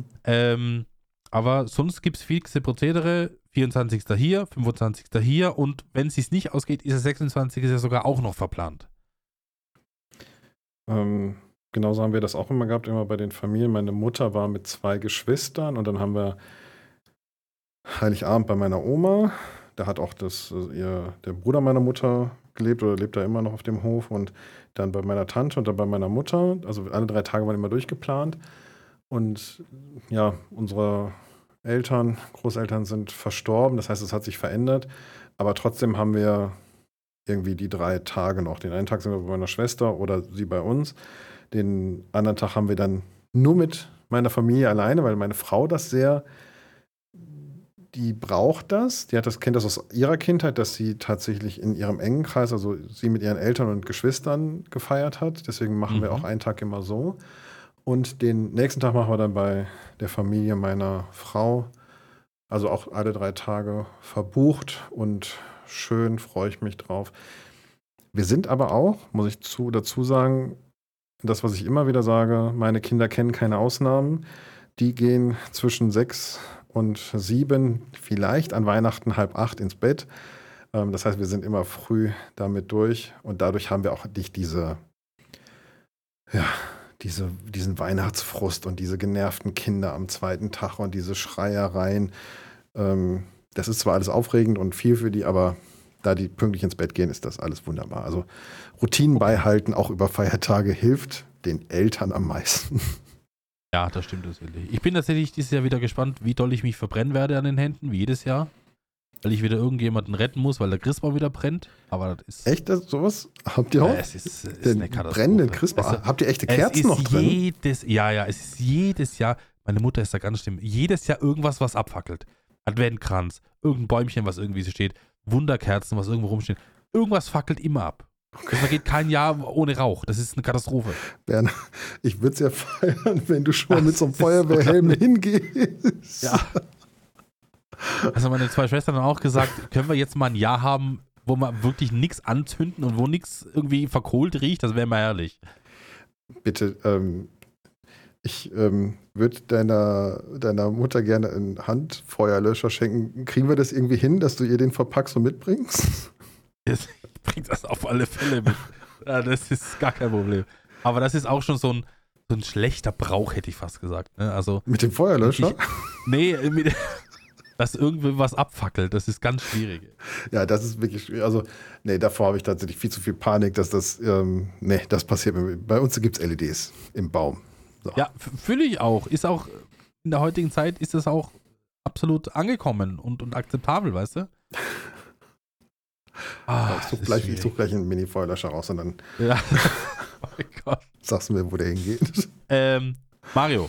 Aber sonst gibt es fixe Prozedere. 24. hier, 25. hier und wenn es sich nicht ausgeht, ist der 26. ja sogar auch noch verplant. Genauso haben wir das auch immer gehabt, immer bei den Familien. Meine Mutter war mit 2 Geschwistern und dann haben wir Heiligabend bei meiner Oma. Da hat auch der Bruder meiner Mutter gelebt oder lebt da immer noch auf dem Hof und dann bei meiner Tante und dann bei meiner Mutter. Also alle 3 Tage waren immer durchgeplant. Und ja, unsere Großeltern sind verstorben. Das heißt, es hat sich verändert. Aber trotzdem haben wir irgendwie die 3 Tage noch. Den einen Tag sind wir bei meiner Schwester oder sie bei uns. Den anderen Tag haben wir dann nur mit meiner Familie alleine, weil meine Frau die braucht das. Kennt das aus ihrer Kindheit, dass sie tatsächlich in ihrem engen Kreis, also sie mit ihren Eltern und Geschwistern gefeiert hat. Deswegen machen wir auch einen Tag immer so. Und den nächsten Tag machen wir dann bei der Familie meiner Frau. Also auch alle 3 Tage verbucht und schön, freue ich mich drauf. Wir sind aber auch, muss ich dazu sagen, das, was ich immer wieder sage, meine Kinder kennen keine Ausnahmen. Die gehen zwischen 6 und 7, vielleicht an Weihnachten 7:30 ins Bett. Das heißt, wir sind immer früh damit durch und dadurch haben wir auch nicht diesen Weihnachtsfrust und diese genervten Kinder am 2. Tag und diese Schreiereien. Das ist zwar alles aufregend und viel für die, aber da die pünktlich ins Bett gehen, ist das alles wunderbar. Also Routinen beibehalten, auch über Feiertage, hilft den Eltern am meisten. Ja, das stimmt tatsächlich. Ich bin tatsächlich dieses Jahr wieder gespannt, wie doll ich mich verbrennen werde an den Händen, wie jedes Jahr. Weil ich wieder irgendjemanden retten muss, weil der Christbaum wieder brennt. Aber das ist. Echt? Sowas habt ihr auch? Es ist Den eine Katastrophe. brennenden Christbaum. Habt ihr echte Kerzen noch drin? Es ist jedes Jahr, meine Mutter ist da ganz schlimm, jedes Jahr irgendwas, was abfackelt. Adventkranz, irgendein Bäumchen, was irgendwie so steht, Wunderkerzen, was irgendwo rumsteht. Irgendwas fackelt immer ab. Okay. Da geht kein Jahr ohne Rauch. Das ist eine Katastrophe. Bernd, ich würde es ja feiern, wenn du schon mal mit so einem Feuerwehrhelm hingehst. Ja. Also meine 2 Schwestern haben auch gesagt, können wir jetzt mal ein Jahr haben, wo man wirklich nichts anzünden und wo nichts irgendwie verkohlt riecht, das wäre mal herrlich. Bitte, ich würde deiner Mutter gerne einen Handfeuerlöscher schenken. Kriegen wir das irgendwie hin, dass du ihr den verpackst und mitbringst? Ich bring das auf alle Fälle mit. Ja, das ist gar kein Problem. Aber das ist auch schon so ein schlechter Brauch, hätte ich fast gesagt. Ne? Also, Mit dem Feuerlöscher? dass irgendwie was abfackelt, das ist ganz schwierig. Ja, das ist wirklich schwierig. Also, nee, davor habe ich tatsächlich viel zu viel Panik, dass das, das passiert mir. Bei uns gibt es LEDs im Baum. So. Ja, fühle ich auch. Ist auch, in der heutigen Zeit ist das auch absolut angekommen und akzeptabel, weißt du? Ich such gleich einen Mini-Feuerlöscher raus und dann Ja. Oh mein Gott. sagst du mir, wo der hingeht. Mario,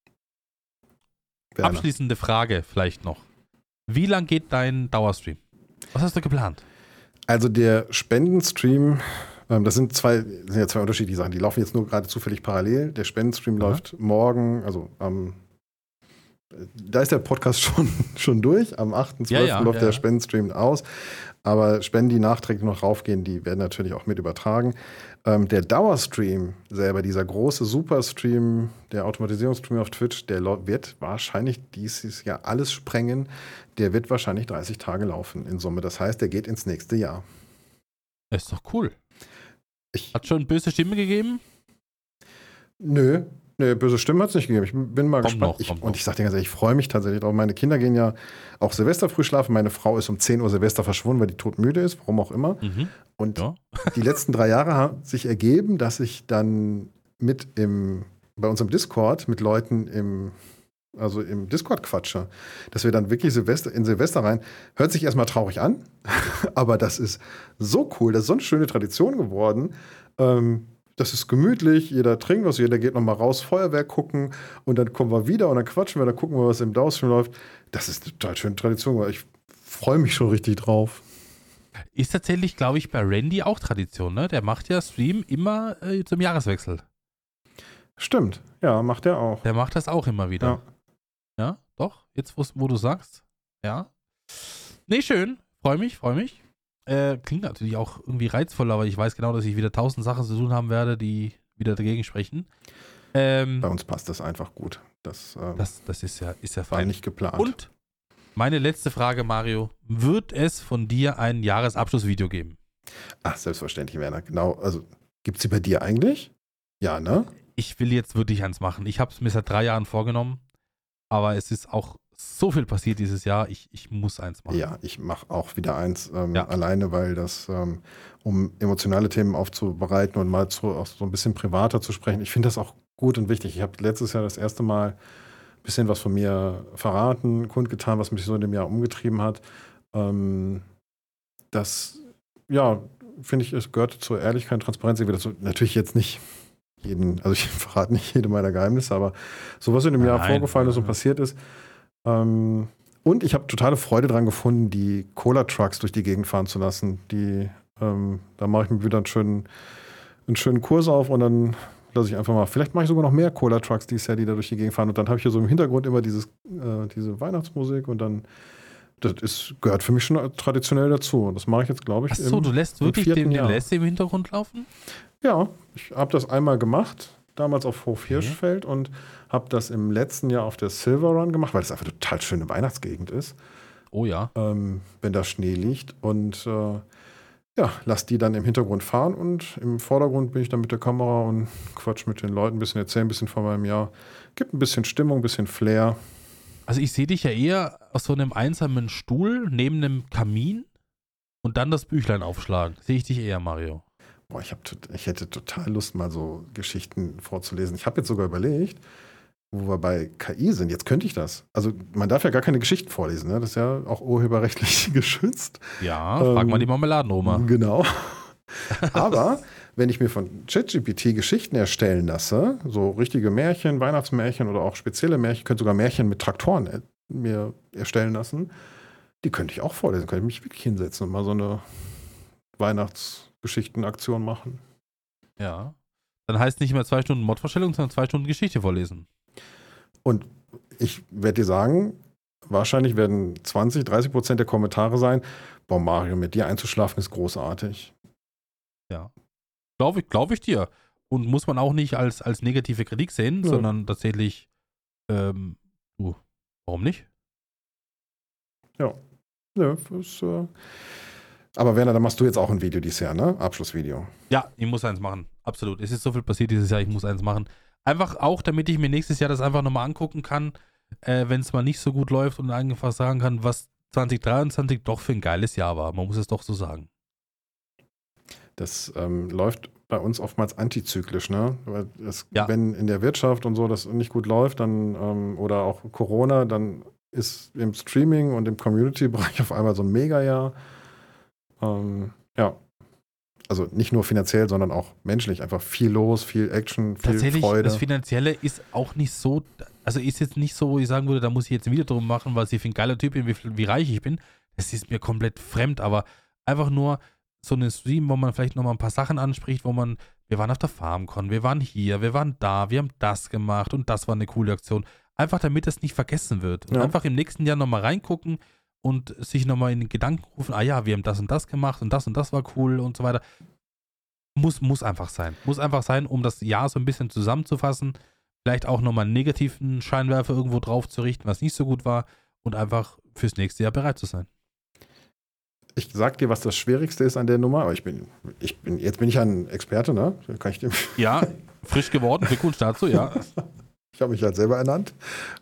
Werner. abschließende Frage vielleicht noch. Wie lang geht dein Dauerstream? Was hast du geplant? Also der Spendenstream, das sind ja zwei unterschiedliche Sachen. Die laufen jetzt nur gerade zufällig parallel. Der Spendenstream läuft morgen, also da ist der Podcast schon durch. Am 8.12. läuft der Spendenstream aus. Aber Spenden, die nachträglich noch raufgehen, die werden natürlich auch mit übertragen. Der Dauerstream selber, dieser große Superstream, der Automatisierungsstream auf Twitch, der wird wahrscheinlich dieses Jahr alles sprengen. Der wird wahrscheinlich 30 Tage laufen in Summe. Das heißt, der geht ins nächste Jahr. Das ist doch cool. Hat schon böse Stimme gegeben? Nö, böse Stimme hat es nicht gegeben. Ich bin mal gespannt. Ich sag dir ganz ehrlich, ich freue mich tatsächlich drauf. Meine Kinder gehen ja auch Silvester früh schlafen. Meine Frau ist um 10 Uhr Silvester verschwunden, weil die todmüde ist, warum auch immer. Mhm. Und die letzten 3 Jahre hat sich ergeben, dass ich dann bei uns im Discord mit Leuten im Discord quatsche. Dass wir dann wirklich in Silvester rein. Hört sich erstmal traurig an, aber das ist so cool. Das ist so eine schöne Tradition geworden. Das ist gemütlich, jeder trinkt was, jeder geht nochmal raus, Feuerwerk gucken und dann kommen wir wieder und dann quatschen wir, dann gucken wir, was im Dauerstream läuft. Das ist eine total schöne Tradition, weil ich freue mich schon richtig drauf. Ist tatsächlich, glaube ich, bei Randy auch Tradition, ne? Der macht ja Stream immer zum Jahreswechsel. Stimmt, ja, macht er auch. Der macht das auch immer wieder. Ja, doch, jetzt wo du sagst. Ja. Nee, schön, freue mich. Klingt natürlich auch irgendwie reizvoll, aber ich weiß genau, dass ich wieder 1000 Sachen zu tun haben werde, die wieder dagegen sprechen. Bei uns passt das einfach gut. Das ist ja war fein. nicht geplant. Und meine letzte Frage, Mario. Wird es von dir ein Jahresabschlussvideo geben? Ach, selbstverständlich, Werner. Genau. Also, gibt es sie bei dir eigentlich? Ja, ne? Ich will jetzt wirklich eins machen. Ich habe es mir seit 3 Jahren vorgenommen, aber es ist auch so viel passiert dieses Jahr, ich muss eins machen. Ja, ich mache auch wieder eins alleine, weil das, um emotionale Themen aufzubereiten und mal auch so ein bisschen privater zu sprechen, ich finde das auch gut und wichtig. Ich habe letztes Jahr das erste Mal ein bisschen was von mir verraten, kundgetan, was mich so in dem Jahr umgetrieben hat. Das, finde ich, es gehört zur Ehrlichkeit und Transparenz. Ich will das natürlich jetzt nicht ich verrate nicht jede meiner Geheimnisse, aber so was in dem Jahr vorgefallen ist und passiert ist. Und ich habe totale Freude dran gefunden, die Cola-Trucks durch die Gegend fahren zu lassen. Da mache ich mir wieder einen schönen Kurs auf und dann lasse ich einfach mal, vielleicht mache ich sogar noch mehr Cola-Trucks dieses Jahr, die da durch die Gegend fahren. Und dann habe ich hier so im Hintergrund immer diese Weihnachtsmusik und dann, gehört für mich schon traditionell dazu. Und das mache ich jetzt, glaube ich, Achso, du lässt wirklich den Lässe im Hintergrund laufen? Ja, ich habe das einmal gemacht, damals auf Hof Hirschfeld und habe das im letzten Jahr auf der Silver Run gemacht, weil es einfach eine total schöne Weihnachtsgegend ist. Oh ja. Wenn da Schnee liegt und lass die dann im Hintergrund fahren und im Vordergrund bin ich dann mit der Kamera und quatsch mit den Leuten, ein bisschen erzählen, ein bisschen von meinem Jahr. Gibt ein bisschen Stimmung, ein bisschen Flair. Also ich sehe dich ja eher aus so einem einsamen Stuhl neben einem Kamin und dann das Büchlein aufschlagen. Sehe ich dich eher, Mario. Boah, ich hätte total Lust, mal so Geschichten vorzulesen. Ich habe jetzt sogar überlegt, wo wir bei KI sind. Jetzt könnte ich das. Also man darf ja gar keine Geschichten vorlesen. Ne? Das ist ja auch urheberrechtlich geschützt. Ja, frag mal die Marmeladenoma. Genau. Aber wenn ich mir von ChatGPT Geschichten erstellen lasse, so richtige Märchen, Weihnachtsmärchen oder auch spezielle Märchen, ich könnte sogar Märchen mit Traktoren mir erstellen lassen, die könnte ich auch vorlesen. Könnte ich mich wirklich hinsetzen und mal so eine Weihnachtsgeschichtenaktion machen. Ja. Dann heißt nicht mehr 2 Stunden Modvorstellung, sondern 2 Stunden Geschichte vorlesen. Und ich werde dir sagen, wahrscheinlich werden 20-30% der Kommentare sein, boah Mario, mit dir einzuschlafen ist großartig. Ja. Glaube ich dir. Und muss man auch nicht als negative Kritik sehen, sondern tatsächlich, warum nicht? Ja. Aber Werner, dann machst du jetzt auch ein Video dieses Jahr, ne? Abschlussvideo. Ja, ich muss eins machen. Absolut. Es ist so viel passiert dieses Jahr, ich muss eins machen. Einfach auch, damit ich mir nächstes Jahr das einfach nochmal angucken kann, wenn es mal nicht so gut läuft und einfach sagen kann, was 2023 doch für ein geiles Jahr war. Man muss es doch so sagen. Das läuft bei uns oftmals antizyklisch, ne? Weil Ja. wenn in der Wirtschaft und so das nicht gut läuft, dann oder auch Corona, dann ist im Streaming und im Community-Bereich auf einmal so ein Mega-Jahr. Ja. Also nicht nur finanziell, sondern auch menschlich. Einfach viel los, viel Action, viel Tatsächlich, Freude. das Finanzielle ist auch nicht so, also ist jetzt nicht so, wo ich sagen würde, da muss ich jetzt ein Video drum machen, weil ich für ein geiler Typ bin, wie reich ich bin. Das ist mir komplett fremd, aber einfach nur so eine Stream, wo man vielleicht nochmal ein paar Sachen anspricht, wir waren auf der FarmCon, wir waren hier, wir waren da, wir haben das gemacht und das war eine coole Aktion. Einfach damit das nicht vergessen wird. Und einfach im nächsten Jahr nochmal reingucken und sich nochmal in den Gedanken rufen, wir haben das und das gemacht und das war cool und so weiter. Muss einfach sein. Muss einfach sein, um das Jahr so ein bisschen zusammenzufassen. Vielleicht auch nochmal einen negativen Scheinwerfer irgendwo drauf zu richten, was nicht so gut war und einfach fürs nächste Jahr bereit zu sein. Ich sag dir, was das Schwierigste ist an der Nummer, aber jetzt bin ich ein Experte, ne? Kann ich dir Ja, frisch geworden, Glückwunsch dazu, ja. Ich habe mich halt selber ernannt.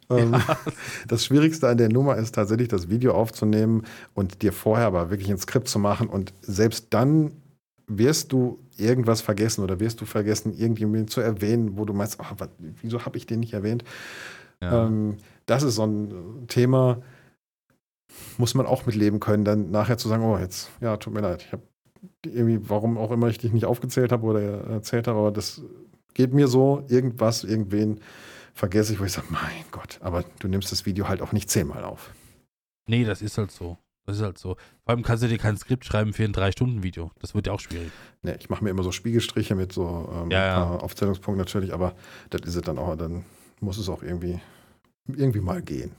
Das Schwierigste an der Nummer ist tatsächlich, das Video aufzunehmen und dir vorher aber wirklich ein Skript zu machen. Und selbst dann wirst du irgendwas vergessen oder wirst du vergessen, irgendjemanden zu erwähnen, wo du meinst, wieso habe ich den nicht erwähnt? Ja. Das ist so ein Thema, muss man auch mitleben können, dann nachher zu sagen, tut mir leid, ich habe irgendwie, warum auch immer ich dich nicht aufgezählt habe oder erzählt habe, aber das geht mir so, irgendwen vergesse ich, wo ich sage, mein Gott, aber du nimmst das Video halt auch nicht 10-mal auf. Nee, das ist halt so. Vor allem kannst du dir kein Skript schreiben für ein 3-Stunden-Video. Das wird ja auch schwierig. Nee, ich mache mir immer so Spiegelstriche mit so ein paar Aufzählungspunkten natürlich, aber das ist es dann auch, dann muss es auch irgendwie mal gehen.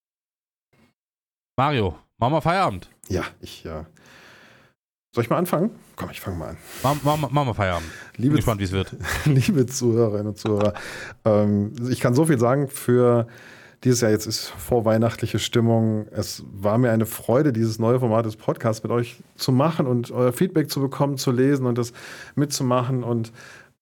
Mario, machen wir Feierabend. Ja, soll ich mal anfangen? Komm, ich fange mal an. Machen wir Feierabend. Bin gespannt, wie es wird. Liebe Zuhörerinnen und Zuhörer, ich kann so viel sagen für dieses Jahr. Jetzt ist vorweihnachtliche Stimmung. Es war mir eine Freude, dieses neue Format des Podcasts mit euch zu machen und euer Feedback zu bekommen, zu lesen und das mitzumachen. Und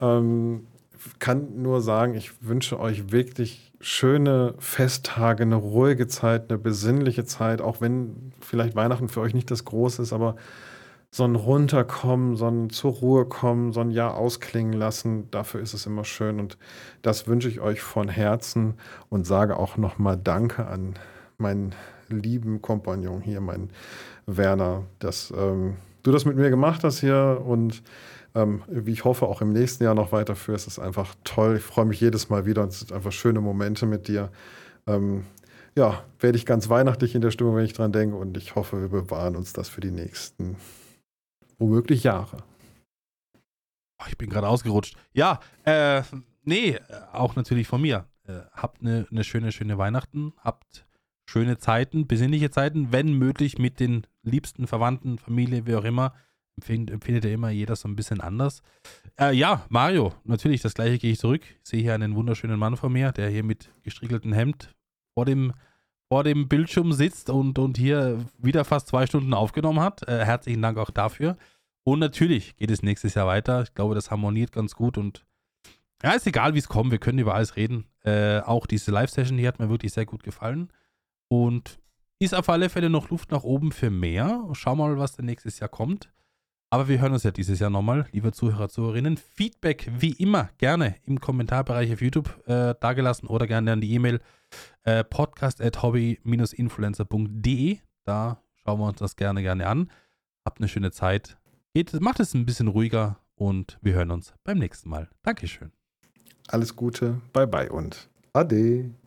kann nur sagen, ich wünsche euch wirklich schöne Festtage, eine ruhige Zeit, eine besinnliche Zeit, auch wenn vielleicht Weihnachten für euch nicht das Große ist, aber so ein Runterkommen, so ein zur Ruhe kommen, so ein Jahr ausklingen lassen, dafür ist es immer schön und das wünsche ich euch von Herzen und sage auch nochmal Danke an meinen lieben Kompagnon hier, meinen Werner, dass du das mit mir gemacht hast hier und wie ich hoffe, auch im nächsten Jahr noch weiterführst. Es ist einfach toll. Ich freue mich jedes Mal wieder und es sind einfach schöne Momente mit dir. Werde ich ganz weihnachtlich in der Stimmung, wenn ich dran denke und ich hoffe, wir bewahren uns das für die nächsten womöglich Jahre. Ich bin gerade ausgerutscht. Ja, auch natürlich von mir. Habt eine schöne Weihnachten, habt schöne Zeiten, besinnliche Zeiten, wenn möglich mit den liebsten Verwandten, Familie, wie auch immer. Empfindet ja immer jeder so ein bisschen anders. Mario, natürlich, das gleiche gehe ich zurück. Ich sehe hier einen wunderschönen Mann vor mir, der hier mit gestriegeltem Hemd vor dem Bildschirm sitzt und hier wieder fast 2 Stunden aufgenommen hat. Herzlichen Dank auch dafür. Und natürlich geht es nächstes Jahr weiter. Ich glaube, das harmoniert ganz gut und ja, ist egal, wie es kommt. Wir können über alles reden. Auch diese Live-Session hier hat mir wirklich sehr gut gefallen und ist auf alle Fälle noch Luft nach oben für mehr. Schauen wir mal, was denn nächstes Jahr kommt. Aber wir hören uns ja dieses Jahr nochmal, liebe Zuhörer, Zuhörerinnen. Feedback wie immer gerne im Kommentarbereich auf YouTube dagelassen oder gerne an die E-Mail podcast@hobby-influencer.de. Da schauen wir uns das gerne an. Habt eine schöne Zeit. Macht es ein bisschen ruhiger und wir hören uns beim nächsten Mal. Dankeschön. Alles Gute, bye bye und ade.